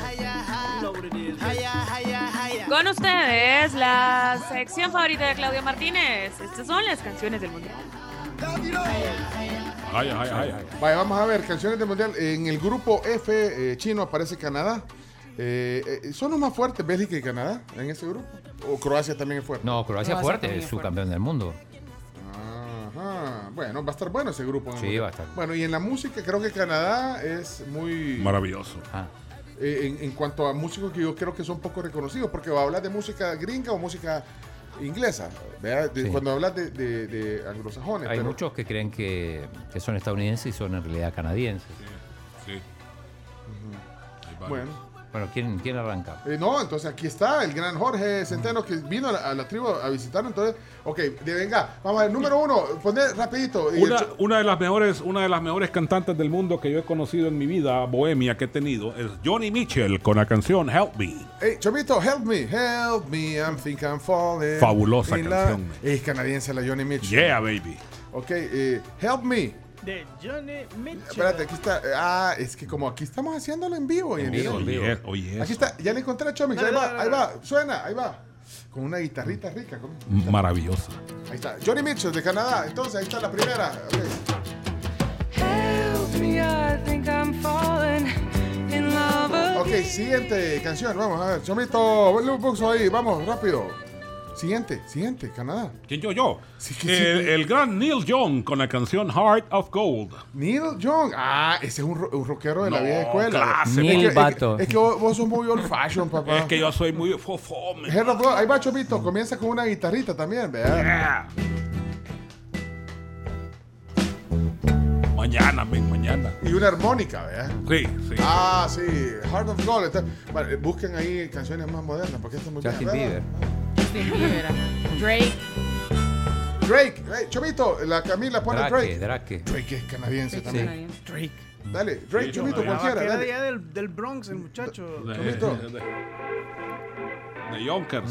Con ustedes, la sección favorita de Claudio Martínez. Estas son las canciones del mundial. Ay, ay, ay, ay. Vaya, vamos a ver, canciones del mundial. En el grupo F eh, chino aparece Canadá. Eh, eh, ¿Son los más fuertes Bélgica y Canadá en ese grupo? ¿O Croacia también es fuerte? No, Croacia, Croacia fuerte, también es es su fuerte. campeón del mundo. Ajá. Bueno, va a estar bueno ese grupo. ¿no? Sí, va a estar. Bueno, y en la música creo que Canadá es muy... Maravilloso. Ah. Eh, en, en cuanto a músicos que yo creo que son poco reconocidos, porque va a hablar de música gringa o música inglesa, ¿verdad? De- Sí. Cuando hablas de, de- de anglosajones. Hay pero- muchos que creen que, que son estadounidenses y son en realidad canadienses. Sí. Hay varios. Bueno. Bueno, ¿quién, quién arranca? Eh, no, entonces aquí está el gran Jorge Centeno que vino a la, a la tribu a visitarnos. Entonces, ok, de venga, vamos a ver, número uno, poner rapidito. Y Una, el cho- una de las mejores, una de las mejores cantantes del mundo que yo he conocido en mi vida, bohemia que he tenido, es Johnny Mitchell con la canción Help Me. Hey, Chomito, help me, help me, I'm think I'm falling. Fabulosa in la- canción. Es canadiense la Johnny Mitchell. Yeah, baby. Ok, eh, help me. De Johnny Mitchell. Espérate, aquí está. Ah, es que como aquí estamos haciéndolo en vivo. y En en vivo, directo. en vivo. Oye, oye, Aquí eso. está, ya le encontré a Chomix. Ahí va, ahí va, suena, ahí va. Con una guitarrita rica. con- Maravillosa. Ahí está, Johnny Mitchell de Canadá. Entonces, ahí está la primera. Ok. Ok, siguiente canción. Vamos a ver, Chomito, ponle un poco ahí. Vamos, rápido. Siguiente, siguiente, Canadá. ¿Quién yo? Yo. Sí, que sí. el, el gran Neil Young con la canción Heart of Gold. Neil Young. Ah, ese es un, ro- un rockero de la No, vieja escuela. clase. Neil es que, es Bato. que- es que vos, vos sos muy old fashion, papá. Es que yo soy muy fofome. Heart of Gold. Ahí va, Chomito. Comienza con una guitarrita también, ¿verdad? Yeah. Mañana, ven, mañana. Y una armónica, ¿verdad? Sí, sí. Ah, sí. Heart of Gold. Está- bueno, eh, busquen ahí canciones más modernas porque esta es muy Justin bien, Bieber. ¿verdad? Justin Bieber. Drake. Drake. Hey, Chomito, la Camila pone Drake, Drake. Drake. Drake es canadiense también. Canadiense. Drake. Dale, Drake, Sí, Chomito, no, cualquiera. Era de Dale. allá del, del Bronx, el muchacho. De, Chomito. de, de, de Yonkers.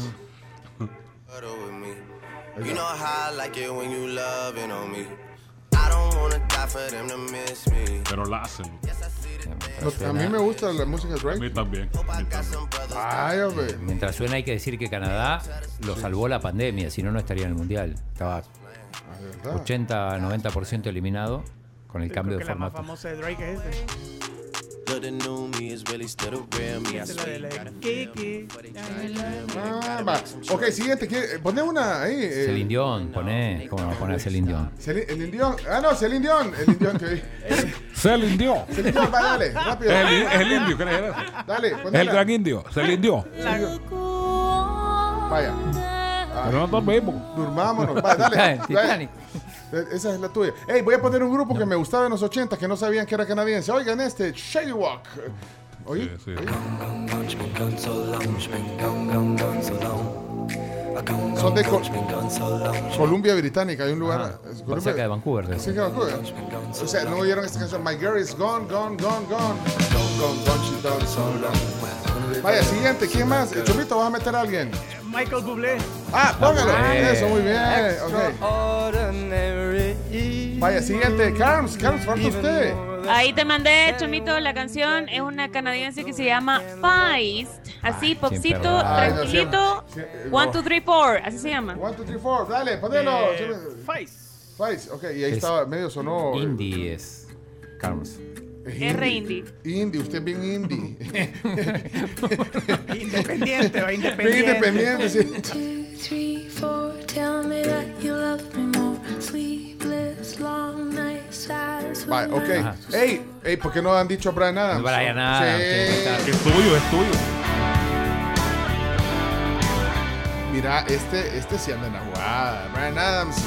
You know how I like it when you loving on me. I don't wanna die for them to miss me. Pero la hacen. No, a mí me gusta la música de A Drake. mí también. A mí también. Ay, hombre. Mientras suena hay que decir que Canadá lo salvó la pandemia, si no, no estaría en el Mundial. Estaba Ah, de verdad. ochenta a noventa por ciento eliminado con el Yo cambio creo de que la más formato. famosa de Drake es esta. Look, the new me is really still the real me. I Esta es la de swear. la de Kiki. Ah, va. Ok, siguiente. ¿quiere- Poné una ahí. eh, Celine Dion, poné. ¿Cómo no poner Celine Dion? Celine- el Indión. Ah, no, Celine Dion. El Indión que vi. Celine Dion. Celine Dion, va, dale, rápido. Es el, es el indio, ¿crees? Es Dale, el ponela. gran indio. Celine Dion. Vaya. Pero no dormimos. Durmámonos. Va, dale. dale. Titanic. Esa es la tuya. Hey, voy a poner un grupo que me gustaba en los ochenta que no sabían que era canadiense. Oigan este, Shady Walk. ¿Oí? Sí, sí. Son de Co- Columbia Británica. Hay un lugar. Ajá. es Por Columbia- cerca de Vancouver. de- Cerca de Vancouver. O sea, no oyeron esta canción. My girl is gone, gone, gone, gone. Gone, gone, gone, she's done so long. Vaya, siguiente. ¿Quién más? Chomito, ¿vas a meter a alguien? Michael Bublé. Ah, póngalo. Eh. Eso, muy bien. Ok. Vaya, siguiente. Carms, Carms, falta usted. Ahí te mandé, Chomito, la canción es una canadiense que se llama Feist. Así, popcito, verdad. Ay, no, tranquilito. siempre- sí, One, no. two, three, four. Así se llama. One, two, three, four. Dale, ponelo. Eh, Feist. Face. Ok, y ahí Es estaba, medio sonó. Indie es Carms. Es Es re indie. Indie, usted es bien indie. Independiente, va Bien independiente. independiente, sí. Two, three, four. Tell me that you love me more. Sleepless, long nights, satisfied. Vale, ok. Ajá. Ey, ey, ¿por qué no han dicho Bryan Adams? Bryan Adams, tiene que Sí. estar. Es tuyo, es tuyo. Mira, este, este sí anda en la jugada. Bryan Adams.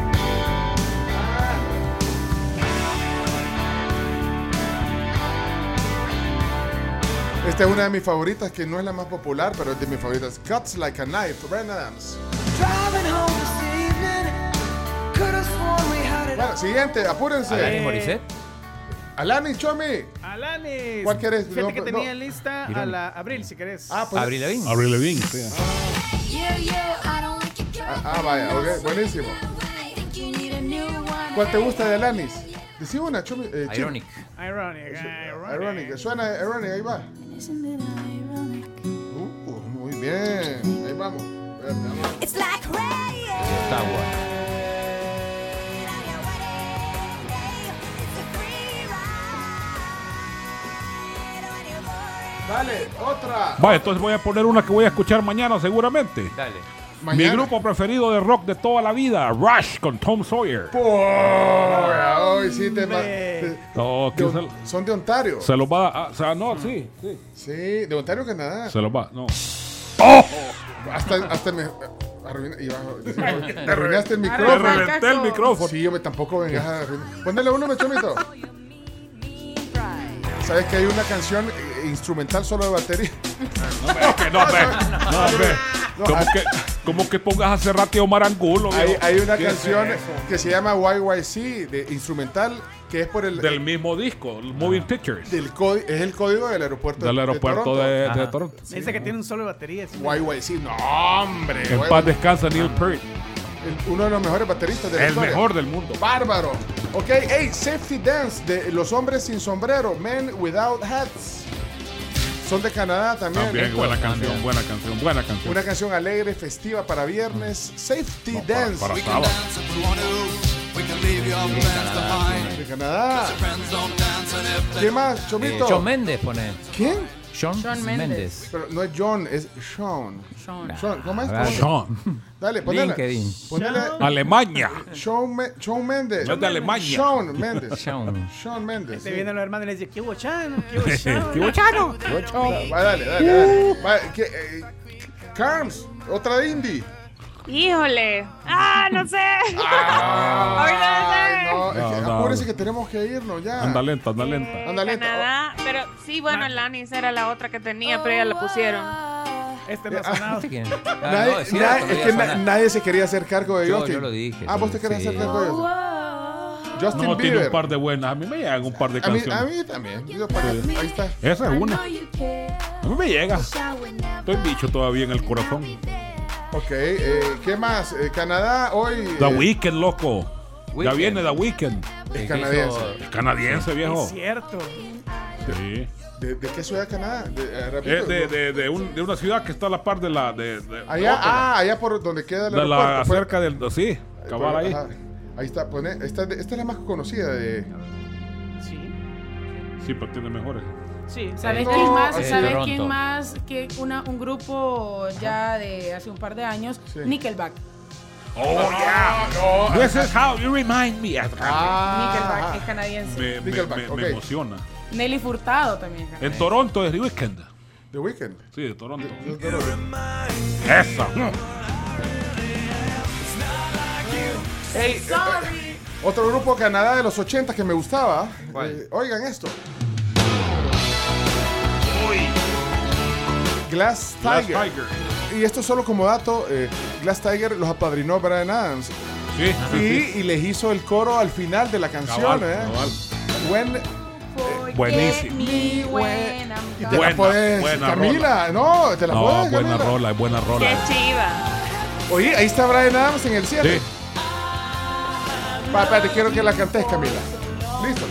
Esta es una de mis favoritas, que no es la más popular, pero es de mis favoritas. Cuts Like a Knife, Bryan Adams. Driving home to see siguiente, apúrense. Alanis Morissette. Alanis, Chomi. Alanis. ¿Cuál querés? Fíjate No, que no. tenía en lista a la Abril, si querés. Ah, pues. Avril Lavigne. Avril Lavigne, sí. Ah, ah, vaya, ok, buenísimo. ¿Cuál te gusta de Alanis? Decí una, Chomi. Eh, Chim. Ironic. Ironic, ironic. Ironic. Suena Ironic, ahí va. Uh, muy bien. Ahí vamos. Está bueno. Dale, otra. Vale, entonces voy a poner una que voy a escuchar mañana seguramente. Dale. Mi Mañana. grupo preferido de rock de toda la vida, Rush con Tom Sawyer. Pora, hoy sí te, ma- te- No, de ¿quién On- se, son de Ontario. se los va a... O sea, no, sí, sí. Sí, de Ontario, Canadá. Se los va, no. Hasta, hasta me arruina- y bajo- te arruinaste el Te micrófono. reventé el micrófono. Sí, yo me tampoco vengas a arruinar. Ponele uno, me chomito. ¿Sabes que hay una canción eh, instrumental solo de batería? No, ve, que no, ve. No, ve. No, Como hay- que, como que pongas a Cerrati o Marangulo. Hay, viejo. hay una ¿Qué es canción eso? que se llama Y Y C, de instrumental, que es por el... Del mismo disco, Moving Pictures. del código, es el código del aeropuerto Del de aeropuerto Toronto. de, de Ajá. Toronto. Me dice que tiene un solo de batería. sí. Y Y C, no, hombre. En güey. paz descansa Neil Peart. El- uno de los mejores bateristas de la El historia. mejor del mundo. Bárbaro. Ok, hey, Safety Dance de Los Hombres Sin Sombrero, Men Without Hats. Son de Canadá también. También, Estos. buena canción, buena canción, buena canción. Una canción alegre, festiva para viernes. Safety No, para- Dance. para sábado. De Canadá. ¿Qué más, Eh, Chomito? Shawn Mendes pone. ¿Quién? Shawn Shawn Mendes. Mendes. Pero no es John, es Sean. Sean. Sean, ¿cómo es? Ah, ¿Cómo? Sean. Dale, ponele. LinkedIn. Ponele. Alemania. Sean, Me- Sean Mendes. No es de Alemania. Sean Mendes. Shawn. Sean Mendes. Te sí. vienen los hermanos y le dicen, ¿qué bochano? ¿Qué bochano? ¡Qué bochano! Va, dale, dale, dale. Va, ¿qué, eh, Carms, otra de indie. Híjole. Ah, no sé. Ay, no, es No, que no. apúrese que tenemos que irnos ya. Anda lenta, anda lenta. Anda lenta. Canadá, pero sí, bueno, Alanis era la otra que tenía, pero ya la pusieron. Este no ha sonado. ¿Este quién? Ah, Nadie, no, es cierto, nadie- no es había que na- sonado. nadie se quería hacer cargo de Yo- Justin. yo lo dije, Ah, vos te sí. querías hacer cargo de Justin. Justin No, tiene Bieber. un par de buenas. A mí me llegan un par de A mí, canciones. a mí también. Yo para- ahí está. Esa es una. A mí me llega. Estoy bicho todavía en el corazón. Ok, eh, ¿qué más? Eh, Canadá hoy. The eh, Weeknd, loco. Ya Weeknd. viene The Weeknd. Es canadiense. Es canadiense, viejo. Es cierto. Sí. ¿De, de qué ciudad de Canadá? De, eh, repito, Es de, ¿no? de, de, un- de una ciudad que está a la par de la. De, de- de Allá, Ottawa. ah, allá por donde queda el De la, aeropuerto. Fue- cerca del. Sí, cabal ahí. Ajá. Ahí está, pone, esta, esta es la más conocida de. Sí. Sí, pero tiene mejores. Sí. ¿Sabes Eh, quién más? eh, ¿Sabes Toronto. quién más? Que una, un grupo ya de hace un par de años, Sí. Nickelback. Oh, yeah. no. This is how you remind me. Ah, Nickelback ajá. es canadiense. me, me- Nickelback, me- ok. me emociona. Nelly Furtado también es En canadiense. Toronto es The Weeknd. The Weeknd. Sí, de Toronto. Yo- yo lo- Esa. Hey, eh, eh, otro grupo de Canadá de los ochenta que me gustaba. ¿Cuál? Eh, oigan esto. Glass Glass Tiger. Tiger. Y esto solo como dato, eh, Glass Tiger los apadrinó Bryan Adams. Sí, Y, y les hizo el coro al final de la canción. Cabal, eh. cabal. When, Buenísimo. Me when I'm y gone. te Buena, la puedes, buena Camila, no, te la No, puedes, buena Camila. rola, es buena Qué rola. chiva. Oye, ahí está Bryan Adams en el cierre. Sí. Va, espérate, quiero que la cantes, Camila. Listo.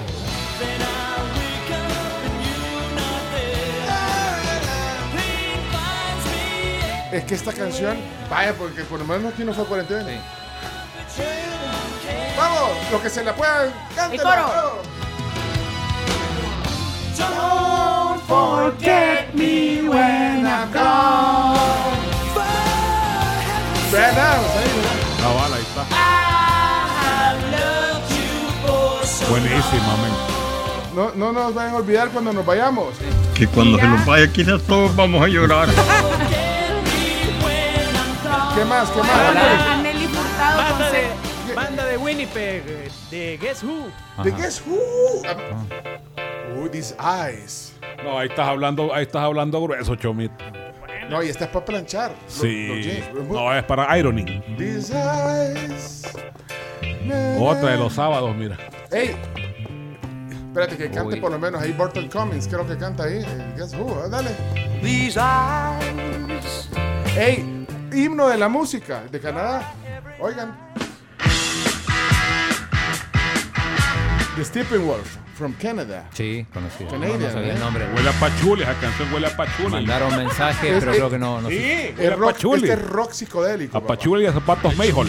Es que esta canción, vaya, porque por lo menos aquí no fue cuarentena. Sí. Vamos, lo que se la puedan, cántela. El coro. Don't forget me when I'm gone. Bryan Adams, ahí, ¿verdad? Cabal, ahí está. Buenísima, men. No, no nos vayan a olvidar cuando nos vayamos. Que cuando se nos vaya quizás todos vamos a llorar. ¿Qué más? ¿Qué más? A a Nelly Furtado con Banda C- de, banda de Winnipeg, eh, de Guess Who. ¿De Ajá. Guess Who? Oh, these eyes. No, ahí estás hablando, ahí estás hablando grueso, Chomito. No, y esta es para planchar. Los- Sí. los jeans. No, es para ironing. These eyes. Otra de los sábados, mira. Ey, espérate que cante Uy. por lo menos ahí Burton Cummings, creo que canta ahí. eh, Guess Who, dale. Ey, himno de la música de Canadá. Oigan. The Steppenwolf from Canada. Sí, conocido. Canadian, no sabía ¿eh? el nombre. Huele a pachuli, esa canción huele a pachuli. Mandaron mensajes, Es- pero es- creo que no. no Sí, sé. huele Es a rock, pachuli. este es rock psicodélico. A papá. pachuli y a zapatos Mayhol.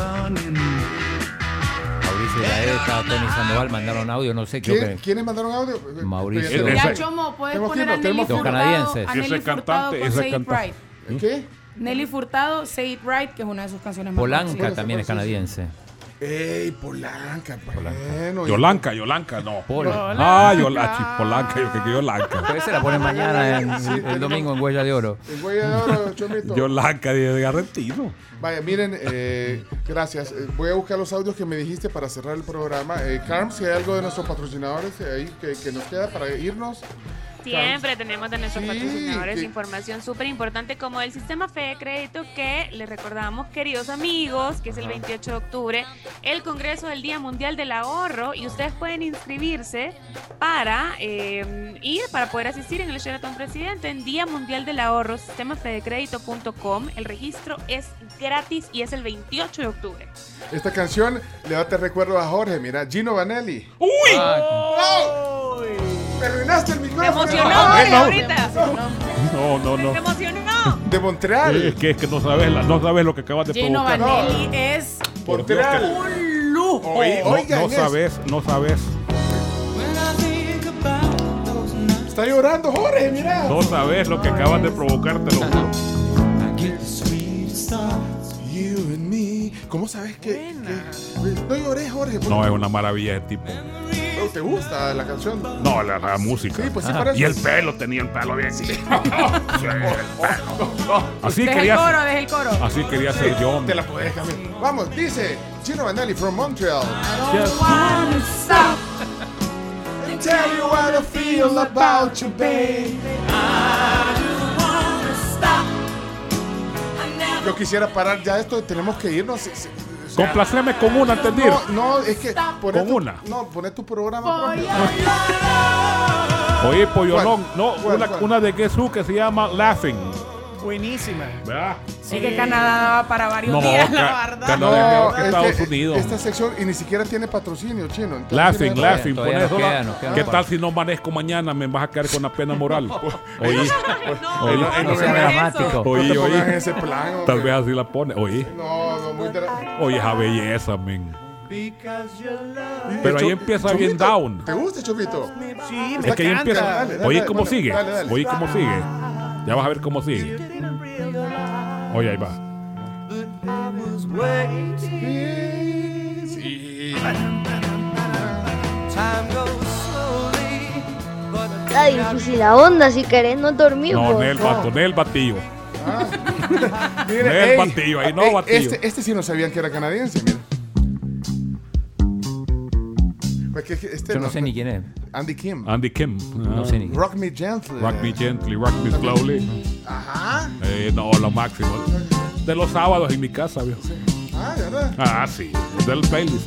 Mauricio Iraeta, Tony Sandoval mandaron audio, no sé, creo ¿Quién- que. ¿Quiénes mandaron audio? Mauricio. Ese- Ya, Chomo, puedes Tenemos poner que a irnos, Nelly tenemos que Los Furtado. canadienses. A Nelly Ese Furtado cantante, con ese Say It cantante. Right. ¿Qué? Nelly Furtado, Say It Right, que es una de sus canciones más Polanca conocidas. también es canadiense. Ey, Polanca, bueno. Yolanca, Yolanca, no. Pola. Ah, Yolanca, Polanca, yo que que Yolanca. Pero ese la ponen mañana, en, Sí, el tenemos- domingo en Huella de Oro. El güey de oro, Chomito. Yolanca de Garrentino. Vaya, miren, eh, gracias. Eh, voy a buscar los audios que me dijiste para cerrar el programa. Eh, Carm, si hay algo de nuestros patrocinadores eh, ahí que, que nos queda para irnos. Siempre tenemos de nuestros Sí, patrocinadores que- información súper importante como el sistema Fe de Crédito que les recordamos, queridos amigos, que es el veintiocho de octubre, el Congreso del Día Mundial del Ahorro y ustedes pueden inscribirse para eh, ir, para poder asistir en el Sheraton Presidente en Día Mundial del Ahorro, sistema fede crédito punto com. El registro es gratis y es el veintiocho de octubre. Esta canción le va a te recuerdo a Jorge, mira, Gino Vanelli. ¡Uy! ¡No! ¡Me arruinaste el ¡Me micrófono! emocionó, no, Jorge, no. ahorita! No, no, ¡Me no. emocionó! De Montreal. Es que, es que no sabes, la- no sabes lo que acabas de Gino provocar. Vanelli es Por Dios, que- Montreal. un lujo. Oye, no, oigan no eso. sabes, no sabes. Está llorando Jorge, mira. No sabes lo que acabas de provocar, te lo juro. You and me. ¿Cómo sabes que, que- No lloré, Jorge. ¿por No, qué? es una maravilla ese tipo. ¿Pero ¿Te gusta la canción? No, la, la música. Sí, pues sí parece. Y el pelo, tenía el pelo bien. Sí, el pelo. Así Deja el quería, coro, deja el coro. así quería ser yo. Te la podés cambiar. Vamos, dice Gino Vanelli from Montreal. Tell you what I feel about you, babe. Yo quisiera parar ya esto, tenemos que irnos. Se- se- o sea, Complaceme con una, ¿entendí? No, no, es que poné Con tu- una. No, poné tu programa propio. Oye, Pollolón, ¿Cuál? no, ¿Cuál, una, cuál? una de Guess Who que se llama Laughing. Buenísima. ¿Verdad? Sí, que Canadá daba para varios No, días, ca- la verdad. Canadá es mejor que es Estados que Unidos. Esta sección y ni siquiera tiene patrocinio, chino. entonces Laughing, tiene- laughing, todavía pones nos sola- queda, nos queda ¿Qué un tal par. si no amanezco mañana? Me vas a quedar con la pena moral. Oye, Oye, oye, No sea dramático. No oye, te pongas en oye. ese plan, hombre. Tal vez así la pone. Oye, No, no, muy dra- oye, esa belleza, men. Pero ahí Cho- empieza bien Chomito, down. ¿Te gusta, Chomito? Sí, me Es que ahí encanta. empieza. Dale, dale, Oye, dale, ¿cómo bueno, sigue? dale, dale. Oye, ¿cómo sigue? Ya vas a ver cómo sigue. Oye, ahí va. Sí. Está difícil la onda, si querés no dormir, No, vos. Nel Bato, Nel Batillo. Mire, Nel ey, Batillo, ahí no, ey, Batillo. Este, este sí no sabían que era canadiense, mira. Porque este Yo no sé ni quién es. Andy Kim. Andy Kim. No sé ni quién. Rock Me Gently. Rock me gently, rock me slowly. Ajá. Eh, no, lo máximo. De los sábados en mi casa, viejo. Ah, ¿de verdad? Ah, sí. Del playlist.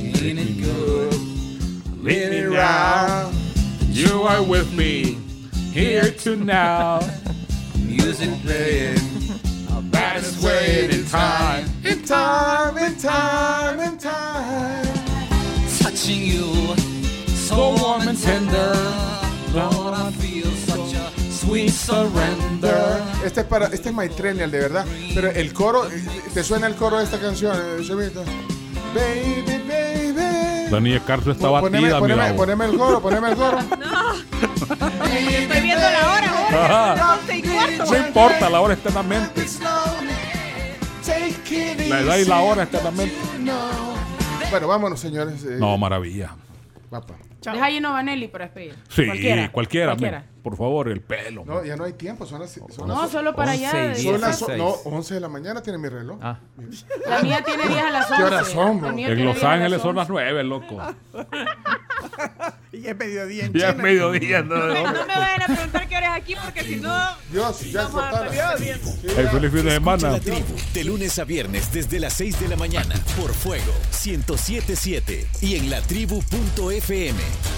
Lead me now. You are with me. Here to now. Music playing. That's way in time. In time, in time, in time. Touching you. So warm and tender. Lord, I feel such a sweet surrender. Este es para, este es My Trenial, de verdad. Pero el coro, ¿te suena el coro de esta canción, eh, Chomito? Baby, baby. Daniel Carso está Poneme, batida, poneme, mira. poneme el coro, poneme el coro. Estoy viendo la hora, Jorge. Ajá. once y cuarto. No importa, la hora está en la mente. Take it La edad y la easy. hora está en la mente. Bueno, vámonos, señores. eh, No, maravilla. Papa. Deja Gino Vanelli para despedir. Sí, Cualquiera. cualquiera, cualquiera. men. Por favor, el pelo. No, ya no hay tiempo, son las, son No, las, solo para allá. once y de- diez. son las dieciséis. no, once de la mañana tiene mi reloj. Ah. La mía tiene diez a las once. ¿Qué horas son, La bro? mía En tiene Los diez a las Ángeles son once. las nueve, loco. Y ya es mediodía en Ya es China. mediodía, no, No me, no. no me vayan a preguntar qué hora es aquí porque si no. Dios, ya vamos a cortaron. estar perdiendo. El feliz fin de Escucha semana. La Tribu, de lunes a viernes desde las seis de la mañana por Fuego ciento siete punto siete y en latribu punto f m.